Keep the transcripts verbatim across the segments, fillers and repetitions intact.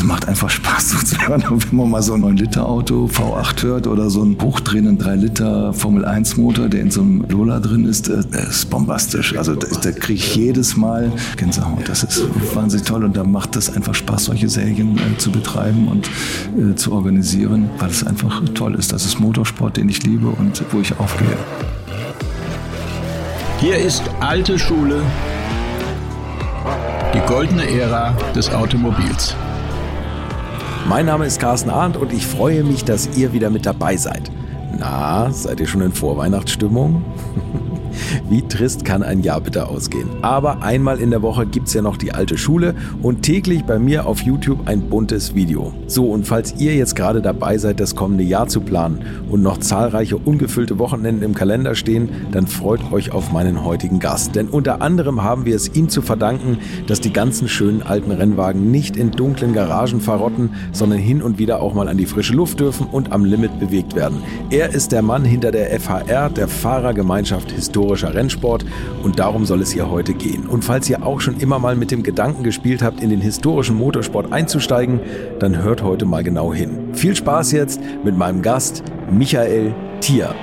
es macht einfach Spaß zuzuhören. Und wenn man mal so ein neun Liter Auto V acht hört oder so einen hochdrehenden drei Liter Formel eins Motor, der in so einem Lola drin ist, das ist bombastisch. Also da, da kriege ich jedes Mal Gänsehaut. Das ist wahnsinnig toll und da macht es einfach Spaß, solche Serien äh, zu betreiben und äh, zu organisieren, weil es einfach toll ist. Das ist Motorsport, den ich liebe und wo ich aufgehe. Hier ist alte Schule, die goldene Ära des Automobils. Mein Name ist Carsten Arndt und ich freue mich, dass ihr wieder mit dabei seid. Na, seid ihr schon in Vorweihnachtsstimmung? Wie trist kann ein Jahr bitte ausgehen? Aber einmal in der Woche gibt's ja noch die alte Schule und täglich bei mir auf YouTube ein buntes Video. So, und falls ihr jetzt gerade dabei seid, das kommende Jahr zu planen und noch zahlreiche ungefüllte Wochenenden im Kalender stehen, dann freut euch auf meinen heutigen Gast. Denn unter anderem haben wir es ihm zu verdanken, dass die ganzen schönen alten Rennwagen nicht in dunklen Garagen verrotten, sondern hin und wieder auch mal an die frische Luft dürfen und am Limit bewegt werden. Er ist der Mann hinter der F H R, der Fahrergemeinschaft Historischer Rennsport, und darum soll es hier heute gehen. Und falls ihr auch schon immer mal mit dem Gedanken gespielt habt, in den historischen Motorsport einzusteigen, dann hört heute mal genau hin. Viel Spaß jetzt mit meinem Gast Michael Thier.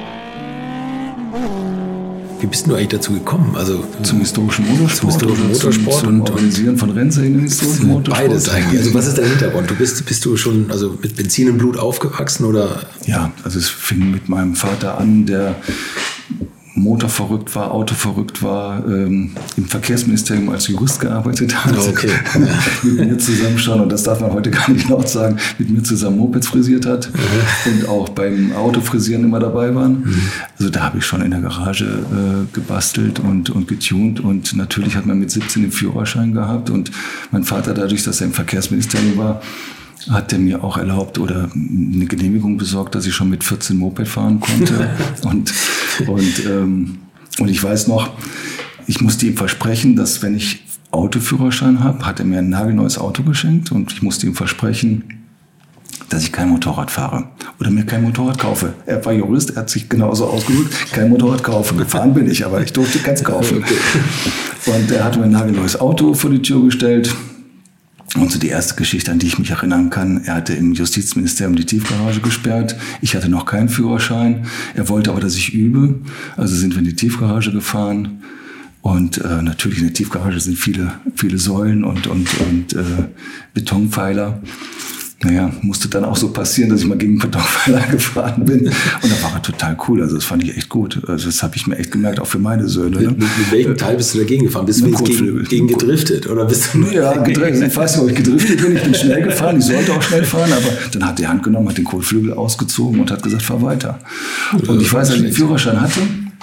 Wie bist du eigentlich dazu gekommen? Also zum historischen Motorsport, zum historischen Motorsport zum, zum und Organisieren von Rennserien im historischen Motorsport. Beides eigentlich. Also was ist dein Hintergrund? Du bist, bist du schon also mit Benzin im Blut aufgewachsen oder? Ja, also es fing mit meinem Vater an, der Motor verrückt war, Auto verrückt war, ähm, im Verkehrsministerium als Jurist gearbeitet hat, okay. mit mir zusammen schon, und das darf man heute gar nicht laut sagen, mit mir zusammen Mopeds frisiert hat mhm. und auch beim Autofrisieren immer dabei waren. Mhm. Also da habe ich schon in der Garage äh, gebastelt und, und getuned, und natürlich hat man mit siebzehn den Führerschein gehabt, und mein Vater, dadurch, dass er im Verkehrsministerium war, hat er mir auch erlaubt oder eine Genehmigung besorgt, dass ich schon mit vierzehn Moped fahren konnte. und, und, ähm, und ich weiß noch, ich musste ihm versprechen, dass wenn ich Autoführerschein habe, hat er mir ein nagelneues Auto geschenkt, und ich musste ihm versprechen, dass ich kein Motorrad fahre oder mir kein Motorrad kaufe. Er war Jurist, er hat sich genauso ausgedrückt, kein Motorrad kaufen. Gefahren bin ich, aber ich durfte keins kaufen. Und er hat mir ein nagelneues Auto vor die Tür gestellt. Und so die erste Geschichte, an die ich mich erinnern kann, er hatte im Justizministerium die Tiefgarage gesperrt. Ich hatte noch keinen Führerschein. Er wollte aber, dass ich übe. Also sind wir in die Tiefgarage gefahren. Und äh, natürlich in der Tiefgarage sind viele, viele Säulen und, und, und äh, Betonpfeiler. Naja, musste dann auch so passieren, dass ich mal gegen einen Betonpfeiler gefahren bin. Und da war er total cool. Also das fand ich echt gut. Also das habe ich mir echt gemerkt, auch für meine Söhne. Ne? Mit, mit welchem Teil bist du dagegen gefahren? Bist du gegen, gegen gedriftet? Oder bist du ja, gedriftet. Ich weiß nicht, ob ich gedriftet bin. Ich bin schnell gefahren. Ich sollte auch schnell fahren. Aber dann hat die Hand genommen, hat den Kotflügel ausgezogen und hat gesagt, fahr weiter. Und ich weiß, als ich den Führerschein hatte,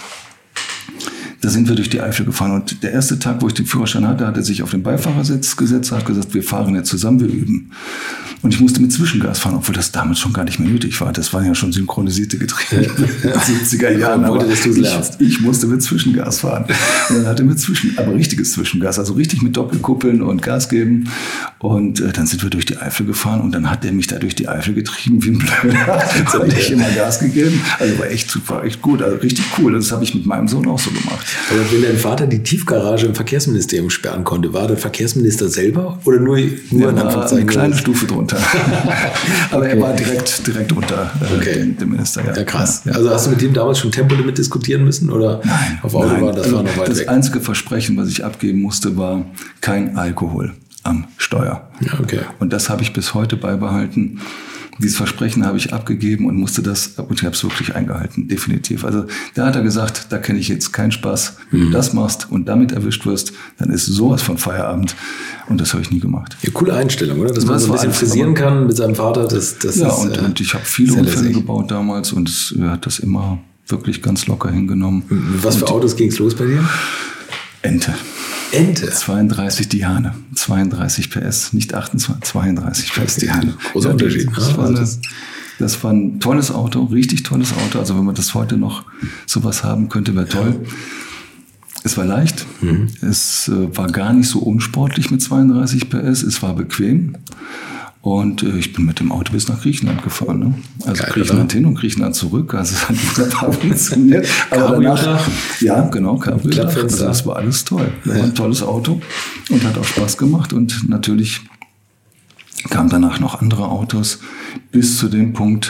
da sind wir durch die Eifel gefahren. Und der erste Tag, wo ich den Führerschein hatte, hat er sich auf den Beifahrersitz gesetzt und hat gesagt, wir fahren jetzt zusammen, wir üben. Und ich musste mit Zwischengas fahren, obwohl das damals schon gar nicht mehr nötig war. Das waren ja schon synchronisierte Getriebe in den siebziger Jahren. Aber aber ich, ich musste mit Zwischengas fahren. Und dann hatte er mit Zwischen, aber richtiges Zwischengas, also richtig mit Doppelkuppeln und Gas geben. Und äh, dann sind wir durch die Eifel gefahren, und dann hat er mich da durch die Eifel getrieben wie ein Blöder. Jetzt habe ich immer Gas gegeben. Also war echt super, echt gut, also richtig cool. Und das habe ich mit meinem Sohn auch so gemacht. Aber wenn dein Vater die Tiefgarage im Verkehrsministerium sperren konnte, war der Verkehrsminister selber oder nur, nur ja, in Anführungszeichen? Eine kleine Stufe drunter. Aber okay. Er war direkt, direkt unter äh, okay. dem, dem Minister. Ja, ja krass. Ja. Also hast du mit dem damals schon Tempolimit diskutieren müssen? Oder nein, auf Autobahn, nein. das also war noch weit das weg? Das einzige Versprechen, was ich abgeben musste, war kein Alkohol am Steuer. Ja, okay. Und das habe ich bis heute beibehalten. Dieses Versprechen habe ich abgegeben und musste das, und ich habe es wirklich eingehalten, definitiv. Also da hat er gesagt, da kenne ich jetzt keinen Spaß. Wenn mhm. du das machst und damit erwischt wirst, dann ist sowas von Feierabend. Und das habe ich nie gemacht. Ja, coole Einstellung, oder? Dass das man so ein bisschen frisieren kann mit seinem Vater. Das, das ja, ist, und, äh, und ich habe viele Unfälle gebaut damals, und es, er hat das immer wirklich ganz locker hingenommen. Was für und Autos ging es los bei dir? Ente. Ente? zweiunddreißig Diane. zweiunddreißig P S, nicht achtundzwanzig, zweiunddreißig P S Diane. Großer ja, Unterschied. Das war, eine, das war ein tolles Auto, richtig tolles Auto. Also wenn man das heute noch sowas haben könnte, wäre toll. Ja. Es war leicht. Mhm. Es äh, war gar nicht so unsportlich mit zweiunddreißig P S. Es war bequem. Und äh, ich bin mit dem Auto bis nach Griechenland gefahren. Ne? Also Geil, Griechenland oder? hin und Griechenland zurück. Also es hat wunderbar funktioniert. Aber danach, ja, genau, Cabrio-Dach. Also das war alles toll. Das ja. war ein tolles Auto und hat auch Spaß gemacht. Und natürlich kamen danach noch andere Autos, bis zu dem Punkt,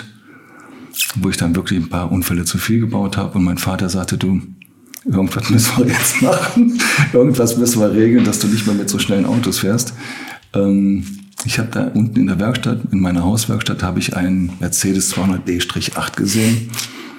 wo ich dann wirklich ein paar Unfälle zu viel gebaut habe und mein Vater sagte, du, irgendwas müssen wir jetzt machen, irgendwas müssen wir regeln, dass du nicht mehr mit so schnellen Autos fährst. Ähm, ich habe da unten in der Werkstatt, in meiner Hauswerkstatt, habe ich einen Mercedes zweihundert D acht gesehen.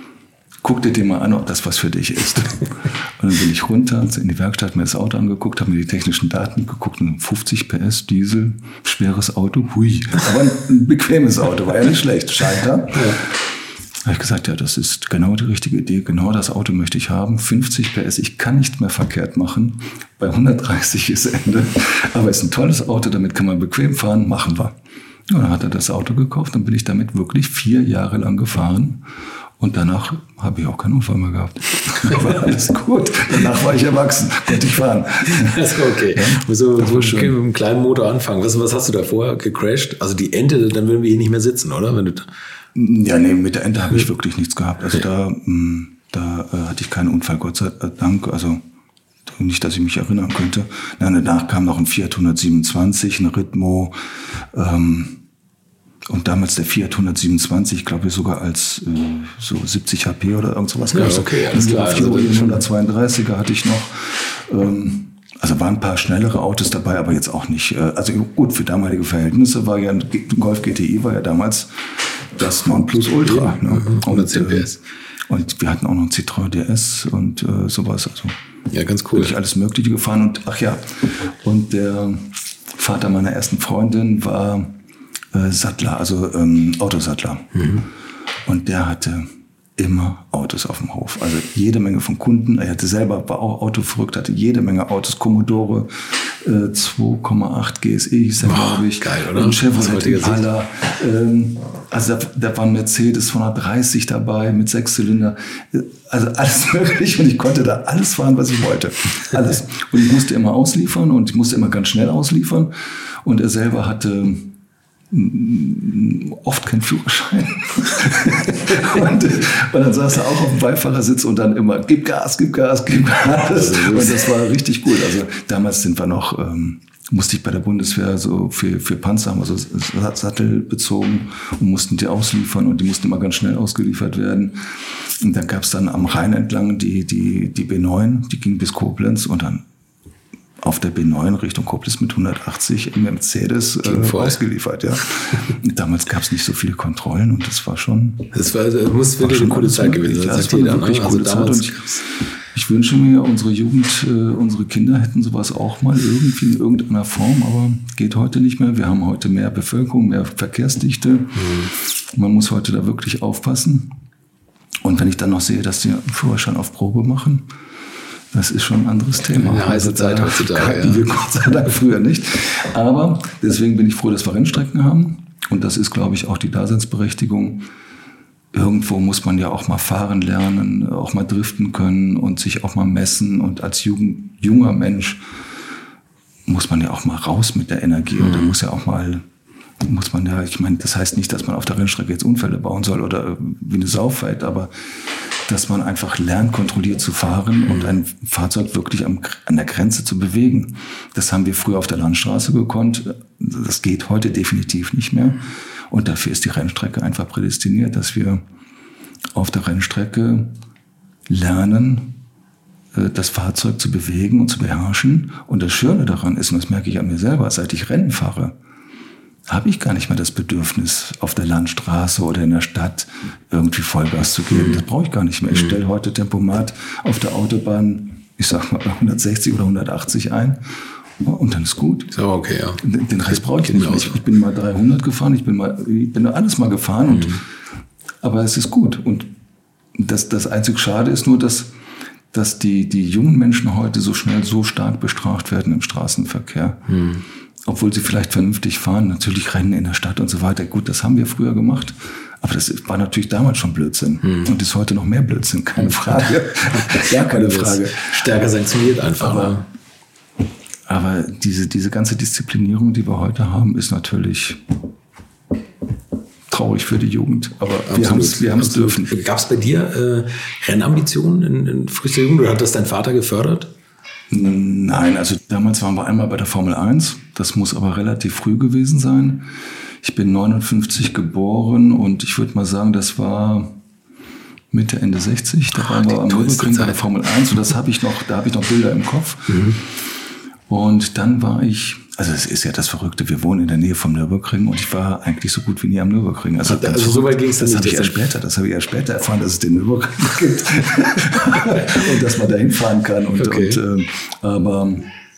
Guck dir den mal an, ob das was für dich ist. Und dann bin ich runter in die Werkstatt, mir das Auto angeguckt, habe mir die technischen Daten geguckt, ein fünfzig P S Diesel, schweres Auto, hui. Aber ein bequemes Auto, war ja nicht schlecht, Schalter. Ja. Da habe ich gesagt, ja, das ist genau die richtige Idee, genau das Auto möchte ich haben. fünfzig P S, ich kann nicht mehr verkehrt machen. Bei hundertdreißig ist Ende. Aber es ist ein tolles Auto, damit kann man bequem fahren, machen wir. Und dann hat er das Auto gekauft, dann bin ich damit wirklich vier Jahre lang gefahren. Und danach habe ich auch keinen Unfall mehr gehabt. War alles gut. Danach war ich erwachsen, konnte ich fahren. Das ist okay. Ja, so, so mit einem kleinen Motor anfangen. Was, was hast du da vorher gecrashed? Also die Ente, dann würden wir hier nicht mehr sitzen, oder? Wenn du ja, nee, mit der Ente habe ich wirklich nichts gehabt. Also da, da äh, hatte ich keinen Unfall, Gott sei Dank. Also nicht, dass ich mich erinnern könnte. Nein, danach kam noch ein Fiat hundertsiebenundzwanzig, ein Ritmo, ähm, und damals der Fiat hundertsiebenundzwanzig, ich glaube sogar als äh, so siebzig H P oder irgend sowas. Ja, okay, alles klar. Also hundertzweiunddreißiger hatte ich noch. Ähm, also waren ein paar schnellere Autos dabei, aber jetzt auch nicht. Äh, also gut, für damalige Verhältnisse war ja ein Golf G T I war ja damals das Nonplusultra. Ja, ne? hundertzehn P S. Und wir hatten auch noch einen Citroën D S und äh, sowas. Also ja, ganz cool. Bin ich alles Mögliche gefahren. Und ach ja, und der Vater meiner ersten Freundin war Sattler, also ähm, Autosattler. Mhm. Und der hatte immer Autos auf dem Hof. Also jede Menge von Kunden. Er hatte selber, war auch autoverrückt, hatte jede Menge Autos. Commodore äh, zwei Komma acht G S E hieß er, glaube ich. Geil, oder? Und Chevrolet Impala. Ähm, also da, da war ein Mercedes zweihundertdreißig dabei mit Sechszylinder. Also alles möglich. Und ich konnte da alles fahren, was ich wollte. Alles. Und ich musste immer ausliefern und ich musste immer ganz schnell ausliefern. Und er selber hatte oft kein Führerschein. und, und dann saß er auch auf dem Beifahrersitz und dann immer, gib Gas, gib Gas, gib Gas. Und das war richtig gut. Also damals sind wir noch, ähm, musste ich bei der Bundeswehr so für, für Panzer haben, also Sattel bezogen und mussten die ausliefern und die mussten immer ganz schnell ausgeliefert werden. Und dann gab es dann am Rhein entlang die, die, die B neun, die ging bis Koblenz und dann auf der B neun Richtung Koblenz mit hundertachtzig im Mercedes äh, ausgeliefert, ja. Damals gab es nicht so viele Kontrollen und das war schon... Das war, das muss wirklich eine coole Zeit gewesen sein. Ja, das war eine wirklich coole Zeit und ich, ich wünsche mir, unsere Jugend, äh, unsere Kinder hätten sowas auch mal irgendwie in irgendeiner Form, aber geht heute nicht mehr. Wir haben heute mehr Bevölkerung, mehr Verkehrsdichte. Mhm. Man muss heute da wirklich aufpassen. Und wenn ich dann noch sehe, dass die einen Führerschein auf Probe machen, das ist schon ein anderes Thema. Eine heiße Zeit heutzutage. Hatten wir Gott sei Dank früher nicht. Aber deswegen bin ich froh, dass wir Rennstrecken haben. Und das ist, glaube ich, auch die Daseinsberechtigung. Irgendwo muss man ja auch mal fahren lernen, auch mal driften können und sich auch mal messen. Und als Jugend, junger Mensch muss man ja auch mal raus mit der Energie. Mhm. Oder muss ja auch mal, muss man ja, ich meine, das heißt nicht, dass man auf der Rennstrecke jetzt Unfälle bauen soll oder wie eine Sau fährt, aber dass man einfach lernt, kontrolliert zu fahren mhm. und ein Fahrzeug wirklich am, an der Grenze zu bewegen. Das haben wir früher auf der Landstraße gekonnt. Das geht heute definitiv nicht mehr. Und dafür ist die Rennstrecke einfach prädestiniert, dass wir auf der Rennstrecke lernen, das Fahrzeug zu bewegen und zu beherrschen. Und das Schöne daran ist, und das merke ich an mir selber, seit ich Rennen fahre, habe ich gar nicht mehr das Bedürfnis, auf der Landstraße oder in der Stadt irgendwie Vollgas zu geben. Das brauche ich gar nicht mehr. Ich stelle heute Tempomat auf der Autobahn, ich sag mal hundertsechzig oder hundertachtzig ein und dann ist gut. So, okay, ja. Den Rest brauche ich nicht mehr. Ich bin mal dreihundert gefahren, ich bin mal, ich bin alles mal gefahren, und, mhm. aber es ist gut. Und das, das einzig Schade ist nur, dass, dass die, die jungen Menschen heute so schnell so stark bestraft werden im Straßenverkehr. Mhm. Obwohl sie vielleicht vernünftig fahren, natürlich Rennen in der Stadt und so weiter. Gut, das haben wir früher gemacht. Aber das war natürlich damals schon Blödsinn. Hm. Und ist heute noch mehr Blödsinn, keine Frage. Ja, keine Frage. Stärker sanktioniert einfach. Aber, aber diese, diese ganze Disziplinierung, die wir heute haben, ist natürlich traurig für die Jugend. Aber absolut, wir haben es wir haben's dürfen. Gab es bei dir äh, Rennambitionen in, in frühester Jugend? Oder hat das dein Vater gefördert? Nein, also damals waren wir einmal bei der Formel eins. das muss aber relativ früh gewesen sein. Ich bin neunundfünfzig geboren und ich würde mal sagen, das war Mitte, Ende sechzig. Da waren wir am Nürburgring bei der Formel eins und das habe ich noch, da habe ich noch Bilder im Kopf. Mhm. Und dann war ich, also es ist ja das Verrückte, wir wohnen in der Nähe vom Nürburgring und ich war eigentlich so gut wie nie am Nürburgring. Also, also, also so weit ging es das habe ich erst später, das habe ich erst später erfahren, dass es den Nürburgring gibt und dass man da hinfahren kann. Und, okay. und, äh, aber,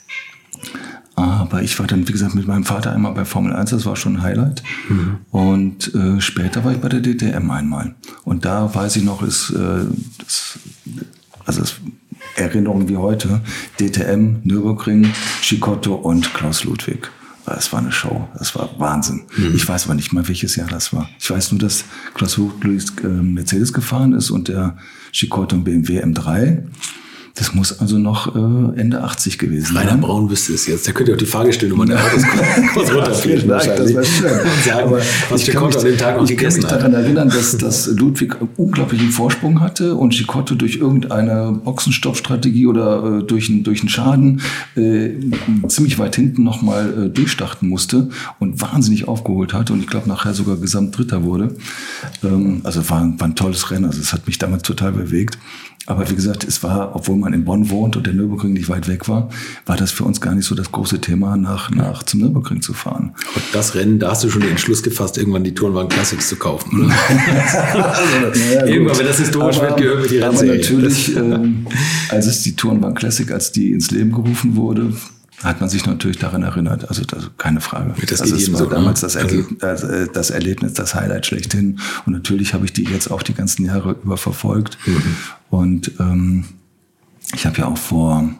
aber ich war dann, wie gesagt, mit meinem Vater einmal bei Formel eins, das war schon ein Highlight. Mhm. Und äh, später war ich bei der D T M einmal. Und da weiß ich noch, ist, äh, das, also es Erinnerungen wie heute, D T M, Nürburgring, Cicotto und Klaus Ludwig. Es war eine Show, das war Wahnsinn. Mhm. Ich weiß aber nicht mal, welches Jahr das war. Ich weiß nur, dass Klaus Ludwig äh, Mercedes gefahren ist und der Cicotto ein B M W M drei. Das muss also noch äh, Ende achtzig gewesen sein. Rainer Braun wüsste es jetzt. Der könnte ja auch die Fahrgestellnummer der Autos kurz runterfliegen. Das wäre schön. Und sagen, aber was Cicotto an dem Tag noch gegessen hat. Ich kann mich daran erinnern, dass, dass Ludwig unglaublichen Vorsprung hatte und Cicotto durch irgendeine Boxenstoppstrategie oder äh, durch, ein, durch einen Schaden äh, ziemlich weit hinten nochmal äh, durchstarten musste und wahnsinnig aufgeholt hatte und ich glaube nachher sogar Gesamtdritter wurde. Ähm, also war, war ein tolles Rennen. Also es hat mich damals total bewegt. Aber wie gesagt, es war, obwohl man in Bonn wohnt und der Nürburgring nicht weit weg war, war das für uns gar nicht so das große Thema, nach, nach zum Nürburgring zu fahren. Und das Rennen, da hast du schon den Entschluss gefasst, irgendwann die Tourenwagen Classics zu kaufen, oder? also, ja, irgendwann, wenn das historisch aber, wird, gehört mit die Rennserie. Aber natürlich, ähm, als es die Tourenwagen Classic, als die ins Leben gerufen wurde, hat man sich natürlich daran erinnert. Also, also keine Frage. Das also es war so, damals das, also. Erleb- das, das Erlebnis, das Highlight schlechthin. Und natürlich habe ich die jetzt auch die ganzen Jahre über verfolgt. Mhm. Und ähm, ich habe ja auch vor,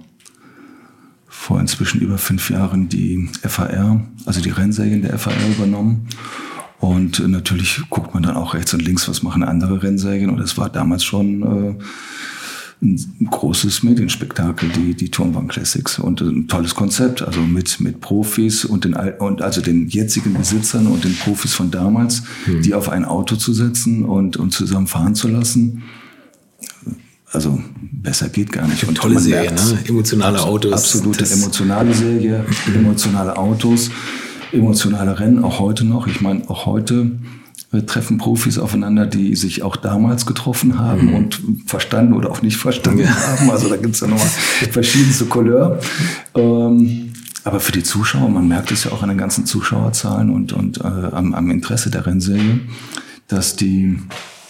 vor inzwischen über fünf Jahren die F A R, also die Rennserien der F A R übernommen. Und äh, natürlich guckt man dann auch rechts und links, was machen andere Rennserien. Und es war damals schon äh, ein großes Medienspektakel, die, die Tourenwagen Classics. Und ein tolles Konzept, also mit, mit Profis und den, und also den jetzigen Besitzern und den Profis von damals, hm. die auf ein Auto zu setzen und, und zusammen fahren zu lassen. Also besser geht gar nicht. Und tolle Serie, ne? Emotionale Autos. Absolute emotionale Serie, emotionale Autos, emotionale Rennen, auch heute noch. Ich meine, auch heute treffen Profis aufeinander, die sich auch damals getroffen haben mhm. und verstanden oder auch nicht verstanden ja. haben. Also da gibt es ja nochmal verschiedenste Couleur. Ähm, aber für die Zuschauer, man merkt es ja auch an den ganzen Zuschauerzahlen und, und äh, am, am Interesse der Rennserie, dass die,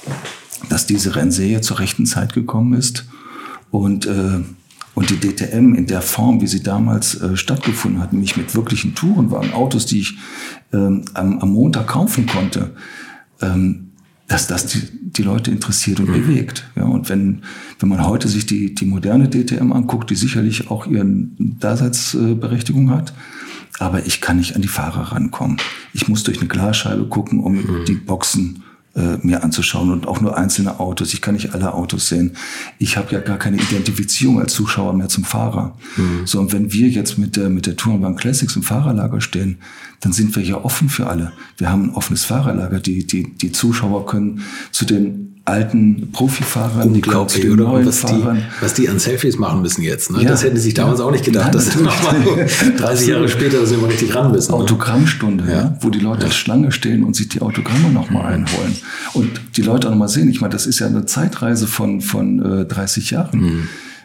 dass diese Rennserie zur rechten Zeit gekommen ist und äh, Und die D T M in der Form, wie sie damals äh, stattgefunden hat, nämlich mit wirklichen Tourenwagen, Autos, die ich ähm, am, am Montag kaufen konnte, ähm, dass das die, die Leute interessiert und mhm. bewegt. Ja, und wenn, wenn man heute sich die, die moderne D T M anguckt, die sicherlich auch ihren Daseinsberechtigung hat, aber ich kann nicht an die Fahrer rankommen. Ich muss durch eine Glasscheibe gucken, um mhm. die Boxen äh, mir anzuschauen und auch nur einzelne Autos. Ich kann nicht alle Autos sehen. Ich habe ja gar keine Identifizierung als Zuschauer mehr zum Fahrer. Mhm. So, und wenn wir jetzt mit der, mit der Tourenwagen Classics im Fahrerlager stehen, dann sind wir ja offen für alle. Wir haben ein offenes Fahrerlager. Die, die, die Zuschauer können zu den alten Profifahrern, die glauben, zu den oder? neuen was Fahrern. Die, was die an Selfies machen müssen jetzt. Ne? Ja. Das hätten sie sich damals ja. auch nicht gedacht, Nein, dass das nochmal dreißig Jahre später, dass wir mal richtig ran müssen. Autogrammstunde, ne? ja, wo die Leute ja. als Schlange stehen und sich die Autogramme nochmal einholen. Und die Leute auch nochmal sehen. Ich meine, das ist ja eine Zeitreise von, von äh, dreißig Jahren. Mhm.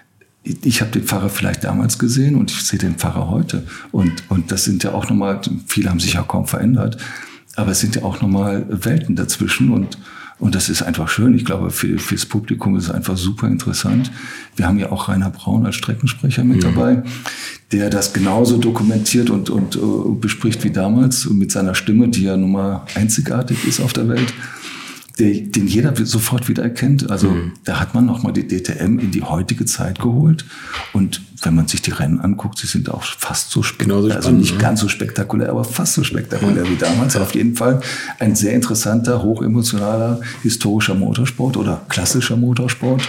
Ich habe den Pfarrer vielleicht damals gesehen und ich sehe den Pfarrer heute. Und, und das sind ja auch nochmal, viele haben sich ja kaum verändert, aber es sind ja auch nochmal Welten dazwischen und, und das ist einfach schön. Ich glaube, für, fürs Publikum ist es einfach super interessant. Wir haben ja auch Rainer Braun als Streckensprecher mit mhm. dabei, der das genauso dokumentiert und, und uh, bespricht wie damals und mit seiner Stimme, die ja nun mal einzigartig ist auf der Welt. Der, den jeder sofort wieder erkennt. Also mhm. da hat man nochmal die D T M in die heutige Zeit geholt. Und wenn man sich die Rennen anguckt, sie sind auch fast so spektakulär. Also nicht ne? ganz so spektakulär, aber fast so spektakulär ja. wie damals. Ja. Auf jeden Fall ein sehr interessanter, hochemotionaler, historischer Motorsport oder klassischer Motorsport,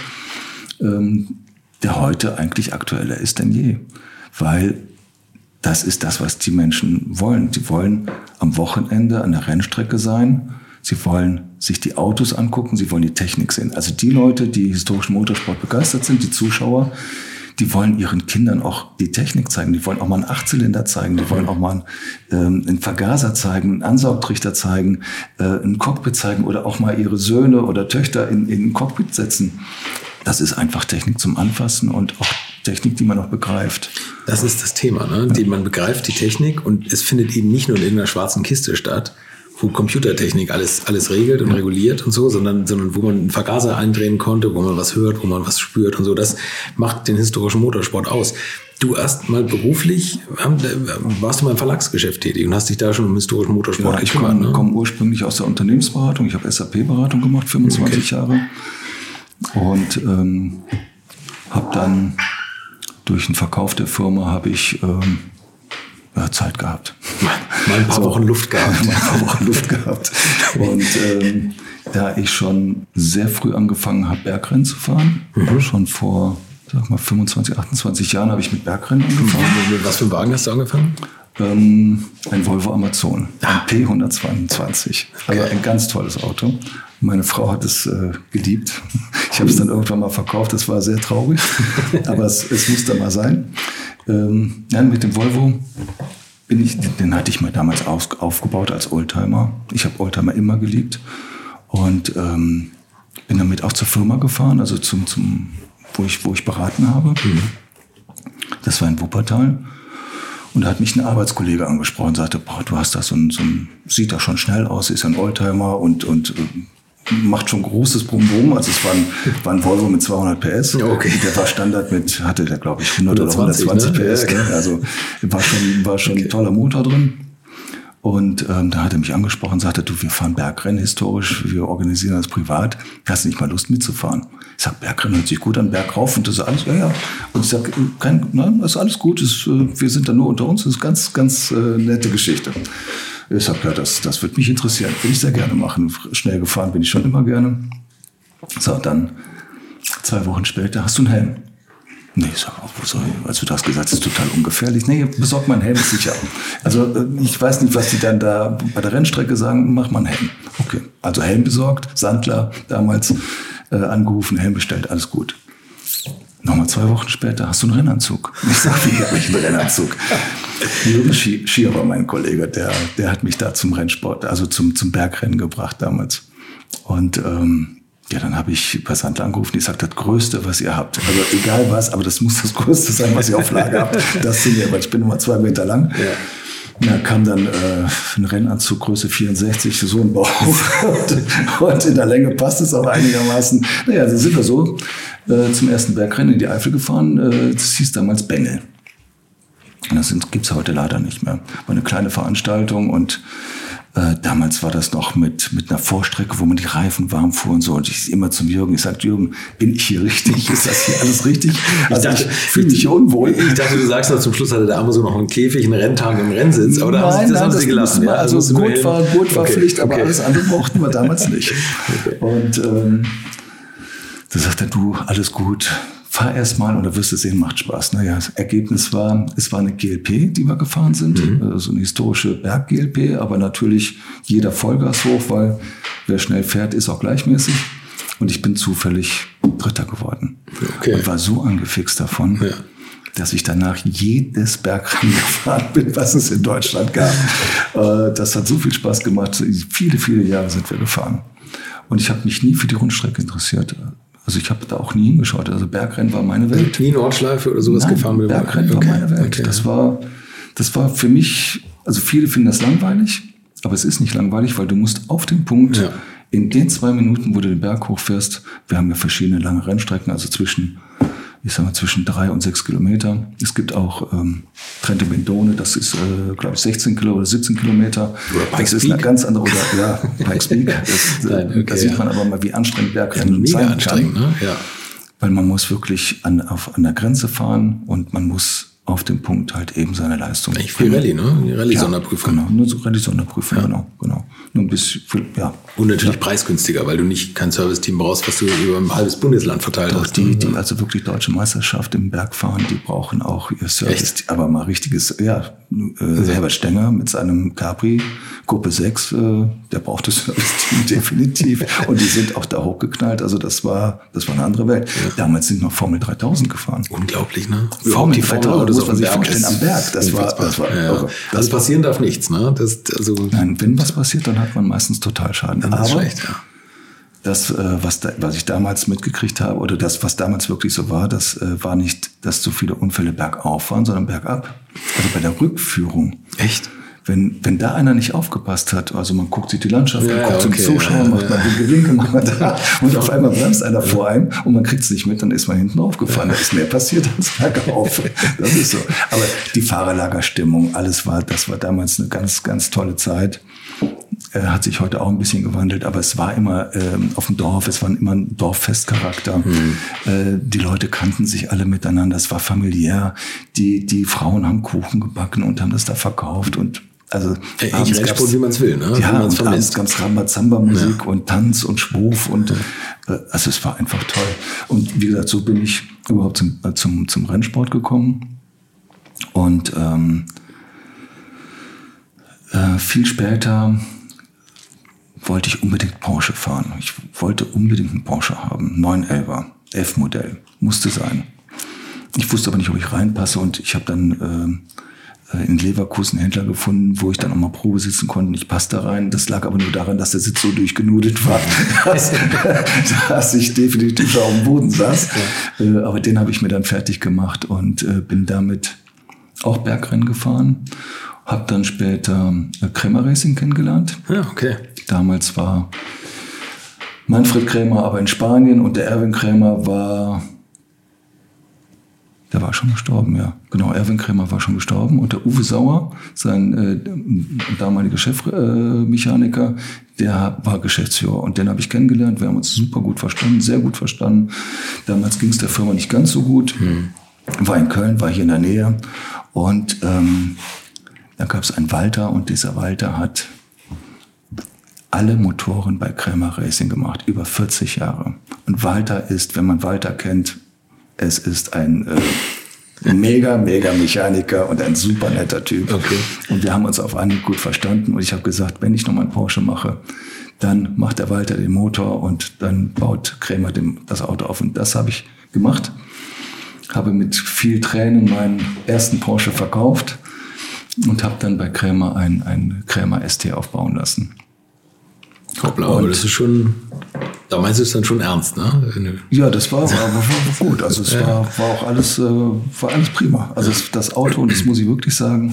ähm, der heute eigentlich aktueller ist denn je. Weil das ist das, was die Menschen wollen. Die wollen am Wochenende an der Rennstrecke sein. Sie wollen sich die Autos angucken, sie wollen die Technik sehen. Also die Leute, die historischen Motorsport begeistert sind, die Zuschauer, die wollen ihren Kindern auch die Technik zeigen. Die wollen auch mal einen Achtzylinder zeigen. Die wollen auch mal einen, äh, einen Vergaser zeigen, einen Ansaugtrichter zeigen, äh, ein Cockpit zeigen oder auch mal ihre Söhne oder Töchter in, in ein Cockpit setzen. Das ist einfach Technik zum Anfassen und auch Technik, die man auch begreift. Das ist das Thema, ne? Die, man begreift die Technik und es findet eben nicht nur in irgendeiner schwarzen Kiste statt, wo Computertechnik alles, alles regelt und reguliert und so, sondern, sondern wo man einen Vergaser eindrehen konnte, wo man was hört, wo man was spürt und so. Das macht den historischen Motorsport aus. Du hast mal beruflich, warst du mal im Verlagsgeschäft tätig und hast dich da schon um historischen Motorsport ja, ich gekümmert. Ich ne? komme ursprünglich aus der Unternehmensberatung. Ich habe S A P-Beratung gemacht, fünfundzwanzig okay. Jahre. Und ähm, habe dann durch den Verkauf der Firma habe ich ähm, ja, Zeit gehabt. Mal ein paar so, Wochen Luft gehabt. Mal ein paar Wochen Luft gehabt. Und ähm, da ich schon sehr früh angefangen habe, Bergrennen zu fahren, mhm. schon vor sag mal, fünfundzwanzig, achtundzwanzig Jahren habe ich mit Bergrennen angefangen. Mit was für einen Wagen hast du angefangen? Ähm, ein Volvo Amazon, ein P hundertzweiundzwanzig. Also okay. Ein ganz tolles Auto. Meine Frau hat es äh, geliebt. Ich habe es dann irgendwann mal verkauft. Das war sehr traurig, aber es, es musste mal sein. Ähm, ja, mit dem Volvo bin ich, den hatte ich mir damals auf, aufgebaut als Oldtimer. Ich habe Oldtimer immer geliebt und ähm, bin damit auch zur Firma gefahren, also zum, zum wo ich, wo ich beraten habe. Mhm. Das war in Wuppertal. Und da hat mich ein Arbeitskollege angesprochen und sagte, boah, du hast da so ein, so ein, sieht da schon schnell aus, ist ein Oldtimer und, und äh, macht schon großes Brumm-Brumm. Also es war ein, war ein Volvo mit zweihundert P S. Okay. Der war Standard mit, hatte der glaube ich hundert oder hundertzwanzig ne? P S. Ja, ne? Also war schon, war schon okay. ein toller Motor drin. Und ähm, da hat er mich angesprochen und sagte, du, wir fahren Bergrennen historisch, wir organisieren das privat. Hast du nicht mal Lust mitzufahren? Ich sag, Bergrennen hört sich gut an, Berg rauf und das ist alles, ja, ja. Und ich sag, kein, nein, das ist alles gut, das, wir sind da nur unter uns, das ist eine ganz, ganz äh, nette Geschichte. Ich sag, ja, das, das wird mich interessieren, würde ich sehr gerne machen. Schnell gefahren bin ich schon immer gerne. So, dann zwei Wochen später, hast du einen Helm? Nee, ich sag auch, wo soll ich? Als du das gesagt hast, ist total ungefährlich. Nee, besorg mal einen Helm, ist sicher. Also ich weiß nicht, was die dann da bei der Rennstrecke sagen, mach mal einen Helm. Okay, also Helm besorgt, Sandler damals äh, angerufen, Helm bestellt, alles gut. Nochmal zwei Wochen später, hast du einen Rennanzug? Ich sag, wie habe ich einen Rennanzug? Jürgen Schierer, mein Kollege, der, der hat mich da zum Rennsport, also zum, zum Bergrennen gebracht damals. Und ähm, ja, dann habe ich bei Sandler angerufen, ich sage, das Größte, was ihr habt. Also egal was, aber das muss das Größte sein, was ihr auf Lager habt. Das sind wir, weil ich bin nur mal zwei Meter lang. Ja. Da kam dann äh, ein Rennanzug Größe vierundsechzig, so ein Bauch. und, und in der Länge passt es auch einigermaßen. Naja, dann sind wir so äh, zum ersten Bergrennen in die Eifel gefahren. Äh, das hieß damals Bengel. Das gibt es heute leider nicht mehr. War eine kleine Veranstaltung und Äh, damals war das noch mit, mit einer Vorstrecke, wo man die Reifen warm fuhr und so. Und ich immer zum Jürgen, ich sagte, Jürgen, bin ich hier richtig? Ist das hier alles richtig? Also ich, ich fühle mich hier unwohl. Ich dachte, du sagst noch, zum Schluss hatte der Amazon noch einen Käfig, einen Renntag im Rennsitz. Oder nein, haben Sie, das nein, haben das Sie gelassen? Wir, also also gut war, gut war okay, Pflicht, aber okay. alles andere brauchten wir damals nicht. Okay. Und ähm, da sagt er, du, alles gut. Fahr erst mal und da wirst du sehen, macht Spaß. Naja, das Ergebnis war, es war eine G L P, die wir gefahren sind, mhm. so eine historische Berg-G L P, aber natürlich jeder Vollgas hoch, weil wer schnell fährt, ist auch gleichmäßig. Und ich bin zufällig Dritter geworden. Okay. Und war so angefixt davon, ja. dass ich danach jedes Bergrennen gefahren bin, was es in Deutschland gab. Das hat so viel Spaß gemacht. Viele, viele Jahre sind wir gefahren. Und ich habe mich nie für die Rundstrecke interessiert. Also ich habe da auch nie hingeschaut. Also Bergrennen war meine Welt. Nie Nordschleife oder sowas Nein, gefahren? Mit Bergrennen okay. war meine Welt. Okay. Das war, das war für mich, also viele finden das langweilig, aber es ist nicht langweilig, weil du musst auf den Punkt, ja. in den zwei Minuten, wo du den Berg hochfährst, wir haben ja verschiedene lange Rennstrecken, also zwischen, ich sag mal, zwischen drei und sechs Kilometer. Es gibt auch ähm, Trento Bendone, das ist, äh, glaube ich, sechzehn Kilometer oder siebzehn Kilometer. Oder das ist eine ganz andere, oder ja, Pikes Peak. Das, Nein, okay, da sieht man aber mal, wie anstrengend Bergrennen ja, sein anstrengend, kann. Ne? Ja. Weil man muss wirklich an, auf, an der Grenze fahren und man muss auf dem Punkt halt eben seine Leistung. Eigentlich für Rallye, ne? Die Rallye-Sonderprüfung. Ja, genau, nur so Rallye-Sonderprüfung, ja. genau, genau. Nur ein bisschen, ja. Und natürlich ja. preisgünstiger, weil du nicht kein Serviceteam brauchst, was du über ein halbes Bundesland verteilt Doch, hast. Die, die, also wirklich deutsche Meisterschaft im Bergfahren, die brauchen auch ihr Service, Echt? aber mal richtiges, ja, äh, Herbert Stenger mit seinem Capri Gruppe sechs, äh, der brauchte das Team definitiv. Und die sind auch da hochgeknallt. Also das war, das war eine andere Welt. Ja. Damals sind noch Formel dreitausend gefahren. Unglaublich, ne? Formel die dreitausend, muss man sich vorstellen, am Berg. Das war, das war, ja. irre. Das also passieren darf nichts, ne? Das, also Nein, wenn was passiert, dann hat man meistens Totalschaden. Dann ist schlecht, ja. Das, was, da, was ich damals mitgekriegt habe, oder das, was damals wirklich so war, das war nicht, dass so viele Unfälle bergauf waren, sondern bergab. Also bei der Rückführung. Echt? Wenn, wenn da einer nicht aufgepasst hat, also man guckt sich die Landschaft ja, an, guckt okay, zum Zuschauer, ja, macht ja. mal den Gewinke, macht mal da, und auf einmal bremst einer vor einem und man kriegt es nicht mit, dann ist man hinten aufgefahren. Da ist mehr passiert als bergauf. Das ist so. Aber die Fahrerlagerstimmung, alles war, das war damals eine ganz, ganz tolle Zeit. Äh, hat sich heute auch ein bisschen gewandelt, aber es war immer ähm, auf dem Dorf, es war immer ein Dorffestcharakter. Mhm. Äh, die Leute kannten sich alle miteinander, es war familiär. Die, die Frauen haben Kuchen gebacken und haben das da verkauft und also hey, ich Rennsport, wie man es will, ne? Ja, und abends gab es Rambazamba-Musik ja. und Tanz und Schwuf und ja. äh, also es war einfach toll. Und wie gesagt, so bin ich überhaupt zum, äh, zum, zum Rennsport gekommen und ähm, äh, viel später wollte ich unbedingt Porsche fahren. Ich wollte unbedingt einen Porsche haben, neun elfer, F-Modell, musste sein. Ich wusste aber nicht, ob ich reinpasse und ich habe dann äh, in Leverkusen einen Händler gefunden, wo ich dann auch mal Probe sitzen konnte und ich passte da rein. Das lag aber nur daran, dass der Sitz so durchgenudelt war, dass, dass ich definitiv schon auf dem Boden saß. Ja. Äh, aber den habe ich mir dann fertig gemacht und äh, bin damit auch Bergrennen gefahren. Habe dann später äh, Krämer Racing kennengelernt. Ja, okay. Damals war Manfred Krämer aber in Spanien und der Erwin Krämer war, der war schon gestorben, ja. Genau, Erwin Krämer war schon gestorben und der Uwe Sauer, sein äh, damaliger Chefmechaniker, äh, der war Geschäftsführer und den habe ich kennengelernt. Wir haben uns super gut verstanden, sehr gut verstanden. Damals ging es der Firma nicht ganz so gut. Hm. War in Köln, war hier in der Nähe und ähm, dann gab es einen Walter und dieser Walter hat alle Motoren bei Krämer Racing gemacht, über vierzig Jahre. Und Walter ist, wenn man Walter kennt, es ist ein äh, mega, mega Mechaniker und ein super netter Typ. Okay. Und wir haben uns auf Anhieb gut verstanden. Und ich habe gesagt, wenn ich nochmal einen Porsche mache, dann macht der Walter den Motor und dann baut Krämer dem, das Auto auf. Und das habe ich gemacht. Habe mit viel Tränen meinen ersten Porsche verkauft und habe dann bei Krämer ein, ein Krämer S T aufbauen lassen. Hoppla, aber das ist schon, da meinst du es dann schon ernst, ne? Ja, das war, war, war gut. Also es ja. war, war auch alles, äh, war alles prima. Also es, das Auto, und das muss ich wirklich sagen,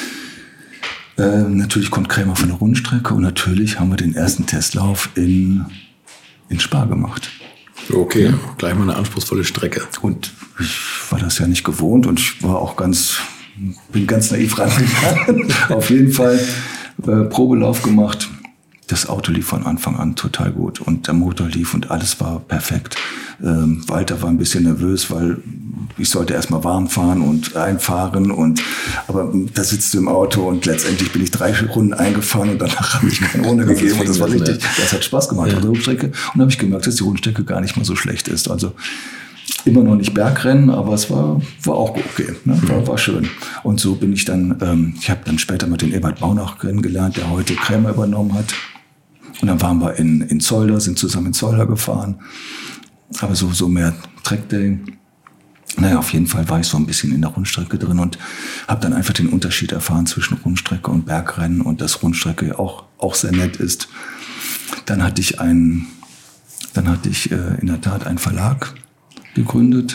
äh, natürlich kommt Krämer von der Rundstrecke und natürlich haben wir den ersten Testlauf in, in Spa gemacht. Okay, ja. Gleich mal eine anspruchsvolle Strecke. Und ich war das ja nicht gewohnt und ich war auch ganz, bin ganz naiv rangegangen. Auf jeden Fall äh, Probelauf gemacht. Das Auto lief von Anfang an total gut und der Motor lief und alles war perfekt. Ähm, Walter war ein bisschen nervös, weil ich sollte erstmal warm fahren und einfahren und aber da sitzt du im Auto und letztendlich bin ich drei Runden eingefahren und danach habe ich keine Runde gegeben und das war richtig, das hat Spaß gemacht, ja. Die Rundstrecke. Und dann habe ich gemerkt, dass die Rundstrecke gar nicht mal so schlecht ist. Also immer noch nicht Bergrennen, aber es war, war auch okay, ne? war, war schön. Und so bin ich dann, ähm, ich habe dann später mit den Ebert Baunach kennengelernt, der heute Krämer übernommen hat. Und dann waren wir in, in Zolder, sind zusammen in Zolder gefahren. Aber so, so mehr Trackday. Naja, auf jeden Fall war ich so ein bisschen in der Rundstrecke drin und habe dann einfach den Unterschied erfahren zwischen Rundstrecke und Bergrennen und dass Rundstrecke auch, auch sehr nett ist. Dann hatte ich einen, dann hatte ich äh, in der Tat einen Verlag gegründet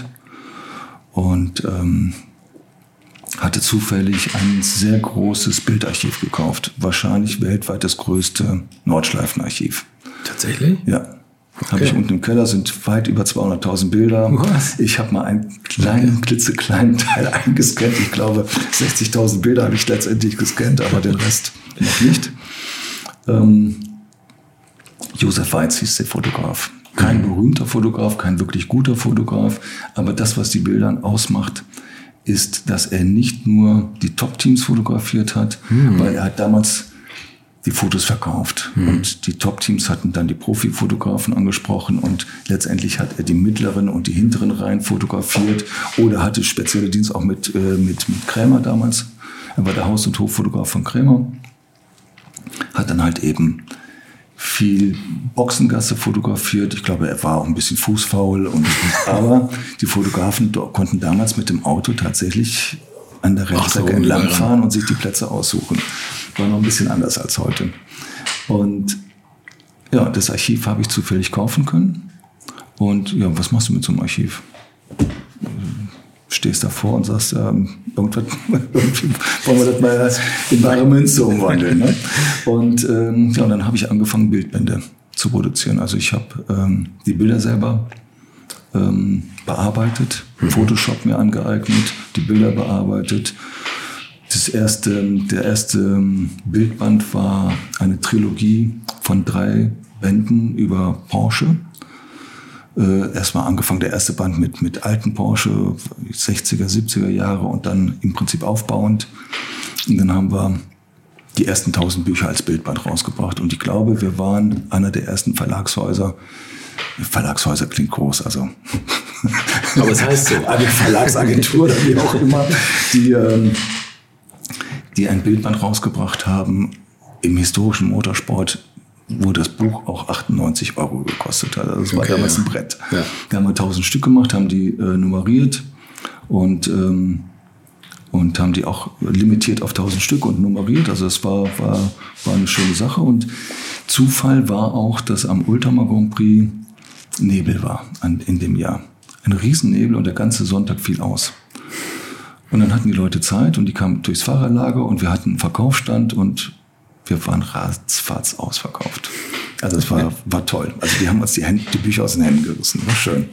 und ähm, hatte zufällig ein sehr großes Bildarchiv gekauft. Wahrscheinlich weltweit das größte Nordschleifenarchiv. Tatsächlich? Ja. Okay. Habe ich unten im Keller, sind weit über zweihunderttausend Bilder. Was? Ich habe mal einen kleinen, okay. klitzekleinen Teil eingescannt. Ich glaube, sechzigtausend Bilder habe ich letztendlich gescannt, aber den Rest noch nicht. Ähm, Josef Weitz hieß der Fotograf. Kein mhm. berühmter Fotograf, kein wirklich guter Fotograf, aber das, was die Bilder ausmacht, ist, dass er nicht nur die Top-Teams fotografiert hat, mhm. weil er hat damals die Fotos verkauft. Mhm. Und die Top-Teams hatten dann die Profi-Fotografen angesprochen und letztendlich hat er die mittleren und die hinteren Reihen fotografiert oder hatte spezielle Dienste auch mit, äh, mit, mit Krämer damals Er war der Haus- und Hoffotograf von Krämer. Hat dann halt eben viel Boxengasse fotografiert. Ich glaube, er war auch ein bisschen fußfaul. Und, aber die Fotografen konnten damals mit dem Auto tatsächlich an der Rennstrecke so, entlangfahren und sich die Plätze aussuchen. War noch ein bisschen anders als heute. Und ja, das Archiv habe ich zufällig kaufen können. Und ja, was machst du mit so einem Archiv? Stehst davor und sagst, ja, irgendwas, irgendwie wollen wir das mal in bare Münze umwandeln. Ne? Und ähm, ja, und dann habe ich angefangen, Bildbände zu produzieren. Also ich habe ähm, die Bilder selber ähm, bearbeitet, mhm. Photoshop mir angeeignet, die Bilder bearbeitet. Das erste, der erste Bildband war eine Trilogie von drei Bänden über Porsche. Äh, erstmal angefangen, der erste Band mit, mit alten Porsche, sechziger, siebziger Jahre und dann im Prinzip aufbauend. Und dann haben wir die ersten tausend Bücher als Bildband rausgebracht. Und ich glaube, wir waren einer der ersten Verlagshäuser. Verlagshäuser klingt groß, also. Aber es heißt so, eine Verlagsagentur oder wie auch immer, die, ähm, die ein Bildband rausgebracht haben im historischen Motorsport, wo das Buch auch achtundneunzig Euro gekostet hat. Also das war okay, damals ein Brett. Ja. Da haben wir tausend Stück gemacht, haben die äh, nummeriert und, ähm, und haben die auch limitiert auf tausend Stück und nummeriert. Also das war, war, war eine schöne Sache. Und Zufall war auch, dass am Ultramar Grand Prix Nebel war an, in dem Jahr. Ein Riesennebel und der ganze Sonntag fiel aus. Und dann hatten die Leute Zeit und die kamen durchs Fahrerlager und wir hatten einen Verkaufsstand und wir waren ratzfatz ausverkauft. Also es war, war toll. Also die haben uns die, Hände, die Bücher aus den Händen gerissen. War schön.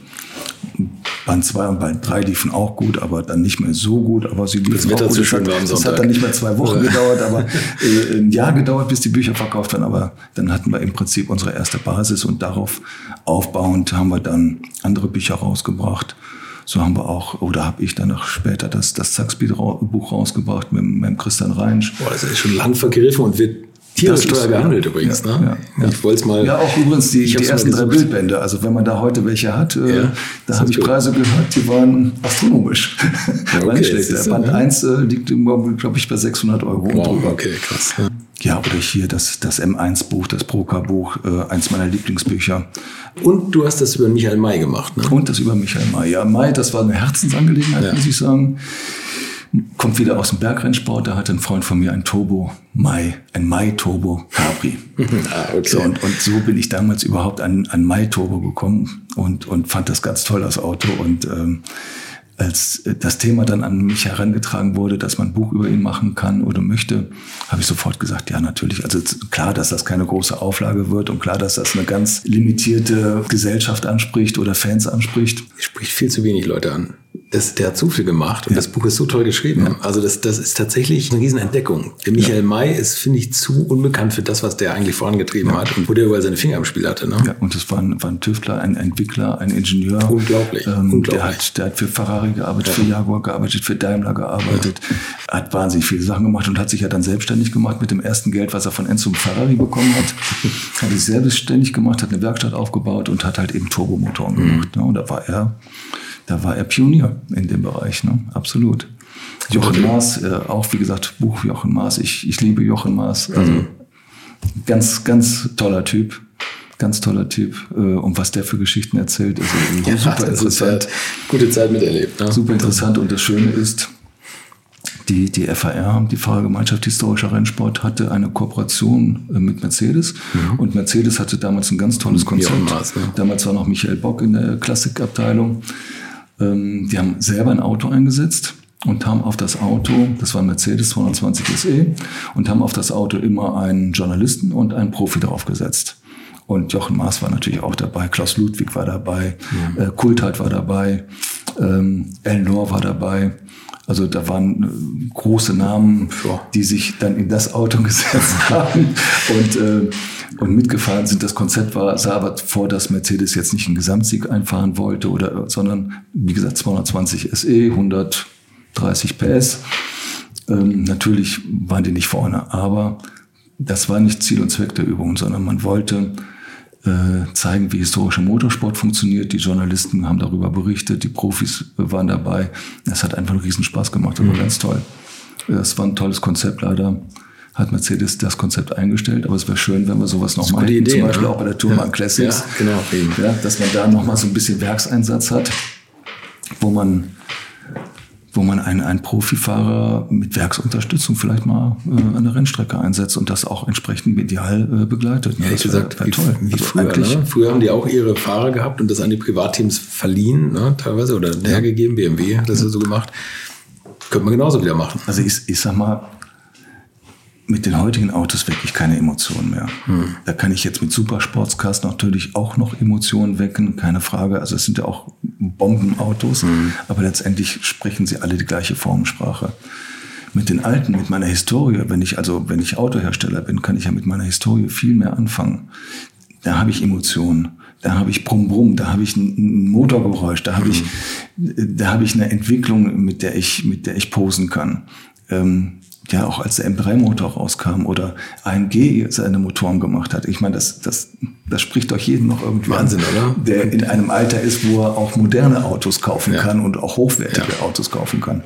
Band zwei und Band drei liefen auch gut, aber dann nicht mehr so gut. Aber sie liefen das Wetter auch gut. Zu schön das, hat, am das hat dann nicht mehr zwei Wochen gedauert, aber äh, ein Jahr gedauert, bis die Bücher verkauft waren. Aber dann hatten wir im Prinzip unsere erste Basis und darauf aufbauend haben wir dann andere Bücher rausgebracht. So haben wir auch, oder habe ich danach später das, das Zack-Speed-Buch rausgebracht mit, mit dem Christian Reinsch. Boah, das ist schon lang vergriffen und wird tierisch teuer gehandelt übrigens. Ja, ne? ja, ich wollte es mal. Ja, auch übrigens die, die ersten drei Bildbände. Also wenn man da heute welche hat, äh, ja, da habe ich Preise gehört, die waren astronomisch. Ja, war nicht schlecht. okay, Band ja. eins äh, liegt, glaube ich, bei sechshundert Euro. Wow, okay, krass. Ja. Ja, oder hier das, das M eins Buch, das Proca-Buch, äh, eins meiner Lieblingsbücher. Und du hast das über Michael May gemacht, ne? Und das über Michael May. Ja, May, das war eine Herzensangelegenheit, ja. muss ich sagen. Kommt wieder aus dem Bergrennsport, da hatte ein Freund von mir ein Turbo May, ein May Turbo Capri. ah, okay. So, und, und so bin ich damals überhaupt an, an May Turbo gekommen und, und fand das ganz toll, das Auto. Und ähm, als das Thema dann an mich herangetragen wurde, dass man ein Buch über ihn machen kann oder möchte, habe ich sofort gesagt, ja natürlich. Also klar, dass das keine große Auflage wird und klar, dass das eine ganz limitierte Gesellschaft anspricht oder Fans anspricht. Spricht viel zu wenig Leute an. Das, der hat so viel gemacht und ja. das Buch ist so toll geschrieben. Ja. Also das, das ist tatsächlich eine Riesenentdeckung. Der Michael ja. May ist, finde ich, zu unbekannt für das, was der eigentlich vorangetrieben ja. hat und wo der überall seine Finger im Spiel hatte. Ne? Ja, und das war ein, war ein Tüftler, ein Entwickler, ein Ingenieur. Unglaublich. Ähm, Unglaublich. Der, hat, der hat für Ferrari gearbeitet, ja. für Jaguar gearbeitet, für Daimler gearbeitet, ja. hat wahnsinnig viele Sachen gemacht und hat sich ja dann selbstständig gemacht mit dem ersten Geld, was er von Enzo Ferrari bekommen hat. Hat sich selbstständig gemacht, hat eine Werkstatt aufgebaut und hat halt eben Turbomotoren mhm. gemacht. Ne? Und da war er... Da war er Pionier in dem Bereich, ne? Absolut. Jochen Maas, äh, auch wie gesagt, Buch Jochen Maas. Ich, ich liebe Jochen Maas. Also mhm. ganz, ganz toller Typ. Ganz toller Typ. Äh, und was der für Geschichten erzählt, ist also ja, super interessant. Gute Zeit miterlebt. Ne? Super interessant. Und das Schöne ist, die, die F A R, die Fahrergemeinschaft Historischer Rennsport, hatte eine Kooperation mit Mercedes. Mhm. Und Mercedes hatte damals ein ganz tolles Konzept. Maß, ne? Damals war noch Michael Bock in der Klassikabteilung. Ähm, die haben selber ein Auto eingesetzt und haben auf das Auto, das war ein Mercedes zweihundertzwanzig S E, und haben auf das Auto immer einen Journalisten und einen Profi draufgesetzt. Und Jochen Maas war natürlich auch dabei, Klaus Ludwig war dabei, mhm. äh, Kultheit war dabei, ähm, Ellen Lohr war dabei. Also da waren äh, große Namen, die sich dann in das Auto gesetzt haben und, äh, und mitgefahren sind. Das Konzept war, sah aber vor, dass Mercedes jetzt nicht einen Gesamtsieg einfahren wollte, oder, sondern wie gesagt zweihundertzwanzig S E, hundertdreißig P S. Ähm, natürlich waren die nicht vorne, aber das war nicht Ziel und Zweck der Übung, sondern man wollte äh, zeigen, wie historischer Motorsport funktioniert. Die Journalisten haben darüber berichtet, die Profis waren dabei. Es hat einfach einen riesen Spaß gemacht, das war mhm. ganz toll. Das war ein tolles Konzept, leider hat Mercedes das Konzept eingestellt, aber es wäre schön, wenn wir sowas nochmal hätten, zum Beispiel ne? auch bei der Tourman ja. Classics, ja, genau, ja, dass man da nochmal so ein bisschen Werkseinsatz hat, wo man, wo man einen, einen Profifahrer mit Werksunterstützung vielleicht mal äh, an der Rennstrecke einsetzt und das auch entsprechend medial äh, begleitet. Ja, das wäre wär toll. Wie, wie also früher, ne? früher haben die auch ihre Fahrer gehabt und das an die Privatteams verliehen, ne, teilweise, oder ja. hergegeben, B M W hat das ja so gemacht. Könnte man genauso wieder machen. Also ich, ich sag mal, mit den heutigen Autos wirklich keine Emotionen mehr. Hm. Da kann ich jetzt mit Supersportscars natürlich auch noch Emotionen wecken, keine Frage. Also es sind ja auch Bombenautos, hm. aber letztendlich sprechen sie alle die gleiche Formensprache. Mit den alten, mit meiner Historie, wenn ich also, wenn ich Autohersteller bin, kann ich ja mit meiner Historie viel mehr anfangen. Da habe ich Emotionen. Da habe ich Brumm Brumm, da habe ich ein Motorgeräusch, da habe ich, da habe ich eine Entwicklung, mit der ich, mit der ich posen kann. Ähm, ja, auch als der M drei Motor rauskam oder A M G seine Motoren gemacht hat. Ich meine, das, das, das spricht doch jeden noch irgendwie Wahnsinn, an, oder? Der in einem Alter ist, wo er auch moderne Autos kaufen ja. kann und auch hochwertige ja. Autos kaufen kann.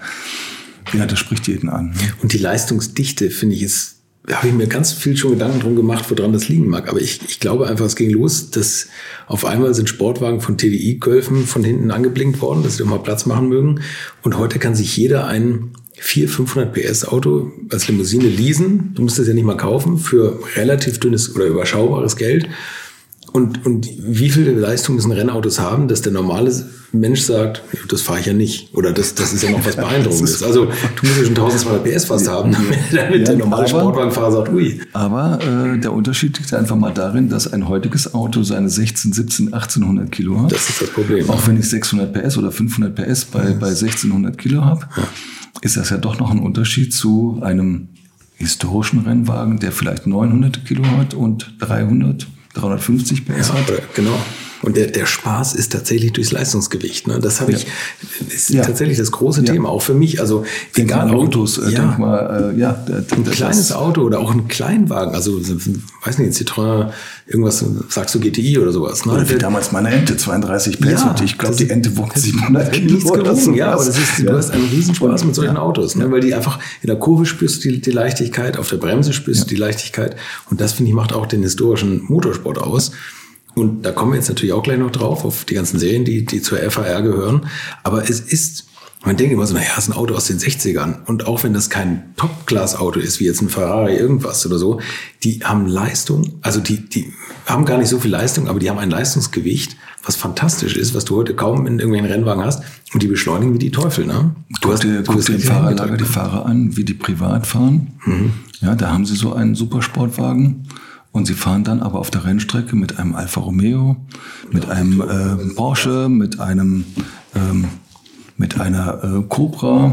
Ja, das spricht jeden an. Und die Leistungsdichte, finde ich, ist, da habe ich mir ganz viel schon Gedanken drum gemacht, woran das liegen mag. Aber ich, ich glaube einfach, es ging los, dass auf einmal sind Sportwagen von T D I-Golfen von hinten angeblinkt worden, dass sie doch mal Platz machen mögen. Und heute kann sich jeder ein vierhundert, fünfhundert P S Auto als Limousine leasen. Du musst das ja nicht mal kaufen für relativ dünnes oder überschaubares Geld. Und, und wie viele Leistung müssen Rennautos haben, dass der normale Mensch sagt, das fahre ich ja nicht. Oder das, das ist ja noch was Beeindruckendes. Also du musst ja schon tausendzweihundert P S fast haben, damit, damit ja, der normale aber, Sportwagenfahrer sagt, ui. Aber äh, der Unterschied liegt einfach mal darin, dass ein heutiges Auto seine sechzehn, siebzehn, achtzehnhundert Kilo hat. Das ist das Problem. Auch wenn ich sechshundert P S oder fünfhundert P S bei, bei sechzehnhundert Kilo habe, ja. ist das ja doch noch ein Unterschied zu einem historischen Rennwagen, der vielleicht neunhundert Kilo hat und dreihundert, dreihundertfünfzig P S ja, hat. Genau. Und der, der Spaß ist tatsächlich durchs Leistungsgewicht. Ne? Das habe ich, ja. ist ja. tatsächlich das große ja. Thema, auch für mich. Also egal Autos, äh, ja. denk mal, äh, ja, der, der, ein kleines Auto oder auch ein Kleinwagen, also weiß nicht, Citroën, irgendwas, sagst du G T I oder sowas. Ne? Oder wie damals meine Ente, zweiunddreißig P S ja, und ich glaube, die Ente wog siebenhundert Kilo. Nichts gewogen, ja, aber das ist, ja. du hast einen Riesenspaß mit solchen ja. Autos, ne? Weil die einfach in der Kurve spürst du die, die Leichtigkeit, auf der Bremse spürst ja. du die Leichtigkeit und das, finde ich, macht auch den historischen Motorsport aus. Und da kommen wir jetzt natürlich auch gleich noch drauf, auf die ganzen Serien, die, die zur F A R gehören. Aber es ist, man denkt immer so, naja, es ist ein Auto aus den sechzigern. Und auch wenn das kein Top-Class-Auto ist, wie jetzt ein Ferrari irgendwas oder so, die haben Leistung, also die, die haben gar nicht so viel Leistung, aber die haben ein Leistungsgewicht, was fantastisch ist, was du heute kaum in irgendwelchen Rennwagen hast. Und die beschleunigen wie die Teufel, ne? Du hast, dir, du hast den Fahrerlager die Fahrer an, wie die privat fahren. Mhm. Ja, da haben sie so einen Supersportwagen. Und sie fahren dann aber auf der Rennstrecke mit einem Alfa Romeo, mit einem äh, Porsche, mit einem ähm, mit einer äh, Cobra.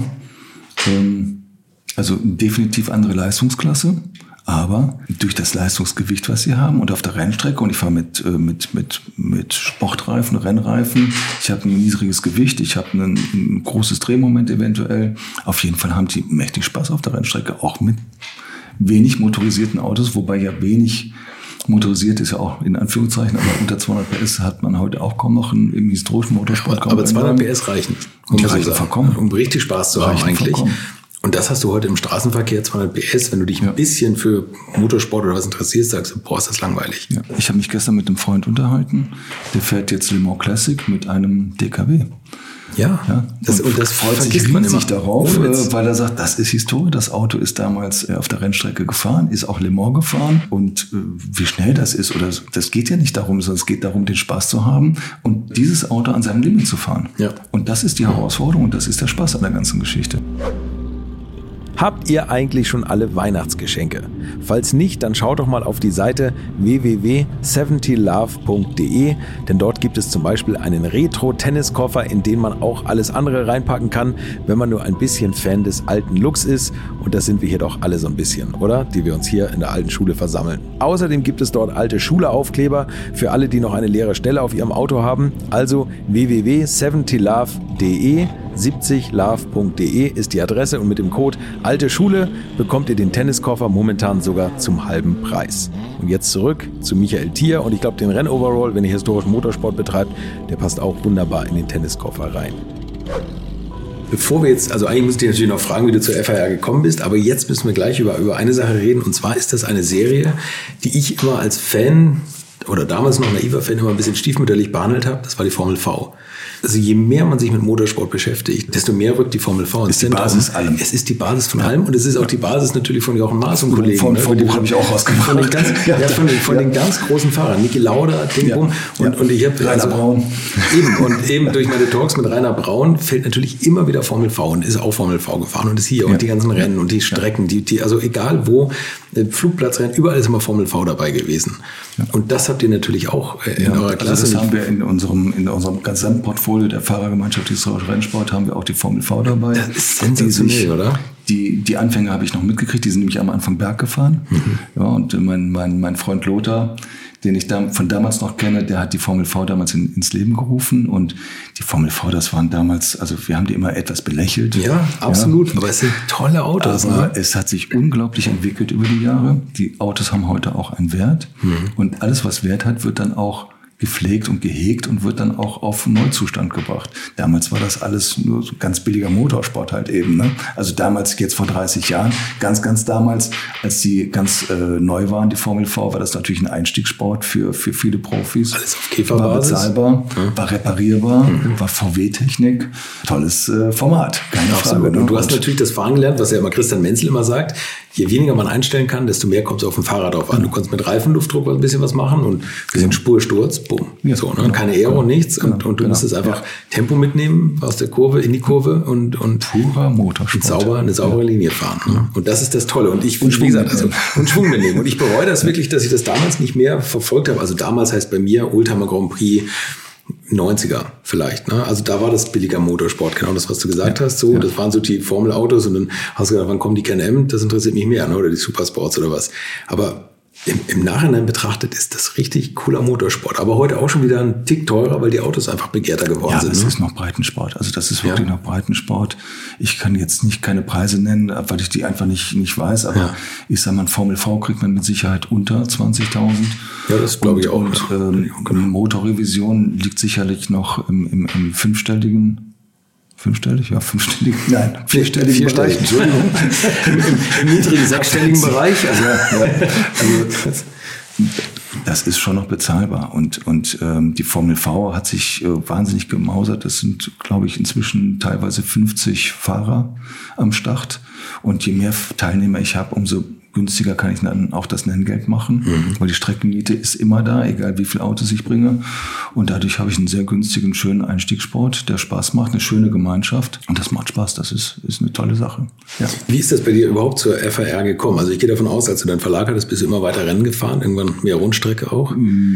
Ähm, also definitiv andere Leistungsklasse, aber durch das Leistungsgewicht, was sie haben und auf der Rennstrecke. Und ich fahre mit äh, mit mit mit Sportreifen, Rennreifen. Ich habe ein niedriges Gewicht, ich habe ein, ein großes Drehmoment eventuell. Auf jeden Fall haben die mächtig Spaß auf der Rennstrecke, auch mit wenig motorisierten Autos, wobei ja wenig motorisiert ist ja auch in Anführungszeichen, aber unter zweihundert P S hat man heute auch kaum noch einen, im historischen Motorsport. Aber, aber zweihundert P S reichen, um, die reichen vollkommen. um richtig Spaß zu haben eigentlich. Vollkommen. Und das hast du heute im Straßenverkehr, zweihundert P S, wenn du dich ja. ein bisschen für Motorsport oder was interessierst, sagst du, boah, ist das langweilig. Ja. Ich habe mich gestern mit einem Freund unterhalten, der fährt jetzt Le Mans Classic mit einem D K W. Ja, ja. Das, und, und das freut sich riesig darauf, äh, weil er sagt, das ist Historie. Das Auto ist damals äh, auf der Rennstrecke gefahren, ist auch Le Mans gefahren. Und äh, wie schnell das ist, oder so, das geht ja nicht darum, sondern es geht darum, den Spaß zu haben und dieses Auto an seinem Limit zu fahren. Ja. Und das ist die Herausforderung und das ist der Spaß an der ganzen Geschichte. Habt ihr eigentlich schon alle Weihnachtsgeschenke? Falls nicht, dann schaut doch mal auf die Seite w w w punkt siebzig love punkt d e, denn dort gibt es zum Beispiel einen Retro-Tenniskoffer, in den man auch alles andere reinpacken kann, wenn man nur ein bisschen Fan des alten Looks ist. Und das sind wir hier doch alle so ein bisschen, oder? Die wir uns hier in der alten Schule versammeln. Außerdem gibt es dort alte Schule-Aufkleber für alle, die noch eine leere Stelle auf ihrem Auto haben. Also w w w punkt siebzig love punkt d e. siebzig love punkt d e ist die Adresse und mit dem Code Alte Schule bekommt ihr den Tenniskoffer momentan sogar zum halben Preis. Und jetzt zurück zu Michael Thier und ich glaube, den Rennoverall, wenn ihr historischen Motorsport betreibt, der passt auch wunderbar in den Tenniskoffer rein. Bevor wir jetzt, also eigentlich muss ich dich natürlich noch fragen, wie du zur F A R gekommen bist, aber jetzt müssen wir gleich über, über eine Sache reden, und zwar ist das eine Serie, die ich immer als Fan oder damals noch naiver Fan immer ein bisschen stiefmütterlich behandelt habe. Das war die Formel V. Also je mehr man sich mit Motorsport beschäftigt, desto mehr rückt die Formel V ins Zentrum. Ist die Basis allem. Es ist die Basis von allem, und es ist auch die Basis natürlich von Jochen Maas und Kollegen. Von, ne? von dem habe ich auch rausgemacht. Von den ganz, ja, ja, von den, von ja. den ganz großen Fahrern. Niki Lauda, Ding, ja. und, ja. und ich habe Rainer also, Braun. Eben, und eben durch meine Talks mit Rainer Braun fällt natürlich immer wieder Formel V, und ist auch Formel V gefahren und ist hier, ja. und die ganzen Rennen und die Strecken, die, die, also egal wo, Flugplatzrennen, überall ist immer Formel V dabei gewesen. Ja. Und das habt ihr natürlich auch in ja, eurer Klasse. Also das haben wir in unserem, in unserem Gesamtportfolio der Fahrergemeinschaft Historischer Rennsport, haben wir auch die Formel V dabei. Das ist sensationell, die sich, oder? Die, die Anfänge habe ich noch mitgekriegt, die sind nämlich am Anfang Berg gefahren. Mhm. Ja, und mein, mein, mein Freund Lothar, den ich da, von damals noch kenne, der hat die Formel V damals in, ins Leben gerufen, und die Formel V, das waren damals, also wir haben die immer etwas belächelt. Ja, absolut, ja. Aber es sind tolle Autos. Aber ne? es hat sich unglaublich entwickelt über die Jahre. Die Autos haben heute auch einen Wert, mhm. und alles, was Wert hat, wird dann auch gepflegt und gehegt und wird dann auch auf Neuzustand gebracht. Damals war das alles nur so ganz billiger Motorsport halt eben. Ne? Also damals, jetzt vor dreißig Jahren, ganz, ganz damals, als die ganz äh, neu waren, die Formel V, war das natürlich ein Einstiegssport für, für viele Profis. Alles auf Käferbasis. War bezahlbar, ja. war reparierbar, mhm. war V W-Technik. Tolles äh, Format, keine Frage. Ne? Und du hast natürlich das Fahren gelernt, was ja immer Christian Menzel immer sagt, je weniger man einstellen kann, desto mehr kommt es auf dem Fahrrad drauf an. Du kannst mit Reifenluftdruck ein bisschen was machen und ein bisschen Spursturz, bumm. Ja, so, ne? genau, Keine Aero, genau, nichts. Genau, und, und du genau, musstest einfach ja. Tempo mitnehmen aus der Kurve in die Kurve und, und purer Motorsport. Sauber, eine saubere ja. Linie fahren. Ne? Und das ist das Tolle. Und ich, und wie gesagt, also, und Schwung mitnehmen. Und ich bereue das wirklich, dass ich das damals nicht mehr verfolgt habe. Also damals heißt bei mir Oldtimer Grand Prix neunziger vielleicht, ne? Also da war das billiger Motorsport, genau das, was du gesagt ja, hast. So, ja. Das waren so die Formelautos, und dann hast du gedacht, wann kommen die Can-Am? Das interessiert mich mehr, ne? Oder die Supersports oder was. Aber im, im Nachhinein betrachtet ist das richtig cooler Motorsport. Aber heute auch schon wieder ein Tick teurer, weil die Autos einfach begehrter geworden ja, sind. Ja, das ne? ist noch Breitensport. Also das ist wirklich ja. noch Breitensport. Ich kann jetzt nicht keine Preise nennen, weil ich die einfach nicht, nicht weiß. Aber ja. ich sag mal, ein Formel V kriegt man mit Sicherheit unter zwanzigtausend. Ja, das glaube ich auch. Und ähm, eine Motorrevision liegt sicherlich noch im, im, im fünfstelligen, fünfstellig? Ja, fünfstelligen, nein, vierstelligen Bereich. Entschuldigung. Im, Im niedrigen sechsstelligen Bereich. Also, ja, also das ist schon noch bezahlbar. Und, und ähm, die Formel V hat sich äh, wahnsinnig gemausert. Das sind, glaube ich, inzwischen teilweise fünfzig Fahrer am Start. Und je mehr Teilnehmer ich habe, umso günstiger kann ich dann auch das Nenngeld machen, mhm. weil die Streckenmiete ist immer da, egal wie viele Autos ich bringe. Und dadurch habe ich einen sehr günstigen, schönen Einstiegssport, der Spaß macht, eine schöne Gemeinschaft. Und das macht Spaß, das ist, ist eine tolle Sache. Ja. Wie ist das bei dir überhaupt zur F A R gekommen? Also ich gehe davon aus, als du deinen Verlag hattest, bist du immer weiter Rennen gefahren, irgendwann mehr Rundstrecke auch?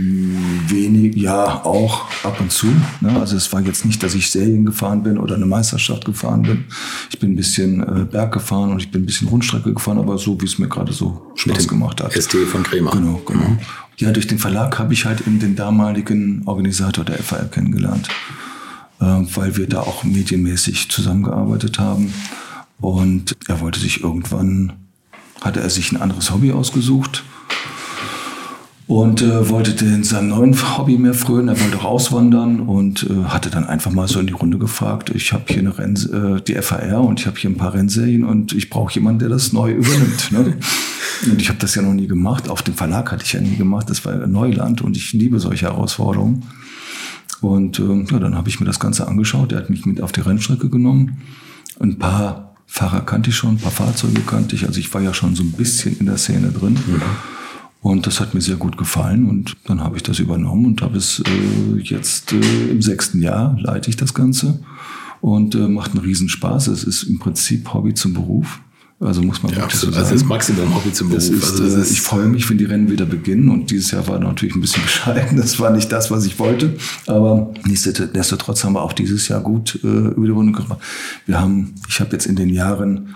Wenig, ja, auch ab und zu. Ne? Also es war jetzt nicht, dass ich Serien gefahren bin oder eine Meisterschaft gefahren bin. Ich bin ein bisschen äh, Berg gefahren und ich bin ein bisschen Rundstrecke gefahren, aber so, wie es mir gerade so Spaß gemacht hat. S T von Kremer. Genau, genau. Mhm. Ja, durch den Verlag habe ich halt eben den damaligen Organisator der F A R kennengelernt, äh, weil wir da auch medienmäßig zusammengearbeitet haben. Und er wollte sich irgendwann, hatte er sich ein anderes Hobby ausgesucht und äh, wollte den seinem neuen Hobby mehr frönen. Er wollte auch auswandern und äh, hatte dann einfach mal so in die Runde gefragt, ich habe hier eine Renn, äh, die F A R und ich habe hier ein paar Rennserien und ich brauche jemanden, der das neu übernimmt. Ne? Und ich habe das ja noch nie gemacht. Auf dem Verlag hatte ich ja nie gemacht. Das war Neuland und ich liebe solche Herausforderungen. Und äh, ja, dann habe ich mir das Ganze angeschaut. Er hat mich mit auf die Rennstrecke genommen. Ein paar Fahrer kannte ich schon, ein paar Fahrzeuge kannte ich. Also ich war ja schon so ein bisschen in der Szene drin. Mhm. Und das hat mir sehr gut gefallen und dann habe ich das übernommen und habe es äh, jetzt äh, im sechsten Jahr leite ich das Ganze und äh, macht einen Riesenspaß. Es ist im Prinzip Hobby zum Beruf. Also muss man ja, wirklich so sagen. sagen. Also das Maximum Hobby zum Beruf. Das ist, also das äh, ist ich freue mich, wenn die Rennen wieder beginnen und dieses Jahr war natürlich ein bisschen bescheiden. Das war nicht das, was ich wollte. Aber nichtsdestotrotz haben wir auch dieses Jahr gut äh, über die Runde gebracht. Wir haben, ich habe jetzt in den Jahren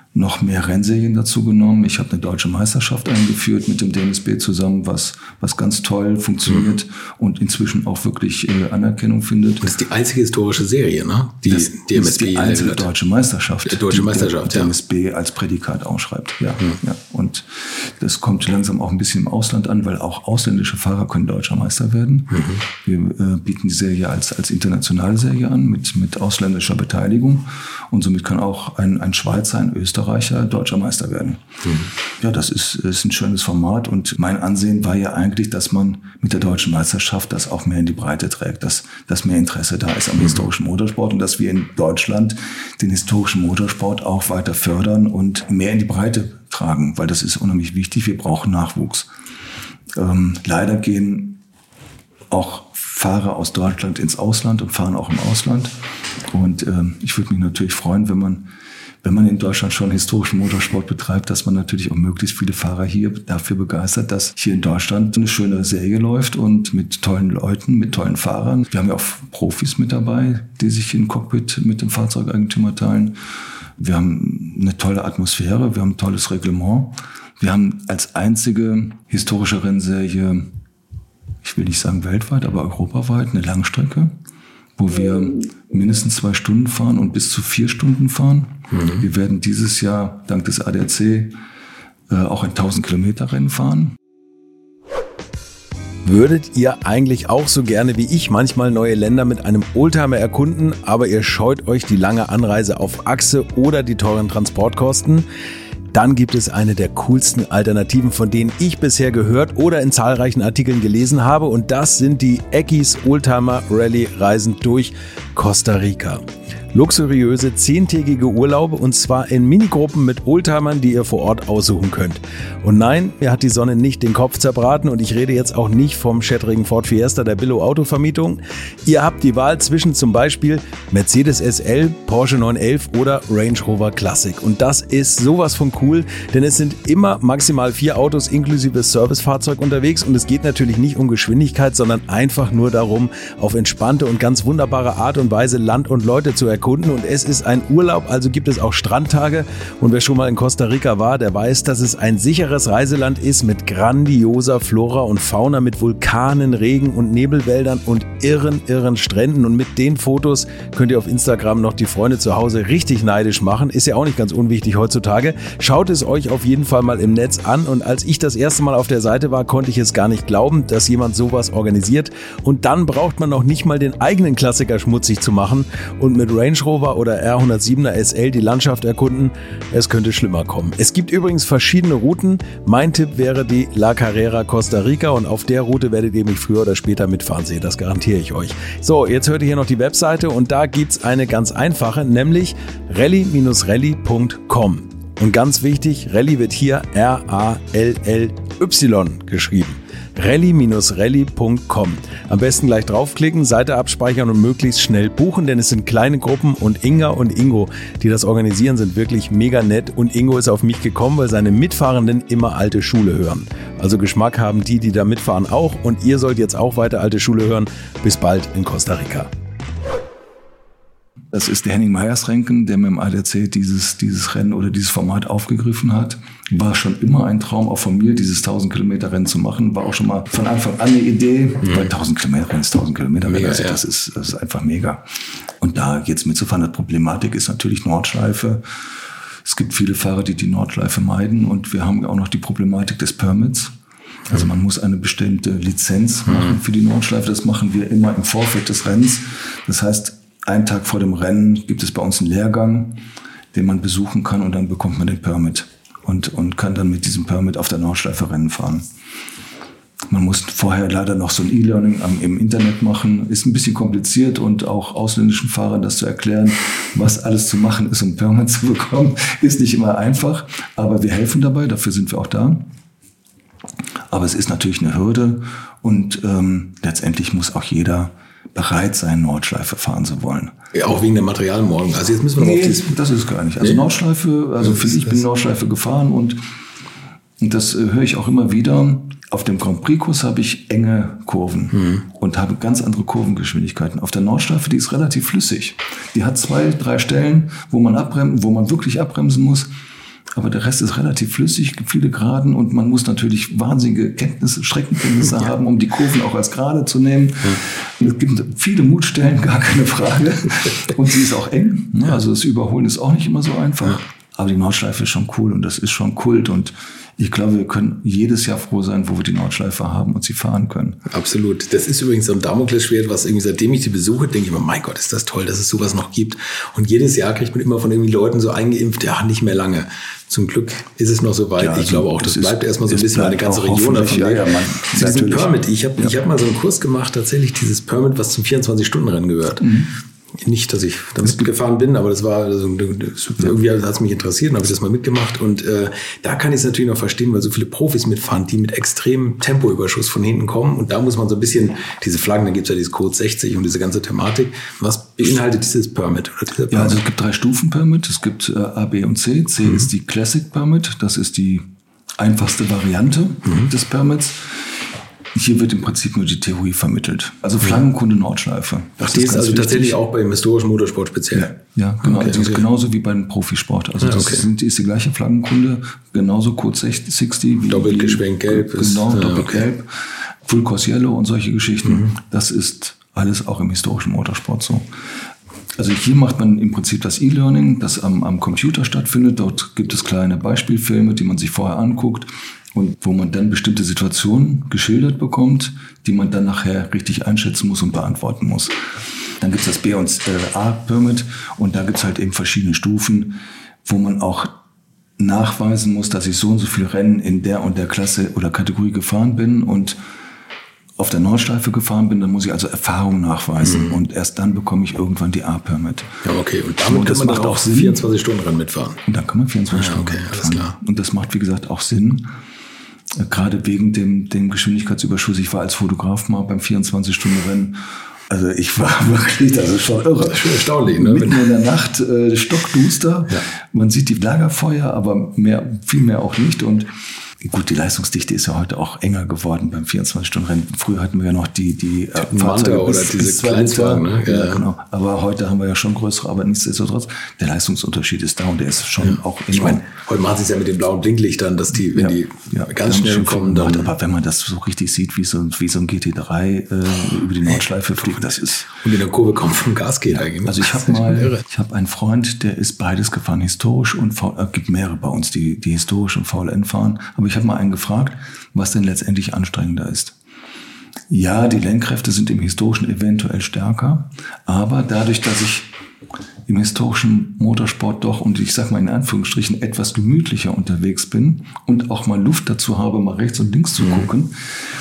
noch mehr Rennserien dazu genommen. Ich habe eine deutsche Meisterschaft eingeführt mit dem D N S B zusammen, was, was ganz toll funktioniert mhm. und inzwischen auch wirklich äh, Anerkennung findet. Das ist die einzige historische Serie, ne? Die das D M S B ist die einzige deutsche Meisterschaft, die deutsche Meisterschaft, die der D N S B ja. als Prädikat ausschreibt. Ja, mhm. ja. Und das kommt langsam auch ein bisschen im Ausland an, weil auch ausländische Fahrer können deutscher Meister werden. Mhm. Wir äh, bieten die Serie als, als internationale Serie an mit, mit ausländischer Beteiligung und somit kann auch ein, ein Schweizer, ein Österreicher deutscher Meister werden. Mhm. Ja, das ist, ist ein schönes Format und mein Ansehen war ja eigentlich, dass man mit der deutschen Meisterschaft das auch mehr in die Breite trägt, dass, dass mehr Interesse da ist am mhm. historischen Motorsport und dass wir in Deutschland den historischen Motorsport auch weiter fördern und mehr in die Breite tragen, weil das ist unheimlich wichtig. Wir brauchen Nachwuchs. Ähm, leider gehen auch Fahrer aus Deutschland ins Ausland und fahren auch im Ausland. Und ähm, ich würde mich natürlich freuen, wenn man wenn man in Deutschland schon historischen Motorsport betreibt, dass man natürlich auch möglichst viele Fahrer hier dafür begeistert, dass hier in Deutschland eine schöne Serie läuft und mit tollen Leuten, mit tollen Fahrern. Wir haben ja auch Profis mit dabei, die sich im Cockpit mit dem Fahrzeugeigentümer teilen. Wir haben eine tolle Atmosphäre, wir haben ein tolles Reglement. Wir haben als einzige historische Rennserie, ich will nicht sagen weltweit, aber europaweit, eine Langstrecke, wo wir mindestens zwei Stunden fahren und bis zu vier Stunden fahren. Mhm. Wir werden dieses Jahr dank des A D A C äh, auch ein tausend Kilometer Rennen fahren. Würdet ihr eigentlich auch so gerne wie ich manchmal neue Länder mit einem Oldtimer erkunden, aber ihr scheut euch die lange Anreise auf Achse oder die teuren Transportkosten? Dann gibt es eine der coolsten Alternativen, von denen ich bisher gehört oder in zahlreichen Artikeln gelesen habe, und das sind die Eckis Oldtimer Rallye Reisen durch Costa Rica. Luxuriöse zehntägige Urlaube, und zwar in Minigruppen mit Oldtimern, die ihr vor Ort aussuchen könnt. Und nein, mir hat die Sonne nicht den Kopf zerbraten und ich rede jetzt auch nicht vom schättrigen Ford Fiesta der Billo Autovermietung. Ihr habt die Wahl zwischen zum Beispiel Mercedes S L, Porsche neun elf oder Range Rover Classic. Und das ist sowas von cool, denn es sind immer maximal vier Autos inklusive Servicefahrzeug unterwegs und es geht natürlich nicht um Geschwindigkeit, sondern einfach nur darum, auf entspannte und ganz wunderbare Art und Weise Land und Leute zu erkunden. Und es ist ein Urlaub, also gibt es auch Strandtage. Und wer schon mal in Costa Rica war, der weiß, dass es ein sicheres Reiseland ist mit grandioser Flora und Fauna, mit Vulkanen, Regen- und Nebelwäldern und irren, irren Stränden. Und mit den Fotos könnt ihr auf Instagram noch die Freunde zu Hause richtig neidisch machen. Ist ja auch nicht ganz unwichtig heutzutage. Schaut es euch auf jeden Fall mal im Netz an. Und als ich das erste Mal auf der Seite war, konnte ich es gar nicht glauben, dass jemand sowas organisiert. Und dann braucht man noch nicht mal den eigenen Klassiker schmutzig zu machen und mit Range Rover oder R hundertsiebener S L die Landschaft erkunden. Es könnte schlimmer kommen. Es gibt übrigens verschiedene Routen. Mein Tipp wäre die La Carrera Costa Rica und auf der Route werdet ihr mich früher oder später mitfahren sehen. Das garantiere ich euch. So, jetzt hört ihr hier noch die Webseite und da gibt's eine ganz einfache, nämlich rally Bindestrich rally Punkt com. Und ganz wichtig, Rallye wird hier R A L L Y geschrieben. rally Bindestrich rally Punkt com. Am besten gleich draufklicken, Seite abspeichern und möglichst schnell buchen, denn es sind kleine Gruppen und Inga und Ingo, die das organisieren, sind wirklich mega nett. Und Ingo ist auf mich gekommen, weil seine Mitfahrenden immer alte Schule hören. Also Geschmack haben die, die da mitfahren auch, und ihr sollt jetzt auch weiter alte Schule hören. Bis bald in Costa Rica. Das ist der Henning Meyersrenken, der mit dem A D A C dieses, dieses Rennen oder dieses Format aufgegriffen hat. War schon immer ein Traum auch von mir, dieses tausend Kilometer Rennen zu machen. War auch schon mal von Anfang an eine Idee, mhm. weil tausend Kilometer Rennen ist tausend Kilometer Rennen. Also das ist, das ist einfach mega. Und da jetzt mitzufahren, die Problematik ist natürlich Nordschleife. Es gibt viele Fahrer, die die Nordschleife meiden, und wir haben auch noch die Problematik des Permits. Also man muss eine bestimmte Lizenz machen für die Nordschleife. Das machen wir immer im Vorfeld des Rennens. Das heißt, einen Tag vor dem Rennen gibt es bei uns einen Lehrgang, den man besuchen kann, und dann bekommt man den Permit und, und kann dann mit diesem Permit auf der Nordschleife Rennen fahren. Man muss vorher leider noch so ein E-Learning am, im Internet machen. Ist ein bisschen kompliziert, und auch ausländischen Fahrern das zu erklären, was alles zu machen ist, um Permit zu bekommen, ist nicht immer einfach. Aber wir helfen dabei, dafür sind wir auch da. Aber es ist natürlich eine Hürde, und ähm, letztendlich muss auch jeder bereit sein, Nordschleife fahren zu wollen. Ja, auch wegen der Materialmorgen. Also jetzt müssen wir noch nee, auf dieses... das ist gar nicht. Also nee. Nordschleife, also für ich bin Nordschleife gefahren, und, und das äh, höre ich auch immer wieder. Auf dem Grand Prix-Kurs habe ich enge Kurven hm. und habe ganz andere Kurvengeschwindigkeiten. Auf der Nordschleife, die ist relativ flüssig. Die hat zwei, drei Stellen, wo man abbremsen, wo man wirklich abbremsen muss. Aber der Rest ist relativ flüssig, gibt viele Geraden und man muss natürlich wahnsinnige Kenntnisse, Streckenkenntnisse ja. haben, um die Kurven auch als gerade zu nehmen. Und es gibt viele Mutstellen, gar keine Frage. Und sie ist auch eng. Ne? Also das Überholen ist auch nicht immer so einfach. Aber die Nordschleife ist schon cool und das ist schon Kult. Und ich glaube, wir können jedes Jahr froh sein, wo wir die Nordschleife haben und sie fahren können. Absolut. Das ist übrigens so ein Damoklesschwert, was irgendwie, seitdem ich die besuche, denke ich immer, mein Gott, ist das toll, dass es sowas noch gibt. Und jedes Jahr kriegt man immer von irgendwie Leuten so eingeimpft, ja, nicht mehr lange. Zum Glück ist es noch so weit. Ja, also ich glaube auch, das bleibt erstmal so ein bisschen eine ganze Region davon. Ja, ja, man, zu diesem Permit. Ich habe ja. ich hab mal so einen Kurs gemacht, tatsächlich dieses Permit, was zum vierundzwanzig-Stunden-Rennen gehört. Mhm. Nicht, dass ich damit gefahren bin, aber das war also, irgendwie hat es mich interessiert und habe ich das mal mitgemacht. Und äh, da kann ich es natürlich noch verstehen, weil so viele Profis mitfahren, die mit extremem Tempoüberschuss von hinten kommen. Und da muss man so ein bisschen diese Flaggen, dann gibt es ja dieses Code sechzig und diese ganze Thematik. Was beinhaltet dieses Permit? Oder dieser Permit? Ja, also es gibt drei Stufen Permit. Es gibt äh, A, B und C. C mhm. ist die Classic Permit. Das ist die einfachste Variante mhm. des Permits. Hier wird im Prinzip nur die Theorie vermittelt. Also Flaggenkunde Nordschleife. Das die ist, ist also wichtig. Tatsächlich auch beim historischen Motorsport speziell? Ja, ja genau. Okay, die okay. ist genauso wie beim Profisport. Also ja, das okay. sind, die ist die gleiche Flaggenkunde. Genauso Code sechzig. Wie, doppelt geschwenkt gelb. Genau, ist, doppelt ja, okay. gelb. Full Course Yellow und solche Geschichten. Mhm. Das ist alles auch im historischen Motorsport so. Also hier macht man im Prinzip das E-Learning, das am, am Computer stattfindet. Dort gibt es kleine Beispielfilme, die man sich vorher anguckt. Und wo man dann bestimmte Situationen geschildert bekommt, die man dann nachher richtig einschätzen muss und beantworten muss. Dann gibt es das B- und äh, A-Permit und da gibt es halt eben verschiedene Stufen, wo man auch nachweisen muss, dass ich so und so viele Rennen in der und der Klasse oder Kategorie gefahren bin und auf der Nordschleife gefahren bin, dann muss ich also Erfahrung nachweisen mhm. und erst dann bekomme ich irgendwann die A-Permit. Ja, okay. Und damit und kann man dann auch vierundzwanzig Stunden Rennen mitfahren. Und dann kann man vierundzwanzig Stunden Rennen mitfahren. Alles klar. Und das macht, wie gesagt, auch Sinn. Gerade wegen dem, dem Geschwindigkeitsüberschuss. Ich war als Fotograf mal beim vierundzwanzig-Stunden-Rennen. Also ich war wirklich, das ist schon irre. Schon erstaunlich, ne? Mitten in der Nacht, äh, stockduster. Ja. Man sieht die Lagerfeuer, aber mehr, viel mehr auch nicht. Und gut, die Leistungsdichte ist ja heute auch enger geworden beim vierundzwanzig-Stunden-Rennen. Früher hatten wir ja noch die, die äh, Fahrzeuge oder bis, diese bis Kleinstwagen. Ne? Ja, ja, genau. Aber heute haben wir ja schon größere, aber nichtsdestotrotz, der Leistungsunterschied ist da und der ist schon ja. auch enorm. Ich meine, heute machen sie es ja mit den blauen Blinklichtern, dass die, wenn ja, die ja, ganz schnell kommen, dann... Aber wenn man das so richtig sieht, wie so, wie so ein G T drei äh, über die Nordschleife fliegt, das ist... Und in der Kurve kommt vom Gas geht ja, eigentlich. Also ich habe mal, ich habe einen Freund, der ist beides gefahren, historisch und V L N. Es gibt mehrere bei uns, die, die historisch und V L N fahren. Aber ich habe mal einen gefragt, was denn letztendlich anstrengender ist. Ja, die Lenkkräfte sind im historischen eventuell stärker, aber dadurch, dass ich im historischen Motorsport doch, und ich sag mal in Anführungsstrichen, etwas gemütlicher unterwegs bin und auch mal Luft dazu habe, mal rechts und links zu gucken,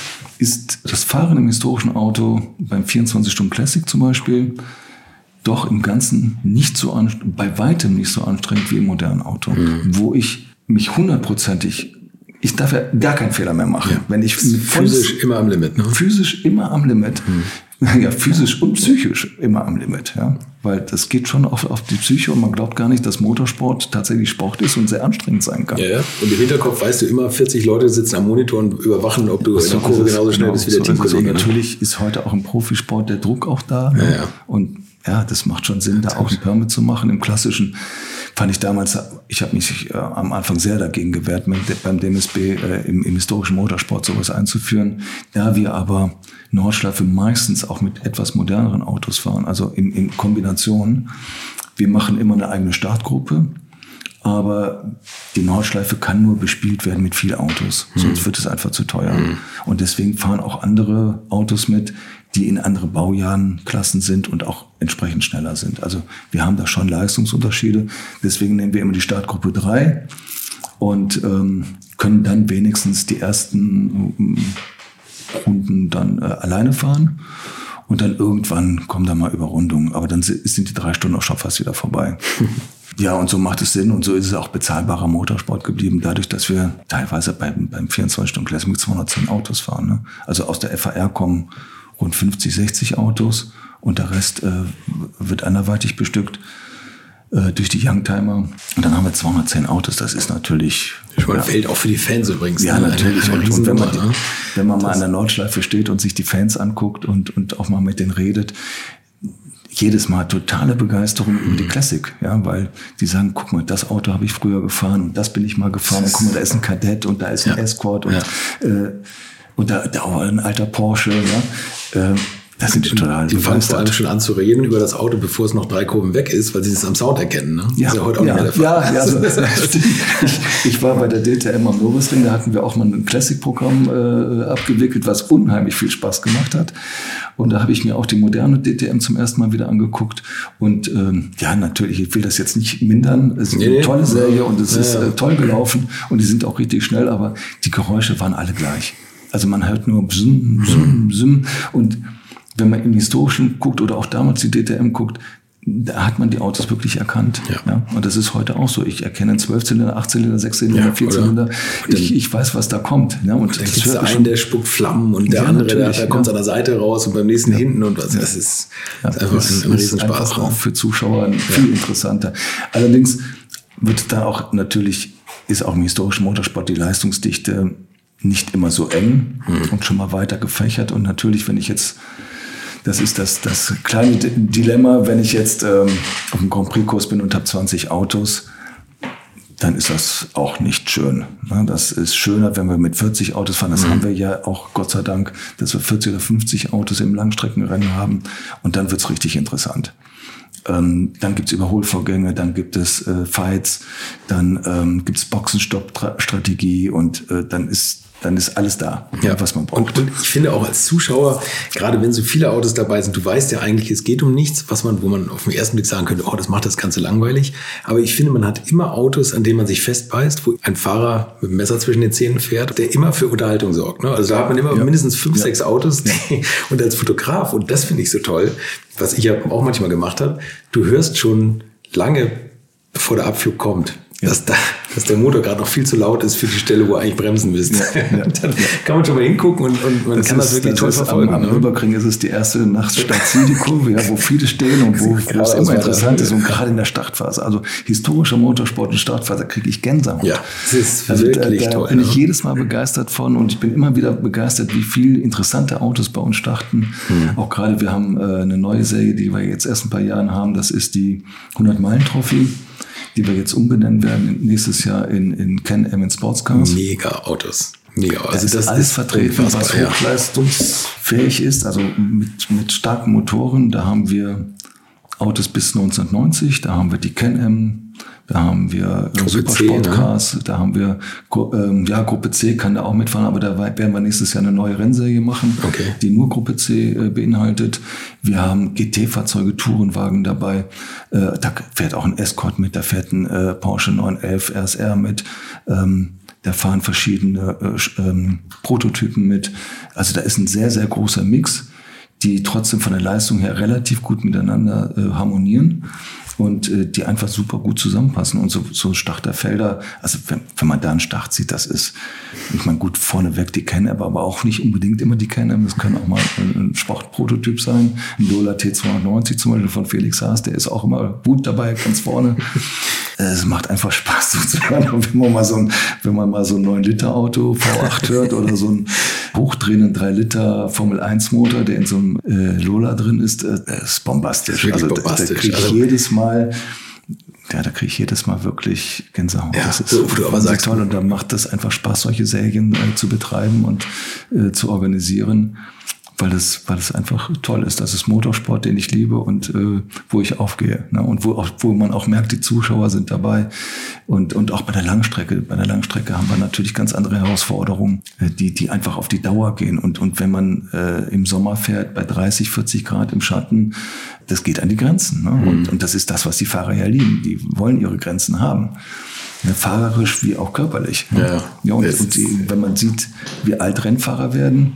ist das Fahren im historischen Auto beim vierundzwanzig-Stunden Classic zum Beispiel doch im Ganzen nicht so anstrengend, bei weitem nicht so anstrengend wie im modernen Auto, mhm. wo ich mich hundertprozentig Ich darf ja gar keinen Fehler mehr machen. Ja. Wenn ich physisch immer am Limit, ne? Physisch immer am Limit. Hm. Ja, physisch und psychisch immer am Limit, ja. Weil das geht schon auf, auf die Psyche und man glaubt gar nicht, dass Motorsport tatsächlich Sport ist und sehr anstrengend sein kann. Ja, ja. Und im Hinterkopf weißt du immer, vierzig Leute sitzen am Monitor und überwachen, ob du in der Kurve genauso schnell genau, bist wie der so Teamkollege. Ne? Natürlich ist heute auch im Profisport der Druck auch da. Ja, ne? ja. Und ja, das macht schon Sinn, da auch ein Permit zu machen. Im klassischen fand ich damals, ich habe mich äh, am Anfang sehr dagegen gewehrt, mit, beim D M S B äh, im, im historischen Motorsport sowas einzuführen. Da wir aber Nordschleife meistens auch mit etwas moderneren Autos fahren, also in, in Kombination. Wir machen immer eine eigene Startgruppe, aber die Nordschleife kann nur bespielt werden mit vielen Autos, mhm. sonst wird es einfach zu teuer. Mhm. Und deswegen fahren auch andere Autos mit, die in andere Baujahrenklassen sind und auch entsprechend schneller sind. Also wir haben da schon Leistungsunterschiede. Deswegen nehmen wir immer die Startgruppe drei und ähm, können dann wenigstens die ersten ähm, Runden dann äh, alleine fahren. Und dann irgendwann kommen da mal Überrundungen. Aber dann sind die drei Stunden auch schon fast wieder vorbei. Ja, und so macht es Sinn. Und so ist es auch bezahlbarer Motorsport geblieben. Dadurch, dass wir teilweise beim, beim vierundzwanzig-Stunden-Classic mit zweihundertzehn Autos fahren. Ne? Also aus der F A R kommen rund fünfzig, sechzig Autos. Und der Rest äh, wird anderweitig bestückt äh, durch die Youngtimer. Und dann haben wir zweihundertzehn Autos. Das ist natürlich... Schon ein Feld auch für die Fans übrigens. Ja, ne? natürlich. Und, und wenn man, ne? wenn man mal an der Nordschleife steht und sich die Fans anguckt und, und auch mal mit denen redet, jedes Mal totale Begeisterung mhm. über die Classic, ja, weil die sagen, guck mal, das Auto habe ich früher gefahren und das bin ich mal gefahren und guck mal, da ist ein Kadett und da ist ein ja. Escort und, ja. äh, und da, da auch ein alter Porsche, ja. Äh, Das sind total die fangen vor allem schon an zu reden über das Auto, bevor es noch drei Kurven weg ist, weil sie es am Sound erkennen. Ne? Ja, das ist ja heute auch ja, nicht mehr der Fall. Ja, ja also, ich, ich war bei der D T M am Nürburgring, da hatten wir auch mal ein Classic-Programm äh, abgewickelt, was unheimlich viel Spaß gemacht hat. Und da habe ich mir auch die moderne D T M zum ersten Mal wieder angeguckt. Und ähm, ja, natürlich, ich will das jetzt nicht mindern. Es ist nee, eine tolle Serie und es ja, ist äh, toll gelaufen und die sind auch richtig schnell, aber die Geräusche waren alle gleich. Also man hört nur Bsum, Bsum, Bsum und wenn man im Historischen guckt oder auch damals die D T M guckt, da hat man die Autos wirklich erkannt. Ja. Ja? Und das ist heute auch so. Ich erkenne einen Zwölfzylinder, Achtzylinder, Sechszylinder, ja, Vierzylinder. Ich, ich weiß, was da kommt. Ja? Und da gibt es einen, der spuckt Flammen und der ja, andere, der, der kommt ja. an der Seite raus und beim nächsten ja. hinten und was. Das ist, ja, das ist einfach das ein, ein Riesenspaß. Einfach auch für Zuschauer viel ja. interessanter. Allerdings wird da auch natürlich, ist auch im historischen Motorsport die Leistungsdichte nicht immer so eng hm. und schon mal weiter gefächert. Und natürlich, wenn ich jetzt Das ist das, das kleine Dilemma, wenn ich jetzt ähm, auf dem Grand Prix-Kurs bin und habe zwanzig Autos, dann ist das auch nicht schön. Das ist schöner, wenn wir mit vierzig Autos fahren. Das mhm. haben wir ja auch, Gott sei Dank, dass wir vierzig oder fünfzig Autos im Langstreckenrennen haben. Und dann wird's richtig interessant. Ähm, dann gibt's Überholvorgänge, dann gibt es äh, Fights, dann ähm, gibt's Boxenstopp-Strategie und äh, dann ist dann ist alles da, ja. was man braucht. Und, und ich finde auch als Zuschauer, gerade wenn so viele Autos dabei sind, du weißt ja eigentlich, es geht um nichts, was man, wo man auf den ersten Blick sagen könnte, oh, das macht das Ganze langweilig. Aber ich finde, man hat immer Autos, an denen man sich festbeißt, wo ein Fahrer mit dem Messer zwischen den Zähnen fährt, der immer für Unterhaltung sorgt. Ne? Also da hat man immer ja. mindestens fünf, ja. sechs Autos. Die, und als Fotograf, und das finde ich so toll, was ich ja auch manchmal gemacht habe, du hörst schon lange, bevor der Abflug kommt, ja. dass, da, dass der Motor gerade noch viel zu laut ist für die Stelle, wo er eigentlich bremsen müsste. Ja, ja. Dann kann man schon mal hingucken und, und man das kann ist, das wirklich das toll verfolgen. Am, am Nürburgring ist es die erste Nachtstation, die Kurve, ja, wo viele stehen und wo, wo es immer interessant ist und gerade in der Startphase. Also historischer Motorsport und Startphase kriege ich Gänsehaut. Ja, das ist also wirklich da, da toll. bin ich jedes Mal begeistert von und ich bin immer wieder begeistert, wie viele interessante Autos bei uns starten. Hm. Auch gerade, wir haben äh, eine neue Serie, die wir jetzt erst ein paar Jahren haben, das ist die hundert-Meilen-Trophy. Die wir jetzt umbenennen werden nächstes Jahr in, in Can-Am in Sportscars. Mega Autos. Mega. Also das, das ist alles vertreten, was ja. hochleistungsfähig ist, also mit, mit starken Motoren. Da haben wir Autos bis neunzehnhundertneunzig, da haben wir die Can-Am, da haben wir Supersportcars, ne? Da haben wir ähm, ja, Gruppe C kann da auch mitfahren, aber da werden wir nächstes Jahr eine neue Rennserie machen, okay. die nur Gruppe C äh, beinhaltet. Wir haben G T-Fahrzeuge, Tourenwagen dabei, äh, da fährt auch ein Escort mit, da fährt ein äh, Porsche neun elf R S R mit, ähm, da fahren verschiedene äh, ähm, Prototypen mit. Also da ist ein sehr, sehr großer Mix, die trotzdem von der Leistung her relativ gut miteinander äh, harmonieren und äh, die einfach super gut zusammenpassen. Und so, so Starterfelder, also wenn, wenn man da einen Start sieht, das ist, ich meine, gut, vorneweg die Can-Am, aber auch nicht unbedingt immer die Can-Am. Das kann auch mal ein Sportprototyp sein. Ein Lola T zweihundertneunzig zum Beispiel von Felix Haas, der ist auch immer gut dabei, ganz vorne. Es macht einfach Spaß zuzuhören. Und wenn man mal so ein, wenn man mal so ein neun Liter Auto V acht hört oder so ein hochdrehenden drei Liter Formel eins Motor, der in so einem äh, Lola drin ist, äh, ist bombastisch. Ist also bombastisch. Da, da kriege ich also, jedes Mal, ja, da kriege ich jedes Mal wirklich Gänsehaut. Ja, das ist so, du aber sagst, toll und da macht es einfach Spaß, solche Serien äh, zu betreiben und äh, zu organisieren. Weil das, weil das einfach toll ist. Das ist Motorsport, den ich liebe und äh, wo ich aufgehe. Ne? Und wo, auch, wo man auch merkt, die Zuschauer sind dabei. Und, und auch bei der Langstrecke. Bei der Langstrecke haben wir natürlich ganz andere Herausforderungen, äh, die, die einfach auf die Dauer gehen. Und, und wenn man äh, im Sommer fährt, bei dreißig, vierzig Grad im Schatten, das geht an die Grenzen. Ne? Mhm. Und, und das ist das, was die Fahrer ja lieben. Die wollen ihre Grenzen haben. Ja, fahrerisch wie auch körperlich. Ja, ja, und und die, wenn man sieht, wie alt Rennfahrer werden,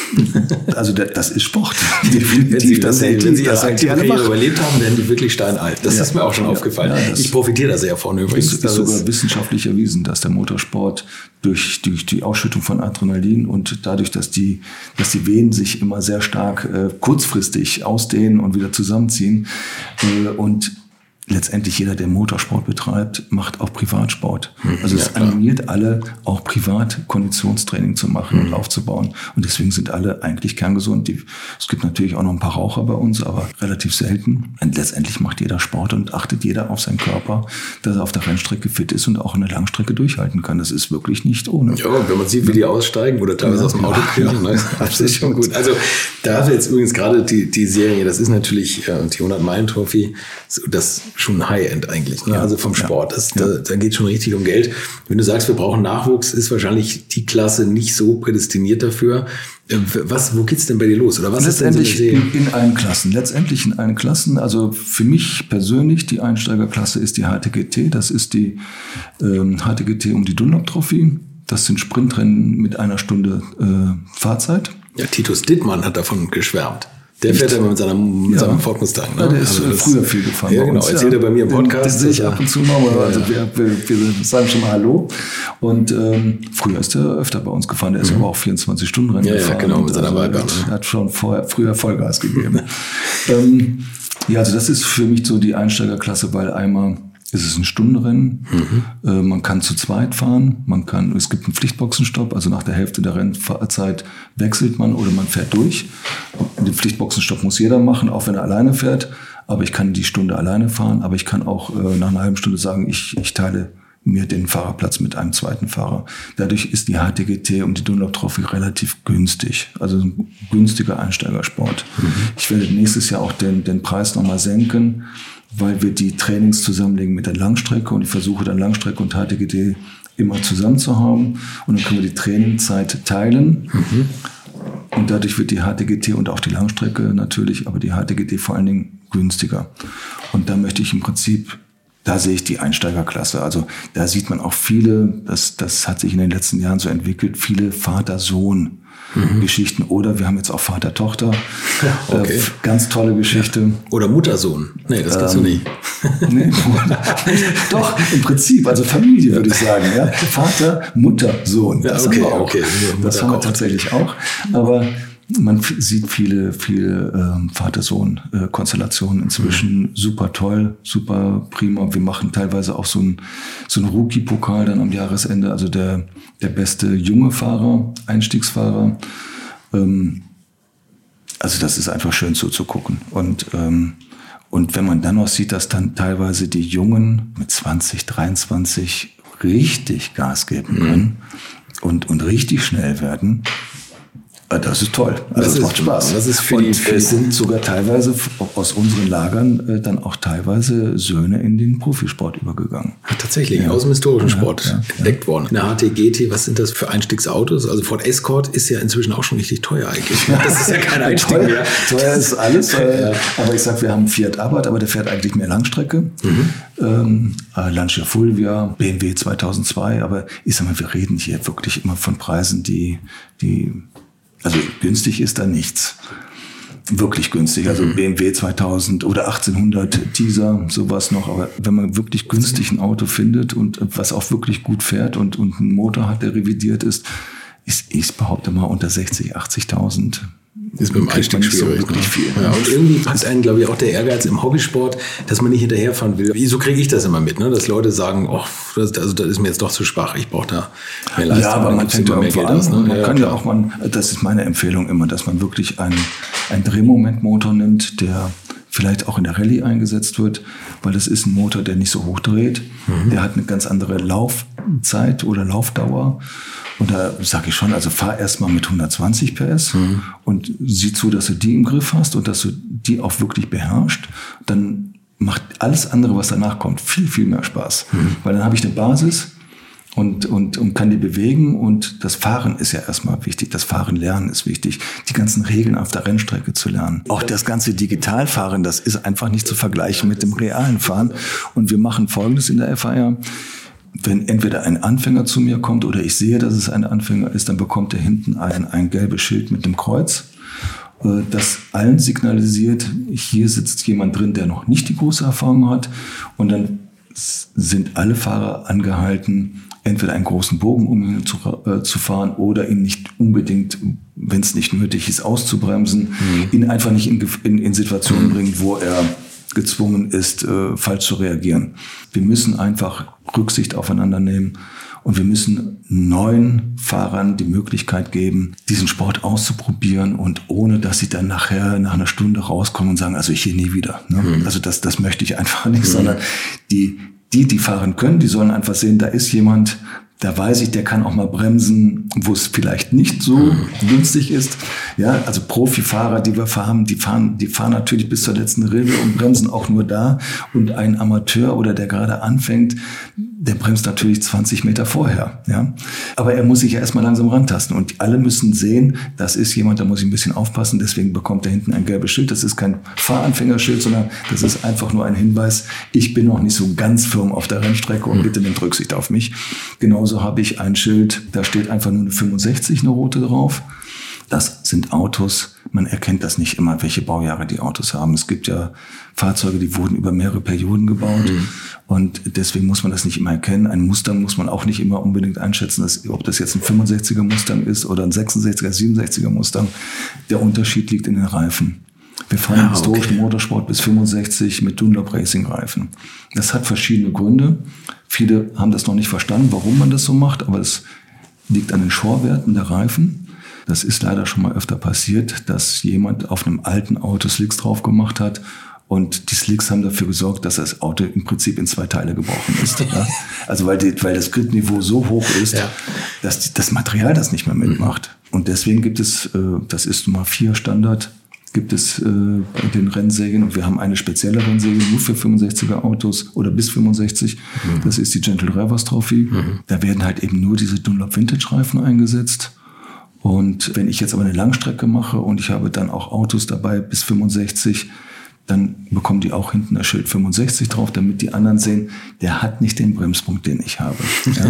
also das ist Sport. Definitiv. Wenn Sie, das wenn Sie Ihre aktive Karriere überlebt haben, werden die wirklich steinalt. Das ja. ist mir auch schon ja. aufgefallen. Ja, ich profitiere da sehr von übrigens. Es ist sogar wissenschaftlich erwiesen, dass der Motorsport durch, durch die Ausschüttung von Adrenalin und dadurch, dass die, dass die Venen sich immer sehr stark äh, kurzfristig ausdehnen und wieder zusammenziehen äh, und letztendlich jeder, der Motorsport betreibt, macht auch Privatsport. Also es Ja, animiert alle, auch privat Konditionstraining zu machen und aufzubauen. Und deswegen sind alle eigentlich kerngesund. Die, es gibt natürlich auch noch ein paar Raucher bei uns, aber relativ selten. Und letztendlich macht jeder Sport und achtet jeder auf seinen Körper, dass er auf der Rennstrecke fit ist und auch eine Langstrecke durchhalten kann. Das ist wirklich nicht ohne. Ja, wenn man sieht, wie die aussteigen oder teilweise Ja, aus dem Auto ja, kriegen, ja. ne? Das ist schon gut. Also da hast du jetzt übrigens gerade die, die Serie, das ist natürlich äh, die hundert-Meilen-Trophy, so, das schon High-End eigentlich, ne? Ja, Also vom Sport. Das, ja. da, da geht schon richtig um Geld. Wenn du sagst, wir brauchen Nachwuchs, ist wahrscheinlich die Klasse nicht so prädestiniert dafür. Äh, Was, wo geht's denn bei dir los? Oder was Letztendlich ist denn so eine Serie? in, in allen Klassen. Letztendlich in allen Klassen. Also für mich persönlich, die Einsteigerklasse ist die H T G T. Das ist die ähm, H T G T um die Dunlop Trophy. Das sind Sprintrennen mit einer Stunde äh, Fahrzeit. Ja, Titus Dittmann hat davon geschwärmt. Der fährt ja mit, seiner, mit Ja. seinem Ford Mustang. Ne? Ja, der ist Also das- früher viel gefahren. Ja, bei genau. uns, Erzählt er bei mir im Podcast. Den, den sehe ich dass er- ab und zu mal. Ja, Also ja. wir, wir, wir sagen schon mal Hallo. Und ähm, früher ist er öfter bei uns gefahren. Der ist aber auch vierundzwanzig Stunden Rennen Ja, ja, gefahren. genau, mit seiner also, Viper, er ne? hat schon vorher, früher Vollgas gegeben. ähm, ja, also das ist für mich so die Einsteigerklasse, weil einmal ist es ein Stundenrennen. Mhm. Äh, man kann zu zweit fahren. Man kann, es gibt einen Pflichtboxenstopp. Also nach der Hälfte der Rennfahrzeit wechselt man oder man fährt durch. Den Pflichtboxenstopp muss jeder machen, auch wenn er alleine fährt. Aber ich kann die Stunde alleine fahren. Aber ich kann auch äh, nach einer halben Stunde sagen, ich, ich teile mir den Fahrerplatz mit einem zweiten Fahrer. Dadurch ist die H T G T um die Dunlop Trophy relativ günstig. Also ein günstiger Einsteigersport. Mhm. Ich werde nächstes Jahr auch den, den Preis nochmal senken, weil wir die Trainings zusammenlegen mit der Langstrecke und ich versuche dann Langstrecke und H T G T immer zusammen zu haben und dann können wir die Trainingzeit teilen. Mhm. Und dadurch wird die H T G T und auch die Langstrecke natürlich, aber die H T G T vor allen Dingen günstiger. Und da möchte ich im Prinzip, da sehe ich die Einsteigerklasse. Also da sieht man auch viele, das, das hat sich in den letzten Jahren so entwickelt, viele Vater-Sohn Mhm. Geschichten. Oder wir haben jetzt auch Vater-Tochter. Okay. Äh, ganz tolle Geschichte. Oder Mutter-Sohn. Nee, das kannst Ähm, du nicht. Nee, doch, im Prinzip, also Familie würde ich sagen. Ja? Vater, Mutter, Sohn. Das Ja, okay, haben wir auch. okay. Das haben wir tatsächlich auch. Aber man f- sieht viele, viele ähm, Vater-Sohn-Konstellationen inzwischen. Mhm. Super toll, super prima. Wir machen teilweise auch so einen so einen Rookie-Pokal dann am Jahresende. Also der, der beste junge Fahrer, Einstiegsfahrer. Ähm, also das ist einfach schön zuzugucken. Und ähm, Und wenn man dann noch sieht, dass dann teilweise die Jungen mit zwanzig, dreiundzwanzig richtig Gas geben können mhm. und, und richtig schnell werden, das ist toll. Also das es ist, macht Spaß. Das ist für und die, für es sind sogar teilweise aus unseren Lagern äh, dann auch teilweise Söhne in den Profisport übergegangen. Tatsächlich, Ja. aus dem historischen Sport Ja, ja, entdeckt ja. worden. Eine H T G T, was sind das für Einstiegsautos? Also Ford Escort ist ja inzwischen auch schon richtig teuer eigentlich. Das ist ja kein Einstieg teuer, mehr. Teuer ist alles. Äh, Ja. Aber ich sag, wir haben Fiat Abarth, aber der fährt eigentlich mehr Langstrecke. Mhm. Ähm, äh, Lancia Fulvia, B M W zweitausendzwei. Aber ich sag mal, wir reden hier wirklich immer von Preisen, die, die also günstig ist da nichts. Wirklich günstig. Also mhm. B M W zweitausend oder achtzehnhundert Teaser, sowas noch. Aber wenn man wirklich günstig ein Auto findet und was auch wirklich gut fährt und, und einen Motor hat, der revidiert ist, ist, ich behaupte mal, unter sechzig, achtzigtausend. Ist mit dem Einstieg nicht so schwierig. wirklich Ne? viel. Ja, und irgendwie packt einen, glaube ich, auch der Ehrgeiz im Hobbysport, dass man nicht hinterherfahren will. So kriege ich das immer mit, ne? Dass Leute sagen, oh, das, also, das ist mir jetzt doch zu schwach, ich brauche da mehr Leistung. Ja, aber man fängt ja irgendwo an. aus, ne? Man ja, kann ja klar. auch, man, das ist meine Empfehlung immer, dass man wirklich einen, einen Drehmomentmotor nimmt, der vielleicht auch in der Rallye eingesetzt wird, weil das ist ein Motor, der nicht so hoch dreht. Mhm. Der hat eine ganz andere Laufzeit oder Laufdauer. Und da sage ich schon, also fahr erstmal mit hundertzwanzig P S mhm. und sieh zu, dass du die im Griff hast und dass du die auch wirklich beherrschst. Dann macht alles andere, was danach kommt, viel, viel mehr Spaß. Mhm. Weil dann habe ich eine Basis und, und, und kann die bewegen. Und das Fahren ist ja erstmal wichtig. Das Fahren lernen ist wichtig. Die ganzen Regeln auf der Rennstrecke zu lernen. Auch das ganze Digitalfahren, das ist einfach nicht zu vergleichen mit dem realen Fahren. Und wir machen Folgendes in der F A R. Wenn entweder ein Anfänger zu mir kommt oder ich sehe, dass es ein Anfänger ist, dann bekommt er hinten ein, ein gelbes Schild mit dem Kreuz, das allen signalisiert, hier sitzt jemand drin, der noch nicht die große Erfahrung hat. Und dann sind alle Fahrer angehalten, entweder einen großen Bogen um ihn zu, äh, zu fahren oder ihn nicht unbedingt, wenn es nicht nötig ist, auszubremsen, mhm. ihn einfach nicht in, in, in Situationen bringen, wo er gezwungen ist, äh, falsch zu reagieren. Wir müssen einfach Rücksicht aufeinander nehmen. Und wir müssen neuen Fahrern die Möglichkeit geben, diesen Sport auszuprobieren und ohne, dass sie dann nachher nach einer Stunde rauskommen und sagen, also ich gehe nie wieder. Ne? Mhm. Also das, das möchte ich einfach nicht, mhm. sondern die, die, die fahren können, die sollen einfach sehen, da ist jemand, da weiß ich, der kann auch mal bremsen, wo es vielleicht nicht so mhm. günstig ist. Ja, also Profifahrer, die wir fahren, die fahren, die fahren natürlich bis zur letzten Rille und bremsen auch nur da. Und ein Amateur oder der gerade anfängt, der bremst natürlich zwanzig Meter vorher. Ja, aber er muss sich ja erstmal langsam rantasten. Und alle müssen sehen, das ist jemand, da muss ich ein bisschen aufpassen. Deswegen bekommt er hinten ein gelbes Schild. Das ist kein Fahranfängerschild, sondern das ist einfach nur ein Hinweis. Ich bin noch nicht so ganz firm auf der Rennstrecke und bitte nehmt Rücksicht auf mich. Genauso habe ich ein Schild, da steht einfach nur eine fünfundsechzig, eine rote drauf. Das sind Autos, man erkennt das nicht immer, welche Baujahre die Autos haben. Es gibt ja Fahrzeuge, die wurden über mehrere Perioden gebaut mhm. und deswegen muss man das nicht immer erkennen. Ein Mustang muss man auch nicht immer unbedingt einschätzen, dass, ob das jetzt ein fünfundsechziger Mustang ist oder ein sechsundsechziger, siebenundsechziger Mustang. Der Unterschied liegt in den Reifen. Wir fahren ah, im historischen okay. Motorsport bis fünfundsechzig mit Dunlop Racing Reifen. Das hat verschiedene Gründe. Viele haben das noch nicht verstanden, warum man das so macht, aber es liegt an den Schorwerten der Reifen. Das ist leider schon mal öfter passiert, dass jemand auf einem alten Auto Slicks drauf gemacht hat und die Slicks haben dafür gesorgt, dass das Auto im Prinzip in zwei Teile gebrochen ist. Ja? Also weil, die, weil das Gridniveau so hoch ist, ja. dass die, das Material das nicht mehr mitmacht. Mhm. Und deswegen gibt es, äh, das ist Nummer vier Standard, gibt es äh, bei den Rennserien und wir haben eine spezielle Rennserie nur für fünfundsechziger Autos oder bis fünfundsechzig. Mhm. Das ist die Gentle Drivers Trophy. Mhm. Da werden halt eben nur diese Dunlop Vintage Reifen eingesetzt. Und wenn ich jetzt aber eine Langstrecke mache und ich habe dann auch Autos dabei bis fünfundsechzig, dann bekommen die auch hinten das Schild fünfundsechzig drauf, damit die anderen sehen, der hat nicht den Bremspunkt, den ich habe. Ja?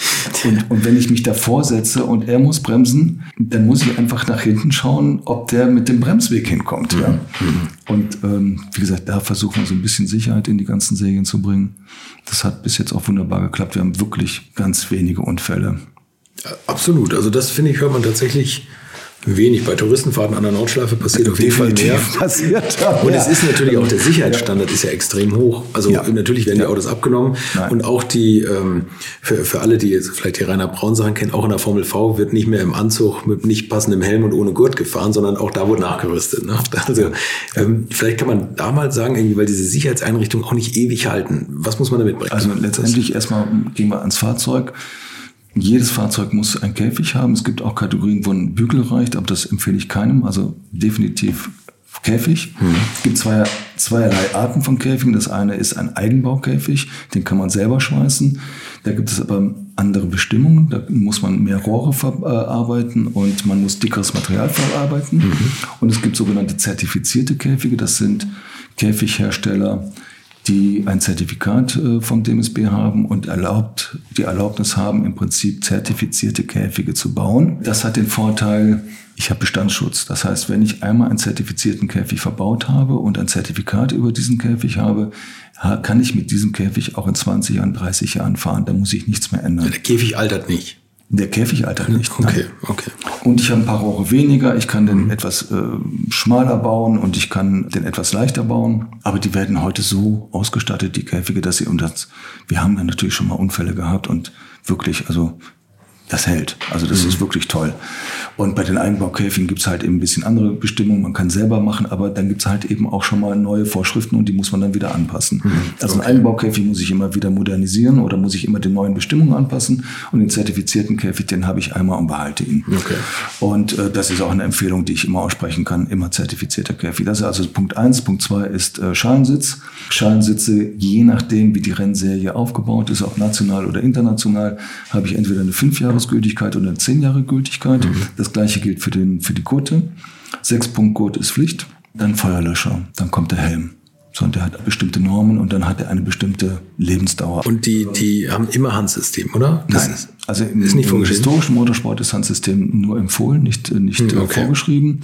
und, und wenn ich mich davor setze und er muss bremsen, dann muss ich einfach nach hinten schauen, ob der mit dem Bremsweg hinkommt. Ja? Mhm. Und ähm, wie gesagt, da versuchen wir so ein bisschen Sicherheit in die ganzen Serien zu bringen. Das hat bis jetzt auch wunderbar geklappt. Wir haben wirklich ganz wenige Unfälle. Absolut. Also das, finde ich, hört man tatsächlich wenig. Bei Touristenfahrten an der Nordschleife passiert auf jeden Fall mehr. Passiert, und ja. es ist natürlich auch, der Sicherheitsstandard ja. ist ja extrem hoch. Also ja. natürlich werden die Autos abgenommen. Nein. Und auch die, ähm, für, für alle, die jetzt vielleicht die Rainer Braun Sachen kennen, auch in der Formel V wird nicht mehr im Anzug mit nicht passendem Helm und ohne Gurt gefahren, sondern auch da wurde nachgerüstet. Ne? Also ähm, vielleicht kann man da mal sagen, irgendwie, weil diese Sicherheitseinrichtungen auch nicht ewig halten. Was muss man damit bringen? Also letztendlich erstmal gehen wir ans Fahrzeug. Jedes Fahrzeug muss einen Käfig haben. Es gibt auch Kategorien, wo ein Bügel reicht, aber das empfehle ich keinem. Also definitiv Käfig. Hm. Es gibt zwei, zweierlei Arten von Käfigen. Das eine ist ein Eigenbaukäfig, den kann man selber schweißen. Da gibt es aber andere Bestimmungen. Da muss man mehr Rohre verarbeiten und man muss dickeres Material verarbeiten. Mhm. Und es gibt sogenannte zertifizierte Käfige. Das sind Käfighersteller, die ein Zertifikat äh, vom D M S B haben und erlaubt, die Erlaubnis haben, im Prinzip zertifizierte Käfige zu bauen. Das hat den Vorteil, ich habe Bestandsschutz. Das heißt, wenn ich einmal einen zertifizierten Käfig verbaut habe und ein Zertifikat über diesen Käfig habe, kann ich mit diesem Käfig auch in zwanzig Jahren, dreißig Jahren fahren. Da muss ich nichts mehr ändern. Der Käfig altert nicht. Der Käfig altert nicht. Okay, okay. Und ich habe ein paar Rohre weniger. Ich kann den mhm. etwas äh, schmaler bauen und ich kann den etwas leichter bauen. Aber die werden heute so ausgestattet, die Käfige, dass sie und das. Wir haben ja natürlich schon mal Unfälle gehabt und wirklich, also das hält. Also das mhm. ist wirklich toll. Und bei den Eigenbaukäfigen gibt's halt eben ein bisschen andere Bestimmungen. Man kann selber machen, aber dann gibt's halt eben auch schon mal neue Vorschriften und die muss man dann wieder anpassen. Mhm. Also okay. Ein Eigenbaukäfig muss ich immer wieder modernisieren oder muss ich immer den neuen Bestimmungen anpassen. Und den zertifizierten Käfig, den habe ich einmal und behalte ihn. Okay. Und äh, das ist auch eine Empfehlung, die ich immer aussprechen kann. Immer zertifizierter Käfig. Das ist also Punkt eins. Punkt zwei ist äh, Schalensitz. Schalensitze, je nachdem, wie die Rennserie aufgebaut ist, ob national oder international, habe ich entweder eine fünf Jahre Gültigkeit oder eine zehn Jahre Gültigkeit. Mhm. Das gleiche gilt für, den, für die Gurte. Sechs-Punkt-Gurt ist Pflicht. Dann Feuerlöscher. Dann kommt der Helm. So, und der hat bestimmte Normen und dann hat er eine bestimmte Lebensdauer. Und die, die haben immer Handsystem, oder? Das Nein. Ist, also im, ist nicht im historischen Motorsport ist Handsystem nur empfohlen, nicht, nicht mhm, okay. vorgeschrieben.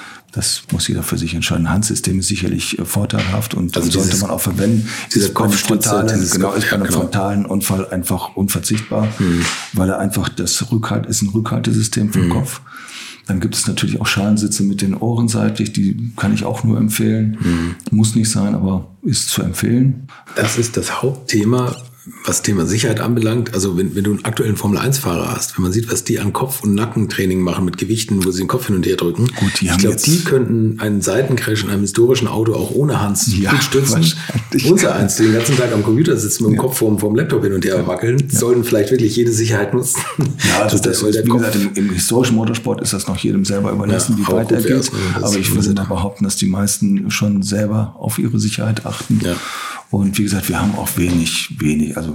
Das muss jeder für sich entscheiden. Ein Handsystem ist sicherlich vorteilhaft und also sollte dieses, man auch verwenden. Ist bei einem frontalen, genau, ist bei einem genau. frontalen Unfall einfach unverzichtbar, mhm. weil er einfach das Rückhalt ist ein Rückhaltesystem vom mhm. Kopf. Dann gibt es natürlich auch Schalensitze mit den Ohren seitlich, die kann ich auch nur empfehlen. Mhm. Muss nicht sein, aber ist zu empfehlen. Das ist das Hauptthema, was Thema Sicherheit anbelangt. Also wenn, wenn du einen aktuellen Formel eins Fahrer hast, wenn man sieht, was die an Kopf- und Nackentraining machen mit Gewichten, wo sie den Kopf hin und her drücken. Gut, die ich glaube, die könnten einen Seitencrash in einem historischen Auto auch ohne Hans ja, gut stützen. Unser eins, die den ganzen Tag am Computer sitzen, mit dem ja. Kopf vorm, vorm Laptop hin und her ja. wackeln, ja. sollten vielleicht wirklich jede Sicherheit nutzen. Ja, also das, das ist, wie gesagt, im, im historischen Motorsport ist das noch jedem selber überlassen, ja, wie weit er geht. Aber ich würde mal behaupten, dass die meisten schon selber auf ihre Sicherheit achten. Ja. Und wie gesagt, wir haben auch wenig, wenig, also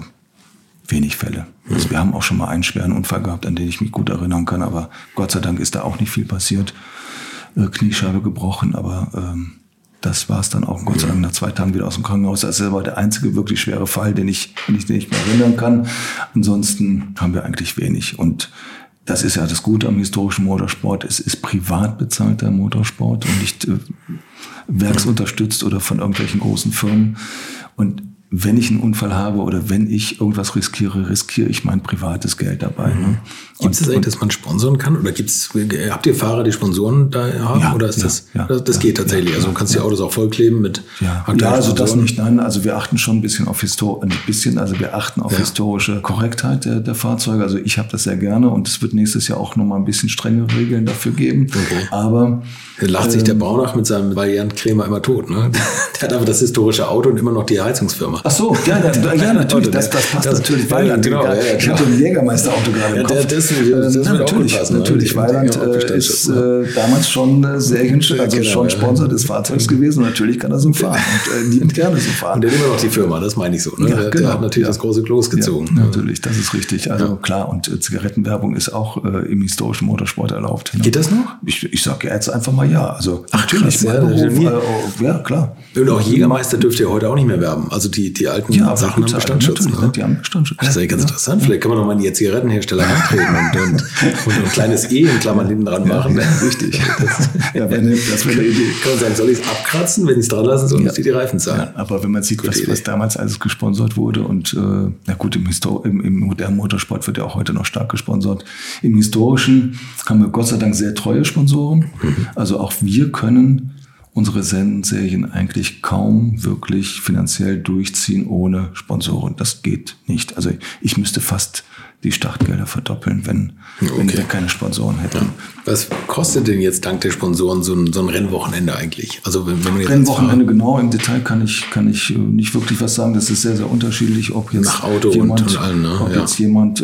wenig Fälle. Mhm. Also wir haben auch schon mal einen schweren Unfall gehabt, an den ich mich gut erinnern kann, aber Gott sei Dank ist da auch nicht viel passiert. Äh, Kniescheibe gebrochen, aber ähm, das war es dann auch Gott sei Dank nach zwei Tagen wieder aus dem Krankenhaus. Das war der einzige wirklich schwere Fall, den ich, den ich nicht mehr erinnern kann. Ansonsten haben wir eigentlich wenig. Und das ist ja das Gute am historischen Motorsport. Es ist privat bezahlter Motorsport und nicht äh, werksunterstützt oder von irgendwelchen großen Firmen. Und wenn ich einen Unfall habe oder wenn ich irgendwas riskiere, riskiere ich mein privates Geld dabei. Mhm. Ne? Gibt es das eigentlich, dass man sponsoren kann? Oder gibt's, habt ihr Fahrer, die Sponsoren da haben? Ja, oder ist ja, das, ja, das, das ja, geht tatsächlich? Ja, also du kannst ja, die Autos auch vollkleben mit ja. ja, also das nicht, nein. Also wir achten schon ein bisschen auf Histor- ein bisschen, also wir achten auf ja. historische Korrektheit der, der Fahrzeuge. Also ich habe das sehr gerne und es wird nächstes Jahr auch nochmal ein bisschen strengere Regeln dafür geben. Okay. Aber dann lacht ähm, sich der Braunach mit seinem Variant-Krämer immer tot, ne? Der hat aber das historische Auto und immer noch die Heizungsfirma. Ach so, ja, ja, ja natürlich, das, das passt das, natürlich. Weiland, genau, ja, ja, ich habe ein Jägermeister-Auto gerade im ja, Kopf. Das, das, das äh, natürlich, passen, natürlich. Weiland äh, ist äh, damals schon äh, Serienstück, also genau, schon Sponsor des Fahrzeugs gewesen und natürlich kann er so fahren und äh, liebend gerne so fahren. Und der hat immer noch die Firma, das meine ich so. Ne? Ja, der, genau, der hat natürlich ja. das große Klos gezogen. Ja, natürlich, das ist richtig. Also ja. klar, und äh, Zigarettenwerbung ist auch äh, im historischen Motorsport erlaubt. Ne? Geht das noch? Ich, ich sage jetzt einfach mal ja. Also Ach, natürlich, krass, ja, Beruf, äh, ja, klar. Und auch Jägermeister dürft ihr heute auch nicht mehr werben. Also die, die alten ja, Sachen haben Bestandsschutz. Ne? Die haben Bestandsschutz. Das ist ja ganz ja. interessant. Vielleicht kann man noch mal die Zigarettenhersteller antreten und, und, und ein kleines E in Klammern hinten dran machen. Ja, richtig. Das, ja, wenn, das wäre eine Idee. Kann man sagen, soll ich es abkratzen, wenn ich es dran lasse, soll ich ja. die Reifen zahlen. Ja, aber wenn man sieht, was, was damals alles gesponsert wurde und äh, na gut, im, Histor- im, im modernen Motorsport wird ja auch heute noch stark gesponsert. Im historischen haben wir Gott sei Dank sehr treue Sponsoren. Mhm. Also auch wir können unsere Serien eigentlich kaum wirklich finanziell durchziehen ohne Sponsoren. Das geht nicht. Also ich müsste fast die Startgelder verdoppeln, wenn, okay. wenn wir keine Sponsoren hätten. Ja. Was kostet denn jetzt dank der Sponsoren so ein, so ein Rennwochenende eigentlich? Also wenn, wenn man jetzt Rennwochenende genau im Detail kann ich, kann ich nicht wirklich was sagen. Das ist sehr, sehr unterschiedlich, ob jetzt nach Auto jemand, und, und allen, ne? ob ja. jetzt jemand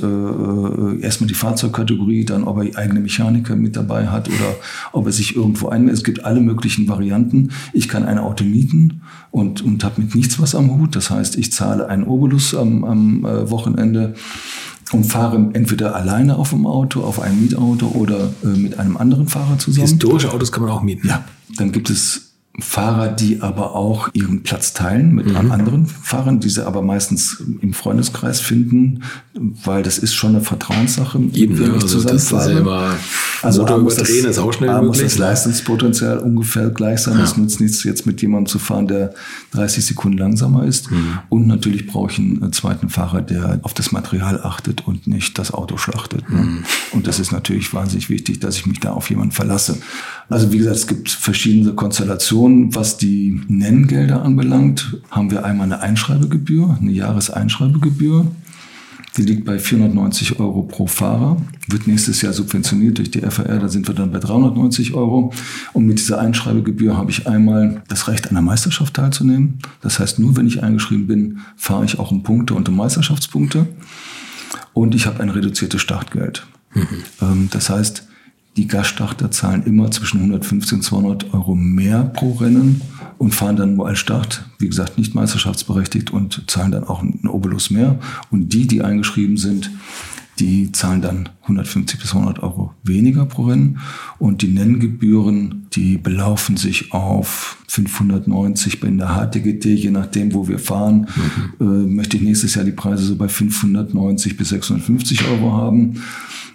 äh, erstmal die Fahrzeugkategorie, dann ob er eigene Mechaniker mit dabei hat oder ob er sich irgendwo ein. Es gibt alle möglichen Varianten. Ich kann ein Auto mieten und, und habe mit nichts was am Hut. Das heißt, ich zahle einen Obolus am, am äh, Wochenende und fahre entweder alleine auf dem Auto, auf einem Mietauto oder äh, mit einem anderen Fahrer zusammen. Historische Autos kann man auch mieten. Ja, dann gibt es Fahrer, die aber auch ihren Platz teilen mit mhm. anderen Fahrern, die sie aber meistens im Freundeskreis finden, weil das ist schon eine Vertrauenssache. Eben, ne? Also das selber also Motor überdrehen ist auch schnell möglich. muss das ne? Leistungspotenzial ungefähr gleich sein. Es ja. nützt nichts, jetzt mit jemandem zu fahren, der dreißig Sekunden langsamer ist. Mhm. Und natürlich brauche ich einen zweiten Fahrer, der auf das Material achtet und nicht das Auto schlachtet. Ne? Mhm. Und das ist natürlich wahnsinnig wichtig, dass ich mich da auf jemanden verlasse. Also wie gesagt, es gibt verschiedene Konstellationen. Was die Nenngelder anbelangt, haben wir einmal eine Einschreibegebühr, eine Jahreseinschreibegebühr. Die liegt bei vierhundertneunzig Euro pro Fahrer, wird nächstes Jahr subventioniert durch die F A R, da sind wir dann bei dreihundertneunzig Euro. Und mit dieser Einschreibegebühr habe ich einmal das Recht, an der Meisterschaft teilzunehmen. Das heißt, nur wenn ich eingeschrieben bin, fahre ich auch um Punkte und um Meisterschaftspunkte. Und ich habe ein reduziertes Startgeld. Mhm. Das heißt, die Gaststarter zahlen immer zwischen hundertfünfzig und zweihundert Euro mehr pro Rennen und fahren dann nur als Start, wie gesagt, nicht meisterschaftsberechtigt und zahlen dann auch einen Obolus mehr. Und die, die eingeschrieben sind, die zahlen dann hundertfünfzig bis zweihundert Euro weniger pro Rennen. Und die Nenngebühren, die belaufen sich auf fünfhundertneunzig in der H T G T, je nachdem, wo wir fahren. Mhm. Äh, möchte ich nächstes Jahr die Preise so bei fünfhundertneunzig bis sechshundertfünfzig Euro haben.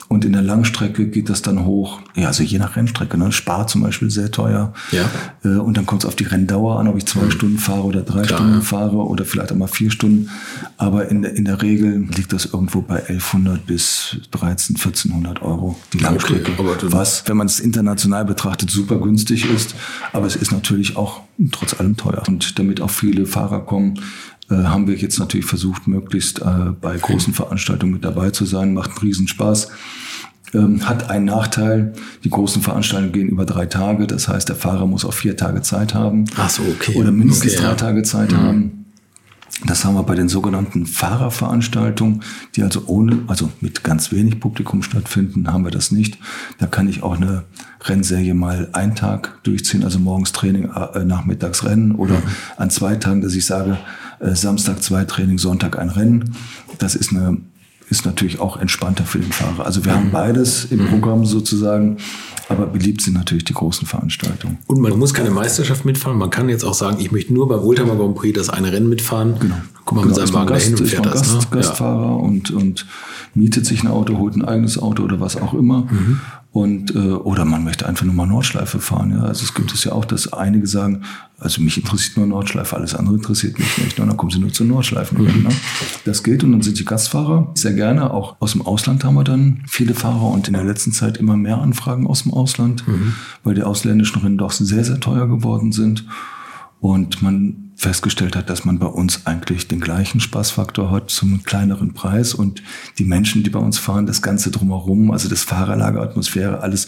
Und in der Langstrecke geht das dann hoch, ja, also je nach Rennstrecke, ne? Spa zum Beispiel sehr teuer. Ja. Äh, und dann kommt es auf die Renndauer an, ob ich zwei mhm. Stunden fahre oder drei Klar, Stunden ja. fahre oder vielleicht auch mal vier Stunden. Aber in der, in der Regel liegt das irgendwo bei elfhundert bis dreizehn, vierzehnhundert Euro die Langstrecke. Okay, was, wenn man es international betrachtet, super günstig ist. Aber es ist natürlich auch trotz allem teuer. Und damit auch viele Fahrer kommen, äh, haben wir jetzt natürlich versucht, möglichst äh, bei großen Veranstaltungen mit dabei zu sein. Macht einen Riesenspaß. Ähm, hat einen Nachteil, die großen Veranstaltungen gehen über drei Tage. Das heißt, der Fahrer muss auch vier Tage Zeit haben. Ach so, okay. Oder mindestens okay, drei ja. Tage Zeit mhm. haben. Das haben wir bei den sogenannten Fahrerveranstaltungen, die also ohne, also mit ganz wenig Publikum stattfinden, haben wir das nicht. Da kann ich auch eine Rennserie mal einen Tag durchziehen, also morgens Training, äh, nachmittags Rennen oder mhm. an zwei Tagen, dass ich sage, äh, Samstag zwei Training, Sonntag ein Rennen. Das ist eine ist natürlich auch entspannter für den Fahrer. Also wir mhm. haben beides im mhm. Programm sozusagen, aber beliebt sind natürlich die großen Veranstaltungen. Und man muss keine Meisterschaft mitfahren. Man kann jetzt auch sagen, ich möchte nur beim Oldtimer Grand Prix das eine Rennen mitfahren. Genau. Guck mal, genau, mit seinem Wagen dahin und fährt das. Gast, Ne? Gastfahrer ja. und, und mietet sich ein Auto, holt ein eigenes Auto oder was auch immer. Mhm. Und, äh, oder man möchte einfach nur mal Nordschleife fahren. Ja? Also es gibt es ja auch, dass einige sagen, also mich interessiert nur Nordschleife, alles andere interessiert mich nicht. Und dann kommen sie nur zur Nordschleife. Mhm. Ne? Das geht und dann sind die Gastfahrer sehr gerne. Auch aus dem Ausland haben wir dann viele Fahrer und in der letzten Zeit immer mehr Anfragen aus dem Ausland, mhm. weil die ausländischen Rennen doch sehr, sehr teuer geworden sind. Und man festgestellt hat, dass man bei uns eigentlich den gleichen Spaßfaktor hat zum kleineren Preis und die Menschen, die bei uns fahren, das Ganze drumherum, also das Fahrerlager, Atmosphäre, alles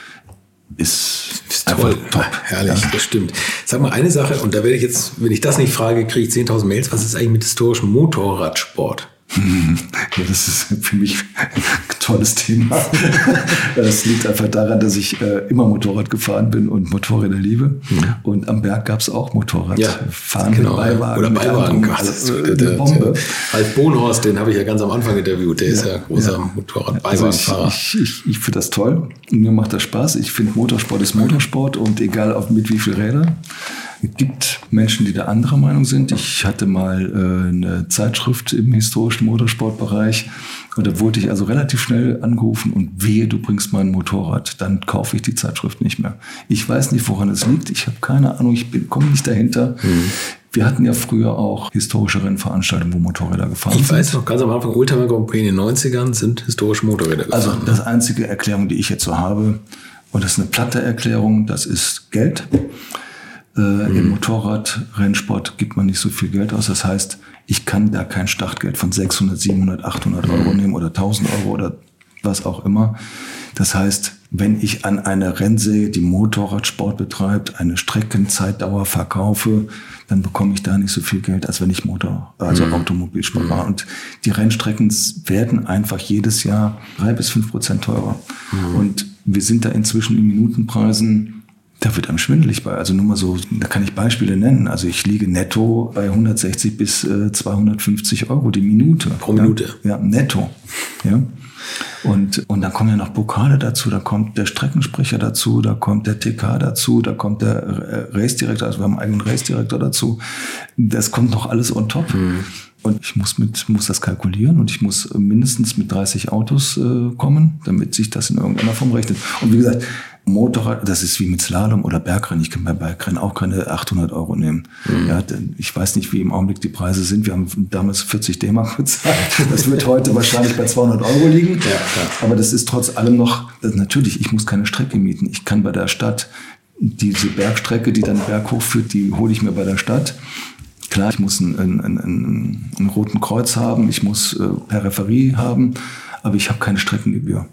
ist, ist toll, top. Herrlich, ja. Das stimmt. Sag mal eine Sache, und da werde ich jetzt, wenn ich das nicht frage, kriege ich zehntausend Mails, was ist eigentlich mit historischem Motorradsport? Ja, das ist für mich ein tolles Thema. Das liegt einfach daran, dass ich äh, immer Motorrad gefahren bin und Motorräder liebe. Mhm. Und am Berg gab es auch Motorradfahren ja, genau, mit Beiwagen. Oder Beiwagen. Also, äh, eine Bombe. Ralf Bohnhorst, den habe ich ja ganz am Anfang interviewt. Der ja, ist ja großer ja. Motorrad-Beiwagenfahrer. Also ich ich, ich finde das toll. Mir macht das Spaß. Ich finde, Motorsport ist Motorsport und egal auf mit wie viel Rädern. Es gibt Menschen, die da anderer Meinung sind. Ich hatte mal äh, eine Zeitschrift im historischen Motorsportbereich und da wurde ich also relativ schnell angerufen und wehe, du bringst mein Motorrad, dann kaufe ich die Zeitschrift nicht mehr. Ich weiß nicht, woran es liegt. Ich habe keine Ahnung, ich komme nicht dahinter. Mhm. Wir hatten ja früher auch historische Rennveranstaltungen, wo Motorräder gefahren ich sind. Ich weiß noch, ganz am Anfang, Oldtimer Grand Prix in den neunzigern sind historische Motorräder gefahren. Also das einzige Erklärung, die ich jetzt so habe, und das ist eine platte Erklärung, das ist Geld. Äh, mhm. Im Motorradrennsport gibt man nicht so viel Geld aus. Das heißt, ich kann da kein Startgeld von sechshundert, siebenhundert, achthundert Euro mhm. nehmen oder tausend Euro oder was auch immer. Das heißt, wenn ich an einer Rennserie, die Motorradsport betreibt, eine Streckenzeitdauer verkaufe, dann bekomme ich da nicht so viel Geld, als wenn ich Motor, also mhm. Automobilsport mache. Und die Rennstrecken werden einfach jedes Jahr drei bis fünf Prozent teurer. Mhm. Und wir sind da inzwischen in Minutenpreisen. Da wird einem schwindelig bei. Also nur mal so, da kann ich Beispiele nennen. Also ich liege netto bei hundertsechzig bis zweihundertfünfzig Euro die Minute. Pro Minute? Ja, ja netto. Ja. Und, und dann kommen ja noch Pokale dazu, da kommt der Streckensprecher dazu, da kommt der T K dazu, da kommt der Race-Direktor, also wir haben einen eigenen Race-Direktor dazu. Das kommt noch alles on top. Mhm. Und ich muss mit, muss das kalkulieren und ich muss mindestens mit dreißig Autos äh, kommen, damit sich das in irgendeiner Form rechnet. Und wie gesagt, Motorrad, das ist wie mit Slalom oder Bergrennen. Ich kann bei Bergrennen auch keine achthundert Euro nehmen. Mhm. Ja, ich weiß nicht, wie im Augenblick die Preise sind. Wir haben damals vierzig D-Mark bezahlt. Das wird heute wahrscheinlich bei zweihundert Euro liegen. Ja, ja. Aber das ist trotz allem noch, das, natürlich, ich muss keine Strecke mieten. Ich kann bei der Stadt diese Bergstrecke, die dann berghoch führt, die hole ich mir bei der Stadt. Klar, ich muss einen, einen, einen, einen roten Kreuz haben, ich muss äh, Peripherie haben, aber ich habe keine Streckengebühr.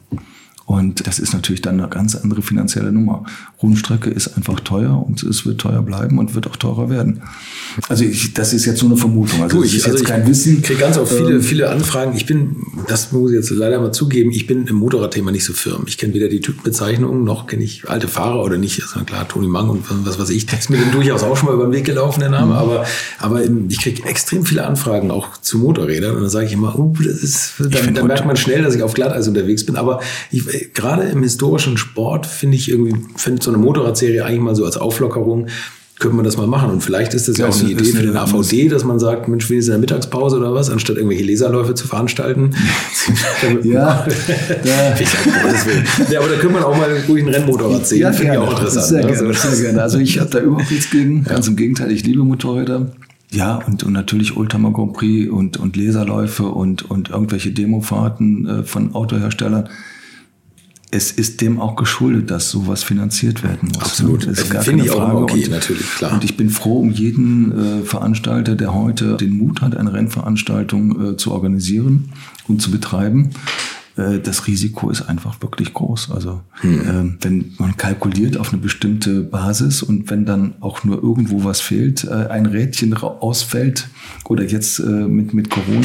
Und das ist natürlich dann eine ganz andere finanzielle Nummer. Rundstrecke ist einfach teuer und es wird teuer bleiben und wird auch teurer werden. Also ich, das ist jetzt nur eine Vermutung. Also du, ich, das ist also jetzt ich kein Wissen. Ich kriege ganz oft viele, ähm, viele Anfragen. Ich bin, das muss ich jetzt leider mal zugeben, ich bin im Motorradthema nicht so firm. Ich kenne weder die Typenbezeichnungen, noch kenne ich alte Fahrer oder nicht. Also klar, Toni Mang und was weiß ich. Das ist mir dann durchaus auch schon mal über den Weg gelaufen, der Name. Mhm. Aber, aber ich kriege extrem viele Anfragen auch zu Motorrädern. Und dann sage ich immer, oh, das ist, dann, dann merkt man schnell, dass ich auf Glatteis unterwegs bin. Aber ich, gerade im historischen Sport finde ich irgendwie, finde so eine Motorradserie eigentlich mal so als Auflockerung könnte man das mal machen. Und vielleicht ist das ja, ja auch eine Idee für den A V D, dass man sagt, Mensch, wenigstens in der Mittagspause oder was, anstatt irgendwelche Laserläufe zu veranstalten. ja, ja. ja, aber da könnte man auch mal ruhig einen Rennmotorrad sehen. Ja, finde ich auch interessant. Sehr, ne? gerne, sehr gerne. Also ich habe da überhaupt nichts gegen. Ganz ja. im Gegenteil, ich liebe Motorräder. Ja, und, und natürlich Oldtimer Grand Prix und, und Laserläufe und, und irgendwelche Demofahrten äh, von Autoherstellern. Es ist dem auch geschuldet, dass sowas finanziert werden muss. Absolut. Das ist gar keine Frage. Auch okay, und, natürlich, klar. Und ich bin froh um jeden äh, Veranstalter, der heute den Mut hat, eine Rennveranstaltung äh, zu organisieren und zu betreiben. Äh, das Risiko ist einfach wirklich groß. Also hm. äh, wenn man kalkuliert auf eine bestimmte Basis und wenn dann auch nur irgendwo was fehlt, äh, ein Rädchen ausfällt oder jetzt äh, mit, mit Corona,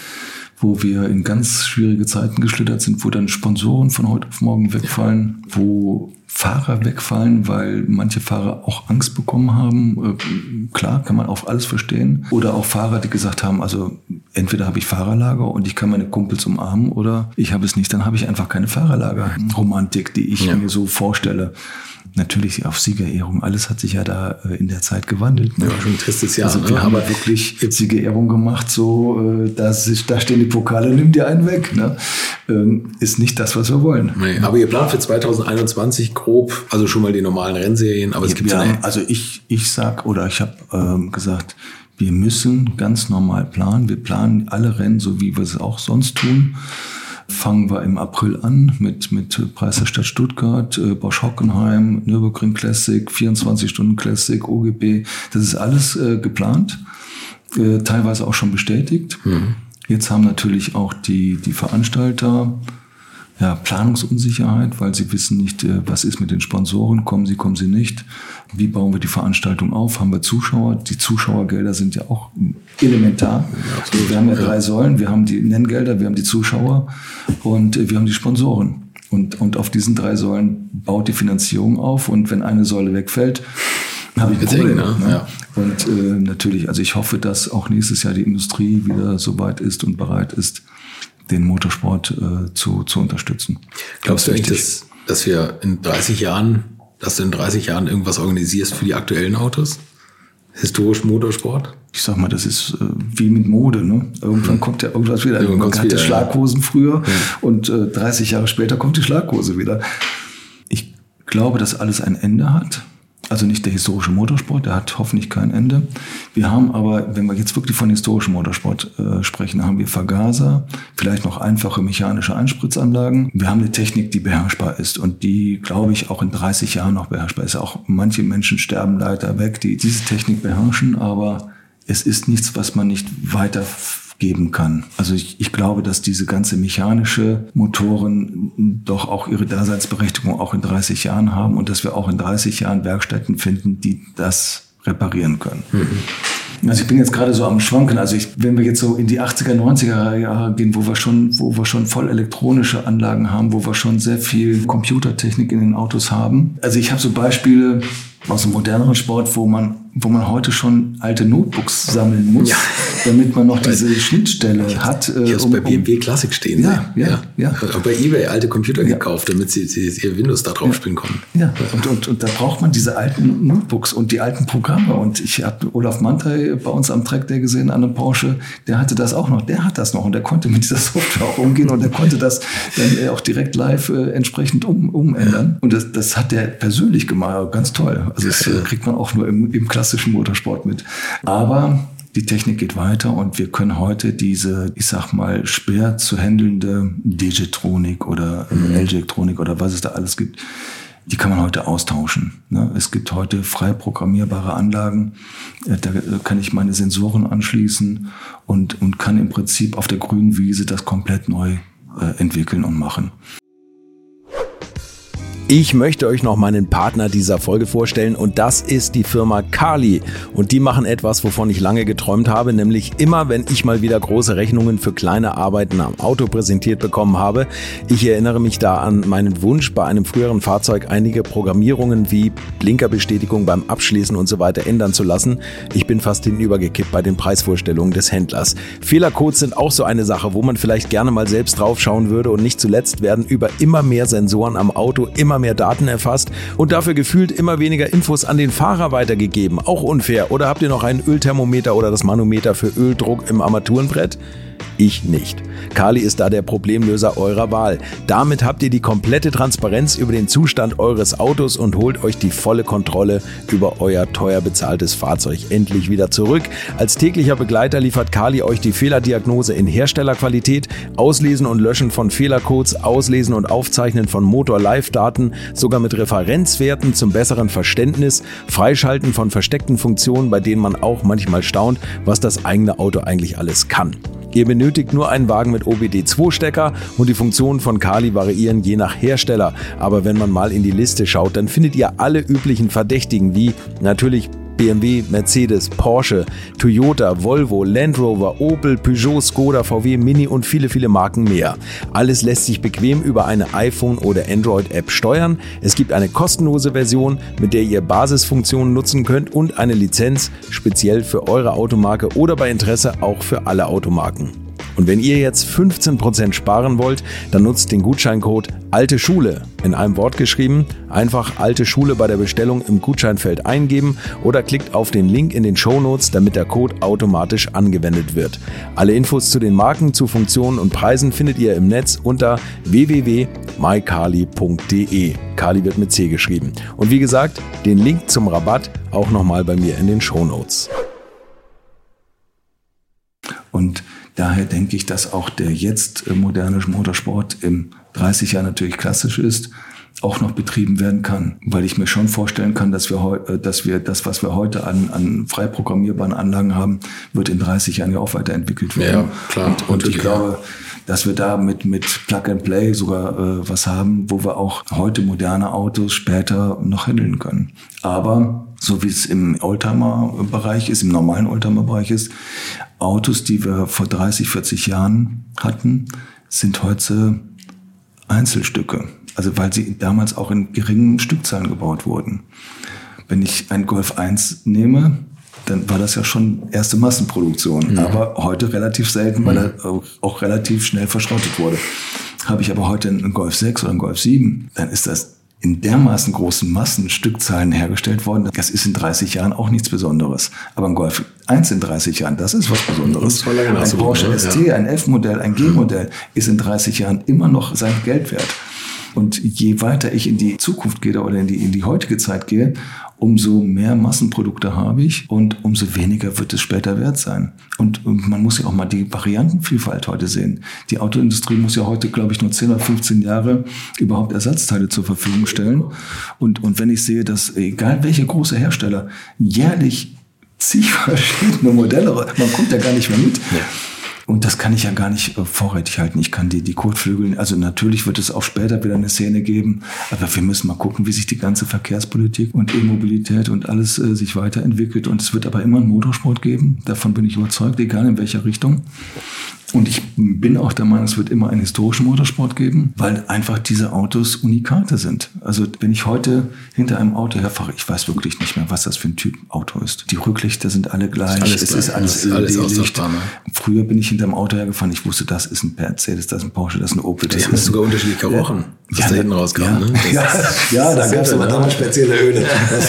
wo wir in ganz schwierige Zeiten geschlittert sind, wo dann Sponsoren von heute auf morgen wegfallen, wo Fahrer wegfallen, weil manche Fahrer auch Angst bekommen haben. Klar, kann man auch alles verstehen. Oder auch Fahrer, die gesagt haben, also entweder habe ich Fahrerlager und ich kann meine Kumpels umarmen oder ich habe es nicht, dann habe ich einfach keine Fahrerlager-Romantik, die ich ja. mir so vorstelle. Natürlich auf Siegerehrung, alles hat sich ja da äh, in der Zeit gewandelt. Ne? Ja, schon ein tristes Jahr. Also wir ne? haben ja wirklich Siegerehrung gemacht, so äh, dass ich, da stehen die Pokale, nimm dir einen weg. Ne? Ähm, ist nicht das, was wir wollen. Nee, aber ihr plant für zwanzig einundzwanzig grob, also schon mal die normalen Rennserien, aber es gibt ja, ja also ich ich sag oder ich habe ähm, gesagt, wir müssen ganz normal planen. Wir planen alle Rennen, so wie wir es auch sonst tun. Fangen wir im April an mit, mit Preis der Stadt Stuttgart, äh, Bosch-Hockenheim, Nürburgring Classic, vierundzwanzig Stunden Classic, O G B. Das ist alles äh, geplant, äh, teilweise auch schon bestätigt. Mhm. Jetzt haben natürlich auch die, die Veranstalter ja, Planungsunsicherheit, weil sie wissen nicht, äh, was ist mit den Sponsoren, kommen sie, kommen sie nicht. Wie bauen wir die Veranstaltung auf? Haben wir Zuschauer? Die Zuschauergelder sind ja auch elementar. Ja, wir haben ja drei Säulen. Wir haben die Nenngelder, wir haben die Zuschauer und wir haben die Sponsoren. Und, und auf diesen drei Säulen baut die Finanzierung auf. Und wenn eine Säule wegfällt, habe ich ein Problem. Ne? Ne? Ja. Und äh, natürlich, also ich hoffe, dass auch nächstes Jahr die Industrie wieder so weit ist und bereit ist, den Motorsport äh, zu, zu unterstützen. Glaubst du eigentlich, dass, dass wir in dreißig Jahren dass du in dreißig Jahren irgendwas organisierst für die aktuellen Autos? Historischen Motorsport? Ich sag mal, das ist äh, wie mit Mode. Ne? Irgendwann hm. kommt ja irgendwas wieder. Irgendwann Man hatte wieder, Schlaghosen ja. früher ja. und äh, dreißig Jahre später kommt die Schlaghose wieder. Ich glaube, dass alles ein Ende hat. Also nicht der historische Motorsport, der hat hoffentlich kein Ende. Wir haben aber, wenn wir jetzt wirklich von historischem Motorsport äh, sprechen, haben wir Vergaser, vielleicht noch einfache mechanische Einspritzanlagen. Wir haben eine Technik, die beherrschbar ist und die, glaube ich, auch in dreißig Jahren noch beherrschbar ist. Auch manche Menschen sterben leider weg, die diese Technik beherrschen, aber es ist nichts, was man nicht weiter geben kann. Also ich, ich glaube, dass diese ganze mechanische Motoren doch auch ihre Daseinsberechtigung auch in dreißig Jahren haben und dass wir auch in dreißig Jahren Werkstätten finden, die das reparieren können. Mhm. Also ich bin jetzt gerade so am Schwanken. Also ich, wenn wir jetzt so in die achtziger, neunziger Jahre gehen, wo wir schon, wo wir schon voll elektronische Anlagen haben, wo wir schon sehr viel Computertechnik in den Autos haben. Also ich habe so Beispiele aus dem moderneren Sport, wo man, wo man heute schon alte Notebooks sammeln muss, ja. damit man noch diese Schnittstelle ich hat. Äh, ich habe um, bei B M W Classic stehen. Ja, ja, ja. ja. Ich habe bei eBay alte Computer ja. gekauft, damit sie, sie ihr Windows da drauf ja. spielen können. Ja, und, und, und da braucht man diese alten Notebooks und die alten Programme. Und ich habe Olaf Mantei bei uns am Track Day gesehen, an einem Porsche, der hatte das auch noch. Der hat das noch und der konnte mit dieser Software auch umgehen und der konnte das dann auch direkt live äh, entsprechend um, umändern. Ja. Und das, das hat der persönlich gemacht. Ganz toll. Also das äh, kriegt man auch nur im, im klassischen Motorsport mit. Aber die Technik geht weiter und wir können heute diese, ich sag mal, schwer zu handelnde Digitronik oder mhm. Elektronik oder was es da alles gibt, die kann man heute austauschen. Es gibt heute frei programmierbare Anlagen, da kann ich meine Sensoren anschließen und, und kann im Prinzip auf der grünen Wiese das komplett neu entwickeln und machen. Ich möchte euch noch meinen Partner dieser Folge vorstellen und das ist die Firma Carli. Und die machen etwas, wovon ich lange geträumt habe, nämlich immer, wenn ich mal wieder große Rechnungen für kleine Arbeiten am Auto präsentiert bekommen habe. Ich erinnere mich da an meinen Wunsch, bei einem früheren Fahrzeug einige Programmierungen wie Blinkerbestätigung beim Abschließen und so weiter ändern zu lassen. Ich bin fast hinübergekippt bei den Preisvorstellungen des Händlers. Fehlercodes sind auch so eine Sache, wo man vielleicht gerne mal selbst draufschauen würde und nicht zuletzt werden über immer mehr Sensoren am Auto immer mehr Daten erfasst und dafür gefühlt immer weniger Infos an den Fahrer weitergegeben. Auch unfair. Oder habt ihr noch einen Ölthermometer oder das Manometer für Öldruck im Armaturenbrett? Ich nicht. Kali ist da der Problemlöser eurer Wahl. Damit habt ihr die komplette Transparenz über den Zustand eures Autos und holt euch die volle Kontrolle über euer teuer bezahltes Fahrzeug endlich wieder zurück. Als täglicher Begleiter liefert Kali euch die Fehlerdiagnose in Herstellerqualität, Auslesen und Löschen von Fehlercodes, Auslesen und Aufzeichnen von Motor-Live-Daten, sogar mit Referenzwerten zum besseren Verständnis, Freischalten von versteckten Funktionen, bei denen man auch manchmal staunt, was das eigene Auto eigentlich alles kann. Ihr benötigt nur einen Wagen mit O B D zwei Stecker und die Funktionen von Kali variieren je nach Hersteller. Aber wenn man mal in die Liste schaut, dann findet ihr alle üblichen Verdächtigen wie natürlich B M W, Mercedes, Porsche, Toyota, Volvo, Land Rover, Opel, Peugeot, Skoda, V W, Mini und viele, viele Marken mehr. Alles lässt sich bequem über eine iPhone- oder Android-App steuern. Es gibt eine kostenlose Version, mit der ihr Basisfunktionen nutzen könnt und eine Lizenz speziell für eure Automarke oder bei Interesse auch für alle Automarken. Und wenn ihr jetzt fünfzehn Prozent sparen wollt, dann nutzt den Gutscheincode Alte Schule, in einem Wort geschrieben, einfach Alte Schule bei der Bestellung im Gutscheinfeld eingeben oder klickt auf den Link in den Shownotes, damit der Code automatisch angewendet wird. Alle Infos zu den Marken, zu Funktionen und Preisen findet ihr im Netz unter w w w punkt my kali punkt d e. Kali wird mit C geschrieben. Und wie gesagt, den Link zum Rabatt auch nochmal bei mir in den Shownotes. Und daher denke ich, dass auch der jetzt moderne Motorsport im dreißig Jahren natürlich klassisch ist, auch noch betrieben werden kann. Weil ich mir schon vorstellen kann, dass wir, heu, dass wir das, was wir heute an, an frei programmierbaren Anlagen haben, wird in dreißig Jahren ja auch weiterentwickelt werden. Ja, klar. Und, und ich glaube, dass wir da mit, mit Plug and Play sogar äh, was haben, wo wir auch heute moderne Autos später noch handeln können. Aber so wie es im Oldtimer-Bereich ist, im normalen Oldtimer-Bereich ist, Autos, die wir vor dreißig, vierzig Jahren hatten, sind heute Einzelstücke. Also weil sie damals auch in geringen Stückzahlen gebaut wurden. Wenn ich einen Golf eins nehme, dann war das ja schon erste Massenproduktion. Mhm. Aber heute relativ selten, weil er auch, auch relativ schnell verschrottet wurde. Habe ich aber heute einen Golf sechs oder einen Golf sieben, dann ist das in dermaßen großen Massenstückzahlen hergestellt worden. Das ist in dreißig Jahren auch nichts Besonderes. Aber ein Golf eins in dreißig Jahren, das ist was Besonderes. Ein Porsche S T, ein F-Modell, ein G-Modell ist in dreißig Jahren immer noch sein Geld wert. Und je weiter ich in die Zukunft gehe oder in die, in die heutige Zeit gehe, umso mehr Massenprodukte habe ich und umso weniger wird es später wert sein. Und man muss ja auch mal die Variantenvielfalt heute sehen. Die Autoindustrie muss ja heute, glaube ich, nur zehn oder fünfzehn Jahre überhaupt Ersatzteile zur Verfügung stellen. Und, und wenn ich sehe, dass egal welche große Hersteller jährlich zig verschiedene Modelle, man kommt ja gar nicht mehr mit. Ja. Und das kann ich ja gar nicht äh, vorrätig halten. Ich kann die, die Kotflügel, also natürlich wird es auch später wieder eine Szene geben, aber wir müssen mal gucken, wie sich die ganze Verkehrspolitik und E-Mobilität und alles äh, sich weiterentwickelt. Und es wird aber immer einen Motorsport geben, davon bin ich überzeugt, egal in welcher Richtung. Und ich bin auch der Meinung, es wird immer einen historischen Motorsport geben, weil einfach diese Autos Unikate sind. Also wenn ich heute hinter einem Auto herfahre, ich weiß wirklich nicht mehr, was das für ein Typ Auto ist. Die Rücklichter sind alle gleich, alles es gleich. ist alles L E D-Licht. Früher bin ich hinter einem Auto hergefahren, ich wusste, das ist ein Mercedes, das ist ein Porsche, das ist ein Opel. Das die haben sogar unterschiedliche Rochen, was ja, da hinten rauskam. Ja, ne? ja, ja da gab es aber damals spezielle Öle.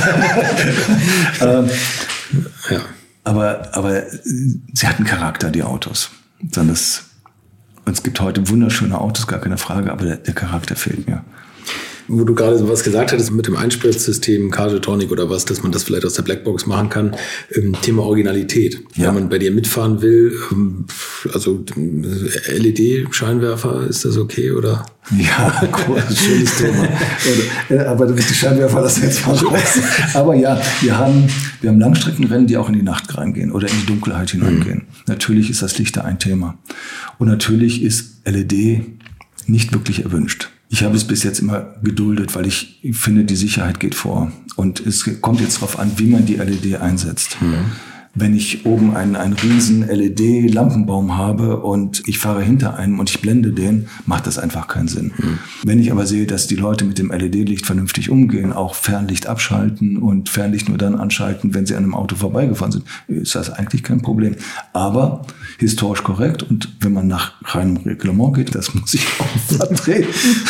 ähm, ja. aber, aber sie hatten Charakter, die Autos. Dann das, und es gibt heute wunderschöne Autos, gar keine Frage, aber der, der Charakter fehlt mir. Wo du gerade so was gesagt hattest mit dem Einspritzsystem, Cargetronic oder was, dass man das vielleicht aus der Blackbox machen kann. Ähm, Thema Originalität. Ja. Wenn man bei dir mitfahren will, ähm, also L E D-Scheinwerfer, ist das okay oder? Ja, cool, schönes Thema. Aber die Scheinwerfer lassen jetzt mal raus. Aber ja, wir haben, wir haben Langstreckenrennen, die auch in die Nacht reingehen oder in die Dunkelheit hineingehen. Mhm. Natürlich ist das Licht da ein Thema. Und natürlich ist L E D nicht wirklich erwünscht. Ich habe es bis jetzt immer geduldet, weil ich finde, die Sicherheit geht vor. Und es kommt jetzt darauf an, wie man die L E D einsetzt. Mhm. Wenn ich oben einen, einen riesen L E D-Lampenbaum habe und ich fahre hinter einem und ich blende den, macht das einfach keinen Sinn. Mhm. Wenn ich aber sehe, dass die Leute mit dem L E D-Licht vernünftig umgehen, auch Fernlicht abschalten und Fernlicht nur dann anschalten, wenn sie an einem Auto vorbeigefahren sind, ist das eigentlich kein Problem. Aber historisch korrekt und wenn man nach reinem Reglement geht, das muss ich auch vertreten,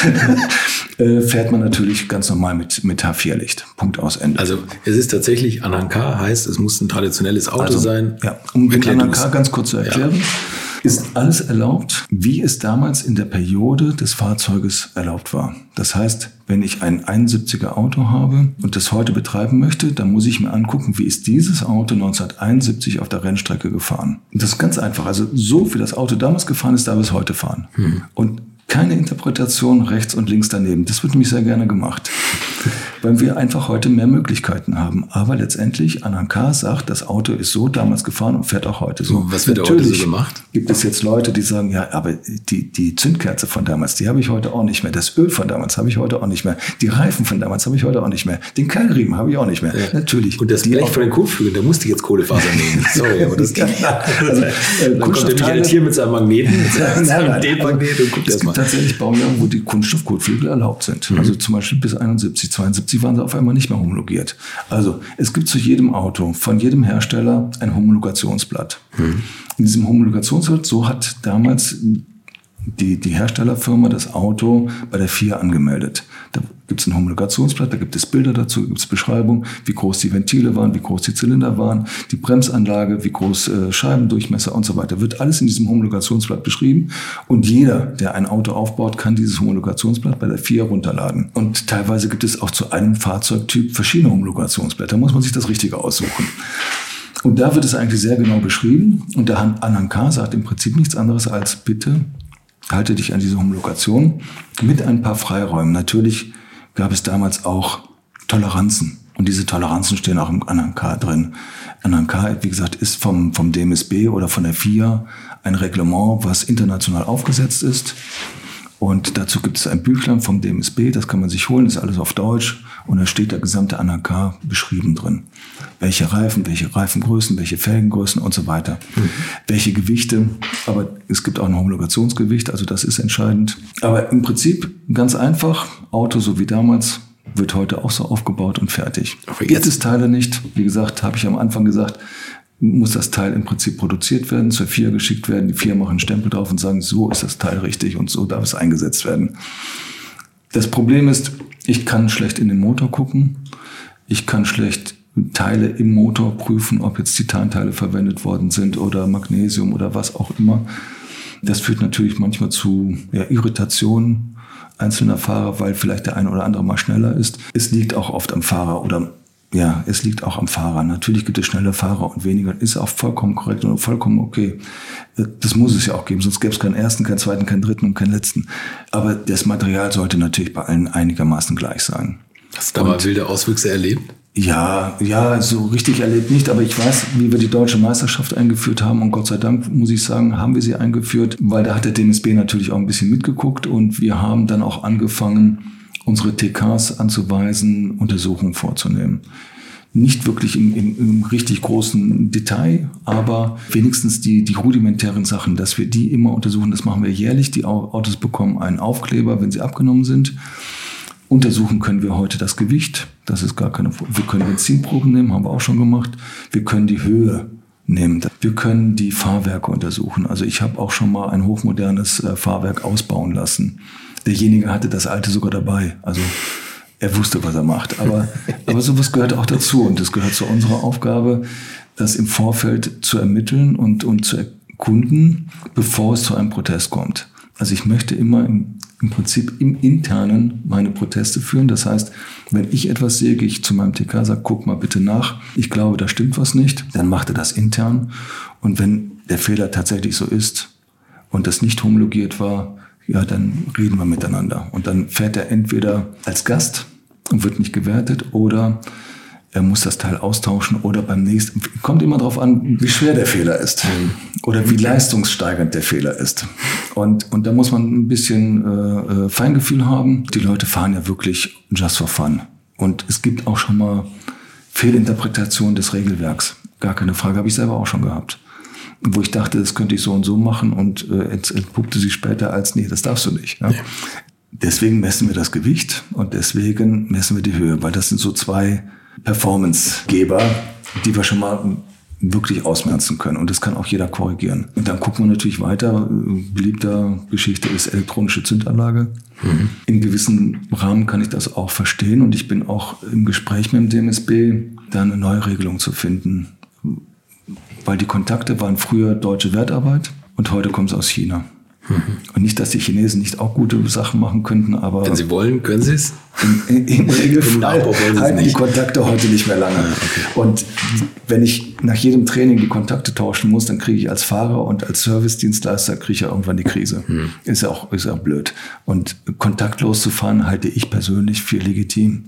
fährt man natürlich ganz normal mit, mit H vier Licht. Punkt aus Ende. Also es ist tatsächlich Anhang K, heißt es muss ein traditionelles Auto also, sein. Ja, um den Anhang K ganz kurz zu erklären, ja. ist alles erlaubt, wie es damals in der Periode des Fahrzeuges erlaubt war. Das heißt, wenn ich ein einundsiebziger Auto habe und das heute betreiben möchte, dann muss ich mir angucken, wie ist dieses Auto neunzehnhunderteinundsiebzig auf der Rennstrecke gefahren. Und das ist ganz einfach. Also so wie das Auto damals gefahren ist, darf es heute fahren. Hm. Und keine Interpretation rechts und links daneben. Das wird nämlich sehr gerne gemacht, weil wir einfach heute mehr Möglichkeiten haben. Aber letztendlich, Anhang K sagt, das Auto ist so damals gefahren und fährt auch heute so. Was wird heute so gemacht? Gibt es jetzt Leute, die sagen, ja, aber die, die Zündkerze von damals, die habe ich heute auch nicht mehr. Das Öl von damals habe ich heute auch nicht mehr. Die Reifen von damals habe ich heute auch nicht mehr. Den Keilriemen habe ich auch nicht mehr. Ja. Natürlich. Und das Blech von den Kotflügeln, da musste ich jetzt Kohlefaser nehmen. Sorry, aber das geht nicht. Also, äh, dann kommt der Michael hier mit seinem Magneten, mit seinem Magnetmagnet und guckt erstmal. Tatsächlich Baujahren, wo die Kunststoffkotflügel erlaubt sind. Mhm. Also zum Beispiel bis einundsiebzig, zweiundsiebzig waren sie auf einmal nicht mehr homologiert. Also es gibt zu jedem Auto, von jedem Hersteller ein Homologationsblatt. Mhm. In diesem Homologationsblatt, so hat damals die, die Herstellerfirma das Auto bei der F I A angemeldet. Da gibt es ein Homologationsblatt, da gibt es Bilder dazu, da gibt es Beschreibung, wie groß die Ventile waren, wie groß die Zylinder waren, die Bremsanlage, wie groß äh, Scheibendurchmesser und so weiter. Wird alles in diesem Homologationsblatt beschrieben und jeder, der ein Auto aufbaut, kann dieses Homologationsblatt bei der F I A runterladen. Und teilweise gibt es auch zu einem Fahrzeugtyp verschiedene Homologationsblätter, da muss man sich das Richtige aussuchen. Und da wird es eigentlich sehr genau beschrieben und der Anhang K sagt im Prinzip nichts anderes als bitte halte dich an diese Homologation mit ein paar Freiräumen. Natürlich gab es damals auch Toleranzen. Und diese Toleranzen stehen auch im Anhang K drin. Anhang K, wie gesagt, ist vom, vom D M S B oder von der F I A ein Reglement, was international aufgesetzt ist. Und dazu gibt es ein Büchlein vom D M S B, das kann man sich holen, ist alles auf Deutsch. Und da steht der gesamte Anhang K beschrieben drin. Welche Reifen, welche Reifengrößen, welche Felgengrößen und so weiter. Mhm. Welche Gewichte, aber es gibt auch ein Homologationsgewicht, also das ist entscheidend. Aber im Prinzip ganz einfach, Auto so wie damals, wird heute auch so aufgebaut und fertig. Aber gibt es Teile nicht, wie gesagt, habe ich am Anfang gesagt, muss das Teil im Prinzip produziert werden, zur F I A geschickt werden, die F I A machen einen Stempel drauf und sagen, so ist das Teil richtig und so darf es eingesetzt werden. Das Problem ist, ich kann schlecht in den Motor gucken, ich kann schlecht Teile im Motor prüfen, ob jetzt Titanteile verwendet worden sind oder Magnesium oder was auch immer. Das führt natürlich manchmal zu ja, Irritationen einzelner Fahrer, weil vielleicht der eine oder andere mal schneller ist. Es liegt auch oft am Fahrer oder ja, es liegt auch am Fahrer. Natürlich gibt es schnelle Fahrer und weniger. Ist auch vollkommen korrekt und vollkommen okay. Das muss es ja auch geben, sonst gäbe es keinen ersten, keinen zweiten, keinen dritten und keinen letzten. Aber das Material sollte natürlich bei allen einigermaßen gleich sein. Hast du da mal wilde Auswüchse erlebt? Ja, ja, so richtig erlebt nicht, aber ich weiß, wie wir die deutsche Meisterschaft eingeführt haben und Gott sei Dank, muss ich sagen, haben wir sie eingeführt, weil da hat der D M S B natürlich auch ein bisschen mitgeguckt und wir haben dann auch angefangen, unsere T Ks anzuweisen, Untersuchungen vorzunehmen. Nicht wirklich im, im, im richtig großen Detail, aber wenigstens die, die rudimentären Sachen, dass wir die immer untersuchen, das machen wir jährlich. Die Autos bekommen einen Aufkleber, wenn sie abgenommen sind. Untersuchen können wir heute das Gewicht, das ist gar keine, wir können Benzinproben nehmen, haben wir auch schon gemacht. Wir können die Höhe nehmen, wir können die Fahrwerke untersuchen. Also ich habe auch schon mal ein hochmodernes äh, Fahrwerk ausbauen lassen. Derjenige hatte das alte sogar dabei, also er wusste, was er macht. Aber, aber sowas gehört auch dazu und es gehört zu unserer Aufgabe, das im Vorfeld zu ermitteln und, und zu erkunden, bevor es zu einem Protest kommt. Also ich möchte immer im, im Prinzip im Internen meine Proteste führen. Das heißt, wenn ich etwas sehe, gehe ich zu meinem T K, sage, guck mal bitte nach. Ich glaube, da stimmt was nicht. Dann macht er das intern. Und wenn der Fehler tatsächlich so ist und das nicht homologiert war, ja, dann reden wir miteinander. Und dann fährt er entweder als Gast und wird nicht gewertet oder er muss das Teil austauschen oder beim nächsten, kommt immer darauf an, wie schwer der Fehler ist oder wie leistungssteigernd der Fehler ist. Und, und da muss man ein bisschen äh, Feingefühl haben. Die Leute fahren ja wirklich just for fun. Und es gibt auch schon mal Fehlinterpretation des Regelwerks. gar keine Frage, habe ich selber auch schon gehabt. Wo ich dachte, das könnte ich so und so machen und äh, entpuppte sich später als, nee, das darfst du nicht. Ja? Ja. Deswegen messen wir das Gewicht und deswegen messen wir die Höhe, weil das sind so zwei Performancegeber, die wir schon mal wirklich ausmerzen können. Und das kann auch jeder korrigieren. Und dann gucken wir natürlich weiter. Beliebter Geschichte ist elektronische Zündanlage. Mhm. In gewissem Rahmen kann ich das auch verstehen. Und ich bin auch im Gespräch mit dem D M S B, da eine neue Regelung zu finden. Weil die Kontakte waren früher deutsche Wertarbeit und heute kommt es aus China. Mhm. Und nicht, dass die Chinesen nicht auch gute Sachen machen könnten, aber... Wenn sie wollen, können sie es? Im, im Regelfall halten die Kontakte heute nicht mehr lange. Ah, okay. Und wenn ich nach jedem Training die Kontakte tauschen muss, dann kriege ich als Fahrer und als Servicedienstleister kriege ich ja irgendwann die Krise. Mhm. Ist ja auch, ist ja blöd. Und kontaktlos zu fahren halte ich persönlich für legitim.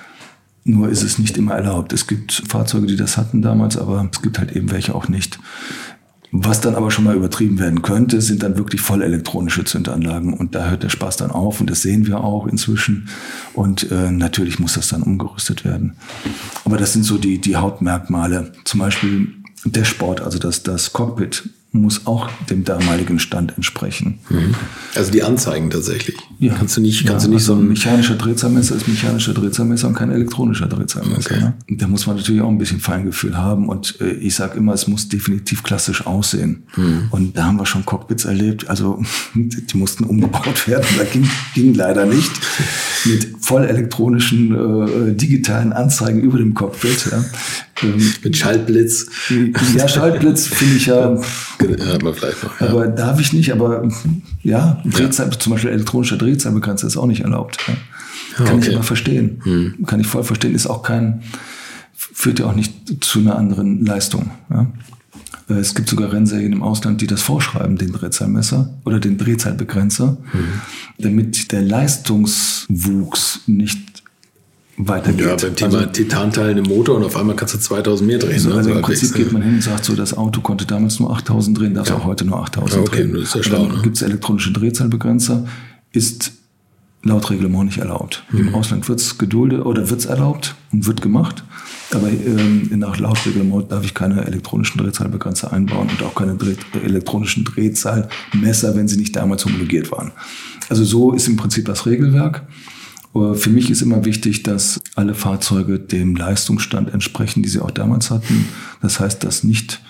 Nur ist es nicht immer erlaubt. Es gibt Fahrzeuge, die das hatten damals, aber es gibt halt eben welche auch nicht. Was dann aber schon mal übertrieben werden könnte, sind dann wirklich voll elektronische Zündanlagen. Und da hört der Spaß dann auf. Und das sehen wir auch inzwischen. Und äh, natürlich muss das dann umgerüstet werden. Aber das sind so die, die Hauptmerkmale. Zum Beispiel Dashboard, also das, das Cockpit, muss auch dem damaligen Stand entsprechen. Mhm. Also die Anzeigen tatsächlich. Ja. Kannst du nicht, kannst ja, du nicht also so ein mechanischer Drehzahlmesser ist mechanischer Drehzahlmesser und kein elektronischer Drehzahlmesser. Okay. Ne? Da muss man natürlich auch ein bisschen Feingefühl haben und äh, ich sage immer, es muss definitiv klassisch aussehen. Mhm. Und da haben wir schon Cockpits erlebt, also die mussten umgebaut werden, da ging, ging leider nicht. Mit voll elektronischen, äh, digitalen Anzeigen über dem Cockpit. Ja. Ähm, Mit Schaltblitz. Ja, Schaltblitz finde ich ja. Ja, aber vielleicht noch. Ja. Aber darf ich nicht, aber ja, Drehzahl, ja. Zum Beispiel elektronischer Drehzahlbegrenzer ist auch nicht erlaubt. Ja. Kann okay. ich aber verstehen. Hm. Kann ich voll verstehen. Ist auch kein, führt ja auch nicht zu einer anderen Leistung. Ja. Es gibt sogar Rennserien im Ausland, die das vorschreiben, den Drehzahlmesser oder den Drehzahlbegrenzer, mhm. damit der Leistungswuchs nicht weitergeht. Ja, beim Thema also, Titanteil im Motor und auf einmal kannst du zweitausend mehr drehen. Also, ne? also im Prinzip geht man hin und sagt so, das Auto konnte damals nur achttausend drehen, darf es ja. auch heute nur achttausend ja, okay, drehen. Das ist ja schlau, dann ne? gibt es elektronische Drehzahlbegrenzer, ist laut Reglement nicht erlaubt. Mhm. Im Ausland wird es geduldet oder wird es erlaubt und wird gemacht. Aber ähm, nach laut Reglement darf ich keine elektronischen Drehzahlbegrenzer einbauen und auch keine Dreh- elektronischen Drehzahlmesser, wenn sie nicht damals homologiert waren. Also so ist im Prinzip das Regelwerk. Für mich ist immer wichtig, dass alle Fahrzeuge dem Leistungsstand entsprechen, die sie auch damals hatten. Das heißt, dass nicht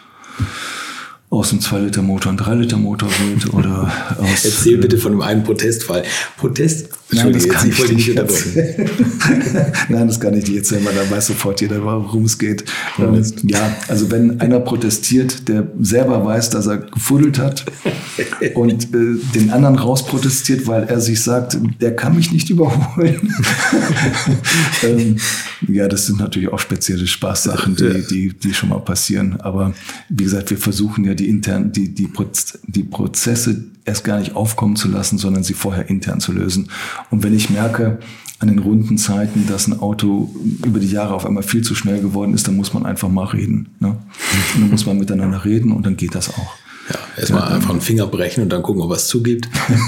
aus einem zwei Liter Motor ein drei Liter Motor wird oder aus... Erzähl bitte von einem einen Protestfall. Protest? Nein, das kann ich nicht erzählen. Nein, das kann ich nicht erzählen, weil dann weiß sofort jeder, worum es geht. Ähm, ja, also wenn einer protestiert, der selber weiß, dass er gefuddelt hat und äh, den anderen rausprotestiert, weil er sich sagt, der kann mich nicht überholen. ähm, ja, das sind natürlich auch spezielle Spaßsachen, die, die, die schon mal passieren. Aber wie gesagt, wir versuchen ja die internen, die, die, Proz- die Prozesse erst gar nicht aufkommen zu lassen, sondern sie vorher intern zu lösen. Und wenn ich merke an den Rundenzeiten, dass ein Auto über die Jahre auf einmal viel zu schnell geworden ist, dann muss man einfach mal reden. Ne? Und dann muss man miteinander reden und dann geht das auch. Ja, erstmal ja, einfach einen Finger brechen und dann gucken, ob was zugibt.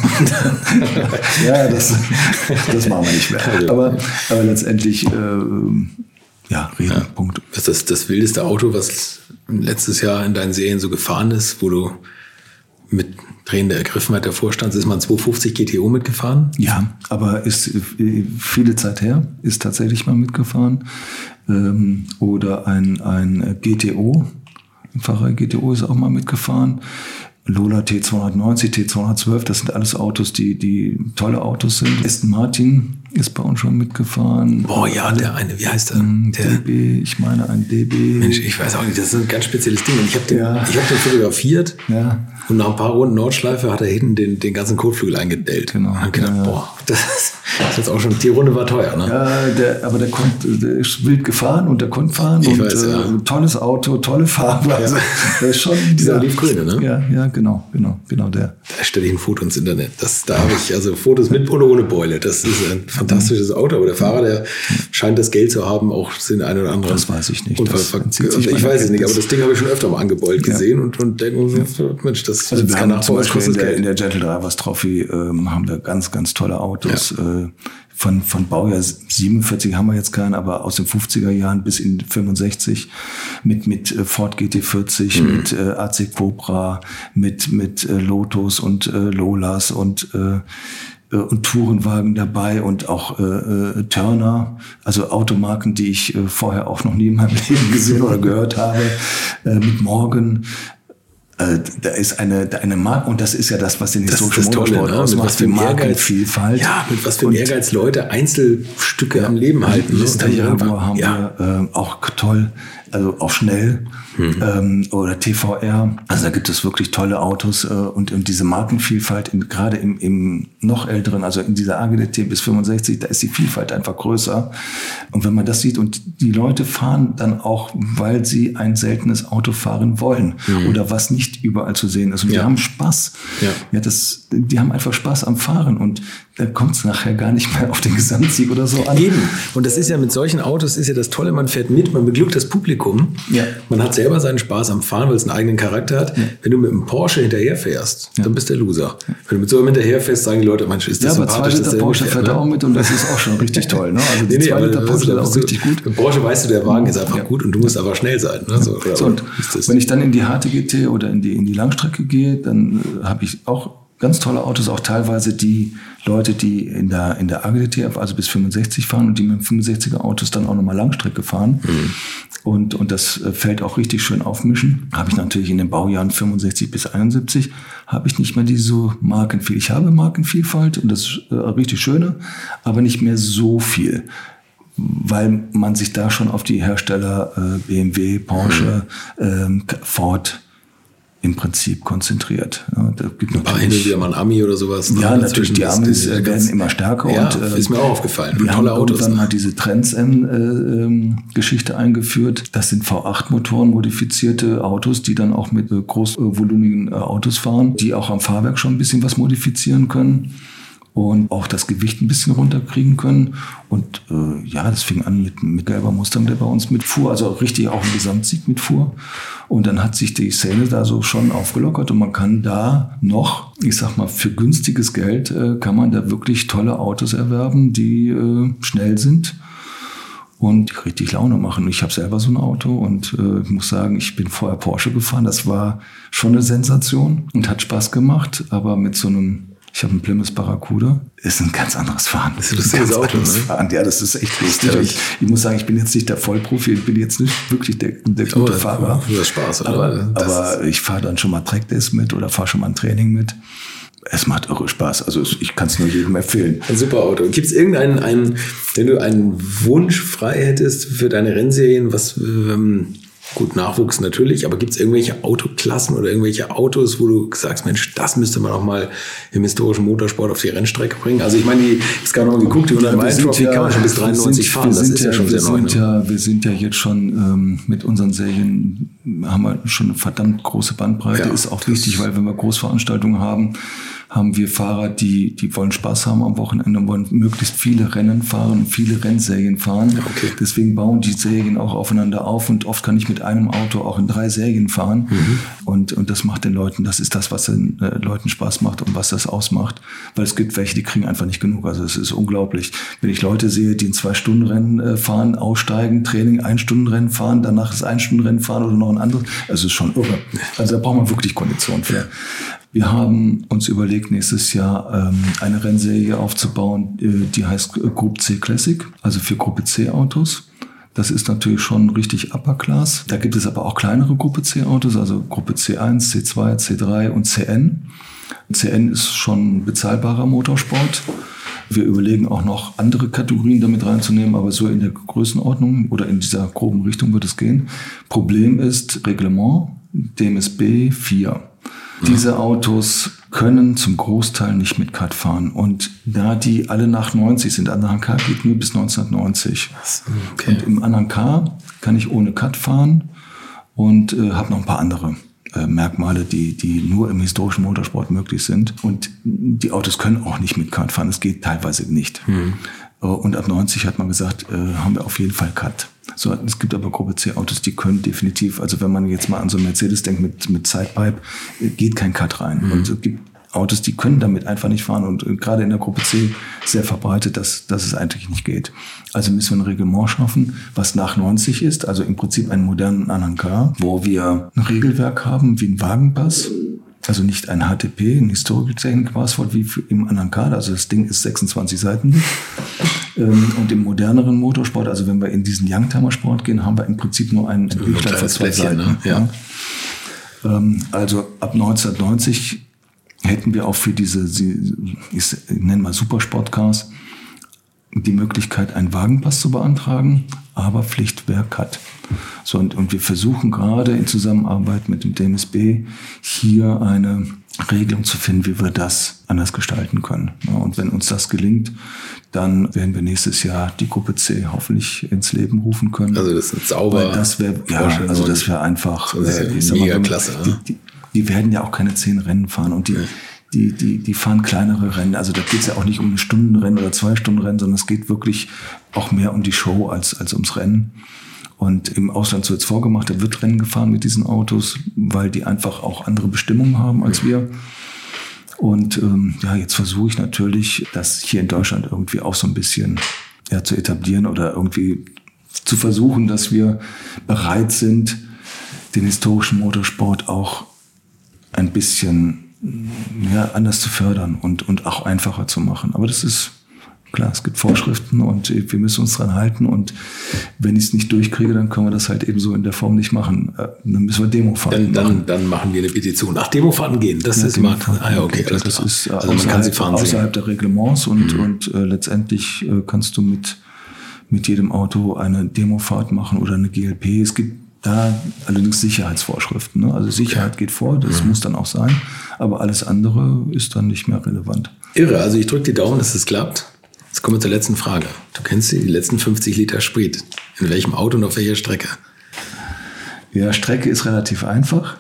Ja, das, das machen wir nicht mehr. Aber, aber letztendlich, äh, ja, reden, ja. Punkt. Was ist das, das wildeste Auto, was letztes Jahr in deinen Serien so gefahren ist, wo du mit drehender Ergriffenheit davor standst? Ist man zweihundertfünfzig G T O mitgefahren? Ja, aber ist viele Zeit her, ist tatsächlich mal mitgefahren. Ähm, oder ein, ein G T O, ein Fahrer G T O ist auch mal mitgefahren. Lola T zweihundertneunzig, T zweihundertzwölf, das sind alles Autos, die, die tolle Autos sind. Aston Martin ist bei uns schon mitgefahren. Boah, ja, der eine, wie heißt der? der D B, ich meine ein D B. Mensch, ich weiß auch nicht, das ist ein ganz spezielles Ding. Und ich habe den, ja. ich hab den fotografiert ja. und nach ein paar Runden Nordschleife hat er hinten den, den ganzen Kotflügel eingedellt. Genau. Und hab gedacht, ja. boah, das ist jetzt auch schon, die Runde war teuer, ne? Ja, der, aber der, konnte, der ist wild gefahren und der konnte fahren. Ich und weiß, ja. äh, tolles Auto, tolle Farbe. Ja. Also, das ist schon dieser Olivgrüne, ne? Ja, ja, genau, genau, genau der. Da stelle ich ein Foto ins Internet. Das, da habe ich also Fotos mit und ohne Beule. Das ist ein fantastisches Auto. Aber der Fahrer, der scheint das Geld zu haben, auch den einen oder anderen. Das weiß ich nicht. Unfall, das also ich weiß es nicht, aber das Ding habe ich schon öfter mal angebeult ja. gesehen und, und denke mir, Mensch, das also ist kein Nachbau. In der, in der Gentle Drivers Trophy ähm, haben wir ganz, ganz tolle Autos. Autos. Ja. Äh, von, von Baujahr siebenundvierzig haben wir jetzt keinen, aber aus den fünfziger Jahren bis in fünfundsechzig mit, mit Ford G T vierzig, mhm. mit äh, A C Cobra, mit, mit äh, Lotus und äh, Lolas und äh, und Tourenwagen dabei und auch äh, äh, Turner, also Automarken, die ich äh, vorher auch noch nie in meinem Leben gesehen oder gehört habe, äh, mit Morgan. Äh, da ist eine, da eine Marke, und das ist ja das, was den historischen Motorsport ne? ausmacht, die Markenvielfalt. Ja, mit was für einem Ehrgeiz Leute Einzelstücke ja, am Leben halten. Lista Jaguar haben ja. wir äh, auch toll, also auch schnell. Mhm. Ähm, oder T V R. Also da gibt es wirklich tolle Autos äh, und, und diese Markenvielfalt, in, gerade im, im noch älteren, also in dieser A G D T bis fünfundsechzig, da ist die Vielfalt einfach größer. Und wenn man das sieht und die Leute fahren dann auch, weil sie ein seltenes Auto fahren wollen mhm. oder was nicht überall zu sehen ist. Und ja. die haben Spaß. Ja. Ja, das, die haben einfach Spaß am Fahren und da kommt es nachher gar nicht mehr auf den Gesamtsieg oder so an. Eben. Und das ist ja mit solchen Autos ist ja das Tolle, man fährt mit, man beglückt das Publikum. Ja. Man hat selber seinen Spaß am Fahren, weil es einen eigenen Charakter hat. Ja. Wenn du mit einem Porsche hinterherfährst, ja. dann bist du der Loser. Ja. Wenn du mit so einem hinterherfährst, sagen die Leute, Mensch, ist das ja, sympathisch. Ja, aber zwei Liter Porsche fährt er auch mit und das ist auch schon richtig toll. Ne? Also die nee, nee, zwei Liter Porsche ist auch richtig gut. Mit Porsche weißt du, der Wagen ist einfach ja. gut und du musst aber schnell sein. Ne? So, so, und wenn ich dann in die H T G T oder in die, in die Langstrecke gehe, dann äh, habe ich auch ganz tolle Autos, auch teilweise die Leute, die in der, in der A G D T, also bis fünfundsechzig fahren und die mit fünfundsechziger Autos dann auch nochmal Langstrecke fahren. Mhm. Und, und das Feld auch richtig schön aufmischen. Habe ich natürlich in den Baujahren fünfundsechzig bis einundsiebzig, habe ich nicht mehr diese Markenvielfalt. Ich habe Markenvielfalt und das ist äh, richtig schöne, aber nicht mehr so viel. Weil man sich da schon auf die Hersteller äh, B M W, Porsche, mhm. äh, Ford im Prinzip konzentriert. Ja, da gibt ein paar hin und wieder mal ein Ami oder sowas. Ja, natürlich, die Amis äh, werden immer stärker. Ja, und, äh, ist mir auch aufgefallen. Wir haben irgendwann mal diese Trends-N-Geschichte äh, eingeführt. Das sind V acht Motoren modifizierte Autos, die dann auch mit äh, großvolumigen äh, Autos fahren, die auch am Fahrwerk schon ein bisschen was modifizieren können. Und auch das Gewicht ein bisschen runterkriegen können. Und äh, ja, das fing an mit, mit Gelber Mustang, der bei uns mitfuhr, also richtig auch im Gesamtsieg mitfuhr. Und dann hat sich die Szene da so schon aufgelockert und man kann da noch, ich sag mal, für günstiges Geld äh, kann man da wirklich tolle Autos erwerben, die äh, schnell sind und richtig Laune machen. Ich habe selber so ein Auto und äh, ich muss sagen, ich bin vorher Porsche gefahren. Das war schon eine Sensation und hat Spaß gemacht, aber mit so einem Ich habe einen Plymouth Barracuda. Ist ein ganz anderes Fahren. Das ist ein ganz Auto, ne? Fahren. Ja, das ist echt lustig. Ich, ich muss sagen, ich bin jetzt nicht der Vollprofi. Ich bin jetzt nicht wirklich der, der gute oh, Fahrer. Das Spaß, oder? Aber, aber ich fahre dann schon mal Trackdays mit oder fahre schon mal ein Training mit. Es macht irre Spaß. Also ich kann es nur jedem empfehlen. Ein super Auto. Gibt es irgendeinen, einen, wenn du einen Wunsch frei hättest für deine Rennserien, was... Ähm Gut, Nachwuchs natürlich, aber gibt es irgendwelche Autoklassen oder irgendwelche Autos, wo du sagst, Mensch, das müsste man auch mal im historischen Motorsport auf die Rennstrecke bringen? Also ich meine, ich habe gerade noch mal geguckt, die hundertmeilen-Trophy kann man schon bis dreiundneunzig fahren, das ist ja schon sehr neu. Ja, wir sind ja jetzt schon ähm, mit unseren Serien, haben wir schon eine verdammt große Bandbreite, ja, ist auch wichtig, weil wenn wir Großveranstaltungen haben, haben wir Fahrer, die, die wollen Spaß haben am Wochenende und wollen möglichst viele Rennen fahren und viele Rennserien fahren. Okay. Deswegen bauen die Serien auch aufeinander auf und oft kann ich mit einem Auto auch in drei Serien fahren. Mhm. Und, und das macht den Leuten, das ist das, was den äh, Leuten Spaß macht und was das ausmacht. Weil es gibt welche, die kriegen einfach nicht genug. Also es ist unglaublich. Wenn ich Leute sehe, die ein Zwei-Stunden-Rennen äh, fahren, aussteigen, Training, Ein-Stunden-Rennen fahren, danach das Ein-Stunden-Rennen fahren oder noch ein anderes, also es ist schon irre. Also da braucht man wirklich Kondition für. Ja. Wir haben uns überlegt, nächstes Jahr ähm, eine Rennserie aufzubauen, äh, die heißt Group C Classic, also für Gruppe C Autos. Das ist natürlich schon richtig Upper Class. Da gibt es aber auch kleinere Gruppe C Autos, also Gruppe C eins, C zwei, C drei und C N. C N ist schon bezahlbarer Motorsport. Wir überlegen auch noch andere Kategorien damit reinzunehmen, aber so in der Größenordnung oder in dieser groben Richtung wird es gehen. Problem ist Reglement D M S B vier. Diese Autos können zum Großteil nicht mit Cut fahren. Und da die alle nach neunzig sind, Anhang K geht nur bis neunzehnhundertneunzig. Okay. Und im Anhang K kann ich ohne Cut fahren und äh, habe noch ein paar andere äh, Merkmale, die, die nur im historischen Motorsport möglich sind. Und die Autos können auch nicht mit Cut fahren. Es geht teilweise nicht. Mhm. Und ab neunzig hat man gesagt, äh, haben wir auf jeden Fall Cut. So, es gibt aber Gruppe C Autos, die können definitiv, also wenn man jetzt mal an so einen Mercedes denkt mit, mit Sidepipe, geht kein Cut rein. Mhm. Und es gibt Autos, die können damit einfach nicht fahren und gerade in der Gruppe C sehr verbreitet, dass, dass es eigentlich nicht geht. Also müssen wir ein Reglement schaffen, was nach neunzig ist, also im Prinzip einen modernen Anhang-K, wo wir ein Regelwerk haben wie ein Wagenpass, also nicht ein H T P, ein Historical Technical Passport wie im Anhang-K, also das Ding ist sechsundzwanzig Seiten. Und im moderneren Motorsport, also wenn wir in diesen Youngtimer-Sport gehen, haben wir im Prinzip nur einen Büchlein von zwei Seiten. Ne? Ja. Also ab neunzehnhundertneunzig hätten wir auch für diese, ich nenne mal Supersportcars, die Möglichkeit, einen Wagenpass zu beantragen, aber Pflichtwerk hat. So, und, und wir versuchen gerade in Zusammenarbeit mit dem D N S B hier eine Regelung zu finden, wie wir das anders gestalten können. Ja, und wenn uns das gelingt, dann werden wir nächstes Jahr die Gruppe C hoffentlich ins Leben rufen können. Also das ist sauber. Weil das wäre, ja, also das wäre einfach, das ist ja mega klasse. Die, die, die werden ja auch keine zehn Rennen fahren und die, ja. die, die, die fahren kleinere Rennen. Also da geht es ja auch nicht um ein Stundenrennen oder zwei Stunden Rennen, sondern es geht wirklich auch mehr um die Show als, als ums Rennen. Und im Ausland so jetzt vorgemacht, da wird Rennen gefahren mit diesen Autos, weil die einfach auch andere Bestimmungen haben als wir. Und ähm, ja, jetzt versuche ich natürlich, das hier in Deutschland irgendwie auch so ein bisschen ja, zu etablieren oder irgendwie zu versuchen, dass wir bereit sind, den historischen Motorsport auch ein bisschen ja, anders zu fördern und, und auch einfacher zu machen. Aber das ist klar, es gibt Vorschriften und wir müssen uns dran halten. Und wenn ich es nicht durchkriege, dann können wir das halt eben so in der Form nicht machen. Dann müssen wir Demofahrten dann, machen. Dann, dann machen wir eine Petition. Ach, Demofahrten gehen, das ja, ist immer... Ah, ja, okay, das klar. ist also man kann sie fahren außerhalb der Reglements und, mhm. und äh, letztendlich äh, kannst du mit, mit jedem Auto eine Demofahrt machen oder eine G L P. Es gibt da allerdings Sicherheitsvorschriften. Ne? Also Sicherheit geht vor, das mhm. muss dann auch sein. Aber alles andere ist dann nicht mehr relevant. Irre, also ich drücke die Daumen, dass es klappt. Jetzt kommen wir zur letzten Frage. Du kennst die, die letzten fünfzig Liter Sprit. In welchem Auto und auf welcher Strecke? Ja, Strecke ist relativ einfach.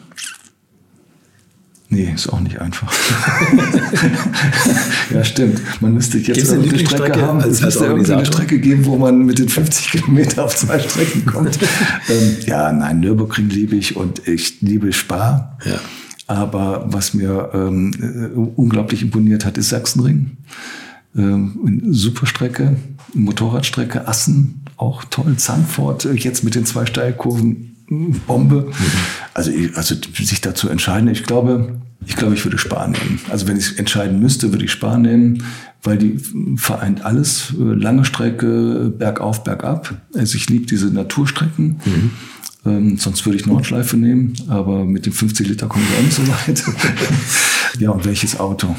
Nee, ist auch nicht einfach. Ja, stimmt. Man müsste jetzt eine Strecke haben. Es müsste irgendwie eine Strecke geben, wo man mit den fünfzig Kilometer auf zwei Strecken kommt. ähm, ja, nein, Nürburgring liebe ich und ich liebe Spa. Ja. Aber was mir ähm, unglaublich imponiert hat, ist Sachsenring. Ähm, super Strecke, Motorradstrecke, Assen, auch toll, Zandvoort, jetzt mit den zwei Steilkurven, Bombe. Mhm. Also, also sich dazu entscheiden, ich glaube, ich glaube, ich würde Spa nehmen. Also wenn ich entscheiden müsste, würde ich Spa nehmen, weil die vereint alles, lange Strecke, bergauf, bergab. Also ich liebe diese Naturstrecken. Mhm. Ähm, sonst würde ich Nordschleife nehmen, aber mit den fünfzig Liter kommen wir auch nicht so weit. Ja, und welches Auto?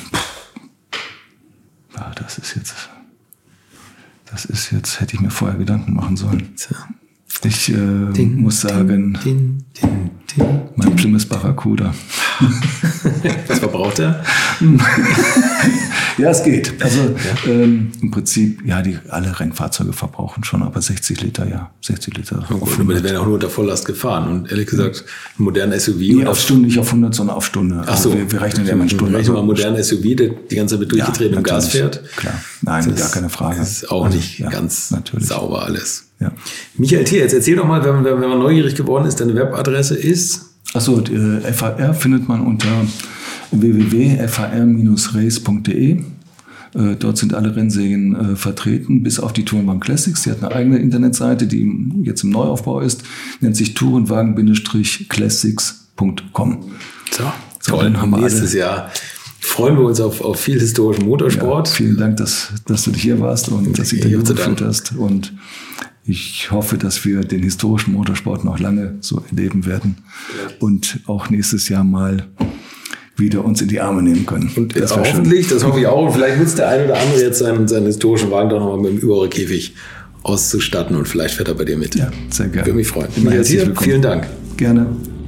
Ja, das ist jetzt, das ist jetzt, hätte ich mir vorher Gedanken machen sollen. Ich äh, ding, muss sagen, ding, ding, ding, mein Plymouth Barracuda. Was verbraucht er? Ja, es geht. Also ja. ähm, im Prinzip, ja, die alle Rennfahrzeuge verbrauchen schon, aber sechzig Liter, ja, sechzig Liter. Oh gut, aber die werden auch nur unter Volllast gefahren und ehrlich gesagt, ein moderner S U V. Nee, auf Stunde, nicht auf hundert, sondern auf Stunde. Ach so. Also wir, wir rechnen ja immer in Stunden. Wir rechnen mal einen modernen S U V, der die ganze Zeit mit durchgedrehtem ja, Gas fährt. Klar, nein, das gar keine Frage. Das ist auch also, nicht ja, ganz natürlich. sauber alles. Ja. Michael Thier, jetzt erzähl doch mal, wenn man, wenn man neugierig geworden ist, deine Webadresse ist? Achso, äh, F H R findet man unter w w w punkt f h r dash race punkt d e. Äh, dort sind alle Rennserien äh, vertreten, bis auf die Tourenwagen Classics. Die hat eine eigene Internetseite, die jetzt im Neuaufbau ist, nennt sich tourenwagen Classics punkt com. So, so toll. Haben wir nächstes Jahr freuen wir uns auf, auf viel historischen Motorsport. Ja, vielen Dank, dass, dass du hier warst und ich das Interview geführt hast. Und ich hoffe, dass wir den historischen Motorsport noch lange so erleben werden und auch nächstes Jahr mal wieder uns in die Arme nehmen können. Und das hoffentlich, schön. Das hoffe ich auch. Und vielleicht nutzt der eine oder andere jetzt seinen, seinen historischen Wagen doch nochmal mit dem Überrollkäfig auszustatten und vielleicht fährt er bei dir mit. Ja, sehr gerne. Würde mich freuen. Immer herzlich willkommen. Vielen Dank. Gerne.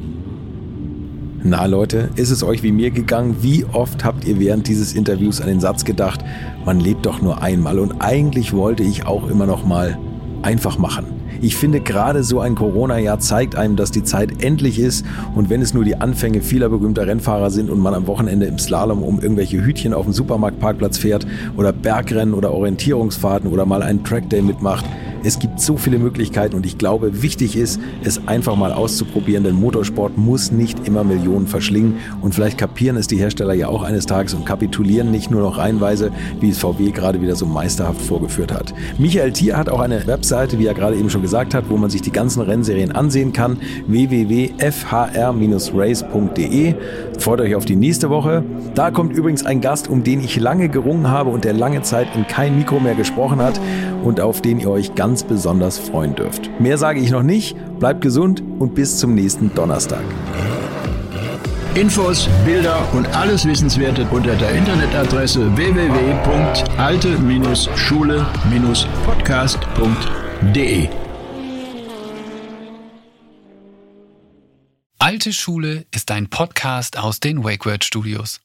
Na Leute, ist es euch wie mir gegangen? Wie oft habt ihr während dieses Interviews an den Satz gedacht, man lebt doch nur einmal und eigentlich wollte ich auch immer noch mal einfach machen. Ich finde, gerade so ein Corona-Jahr zeigt einem, dass die Zeit endlich ist und wenn es nur die Anfänge vieler berühmter Rennfahrer sind und man am Wochenende im Slalom um irgendwelche Hütchen auf dem Supermarktparkplatz fährt oder Bergrennen oder Orientierungsfahrten oder mal einen Trackday mitmacht, Es gibt so viele Möglichkeiten und ich glaube, wichtig ist, es einfach mal auszuprobieren, denn Motorsport muss nicht immer Millionen verschlingen und vielleicht kapieren es die Hersteller ja auch eines Tages und kapitulieren nicht nur noch reihenweise, wie es V W gerade wieder so meisterhaft vorgeführt hat. Michael Thier hat auch eine Webseite, wie er gerade eben schon gesagt hat, wo man sich die ganzen Rennserien ansehen kann, w w w punkt f h r dash race punkt d e. Freut euch auf die nächste Woche. Da kommt übrigens ein Gast, um den ich lange gerungen habe und der lange Zeit in kein Mikro mehr gesprochen hat und auf den ihr euch ganz besonders freuen dürft. Mehr sage ich noch nicht. Bleibt gesund und bis zum nächsten Donnerstag. Infos, Bilder und alles Wissenswerte unter der Internetadresse w w w punkt alte Schule Podcast punkt d e. Alte Schule ist ein Podcast aus den WakeWord Studios.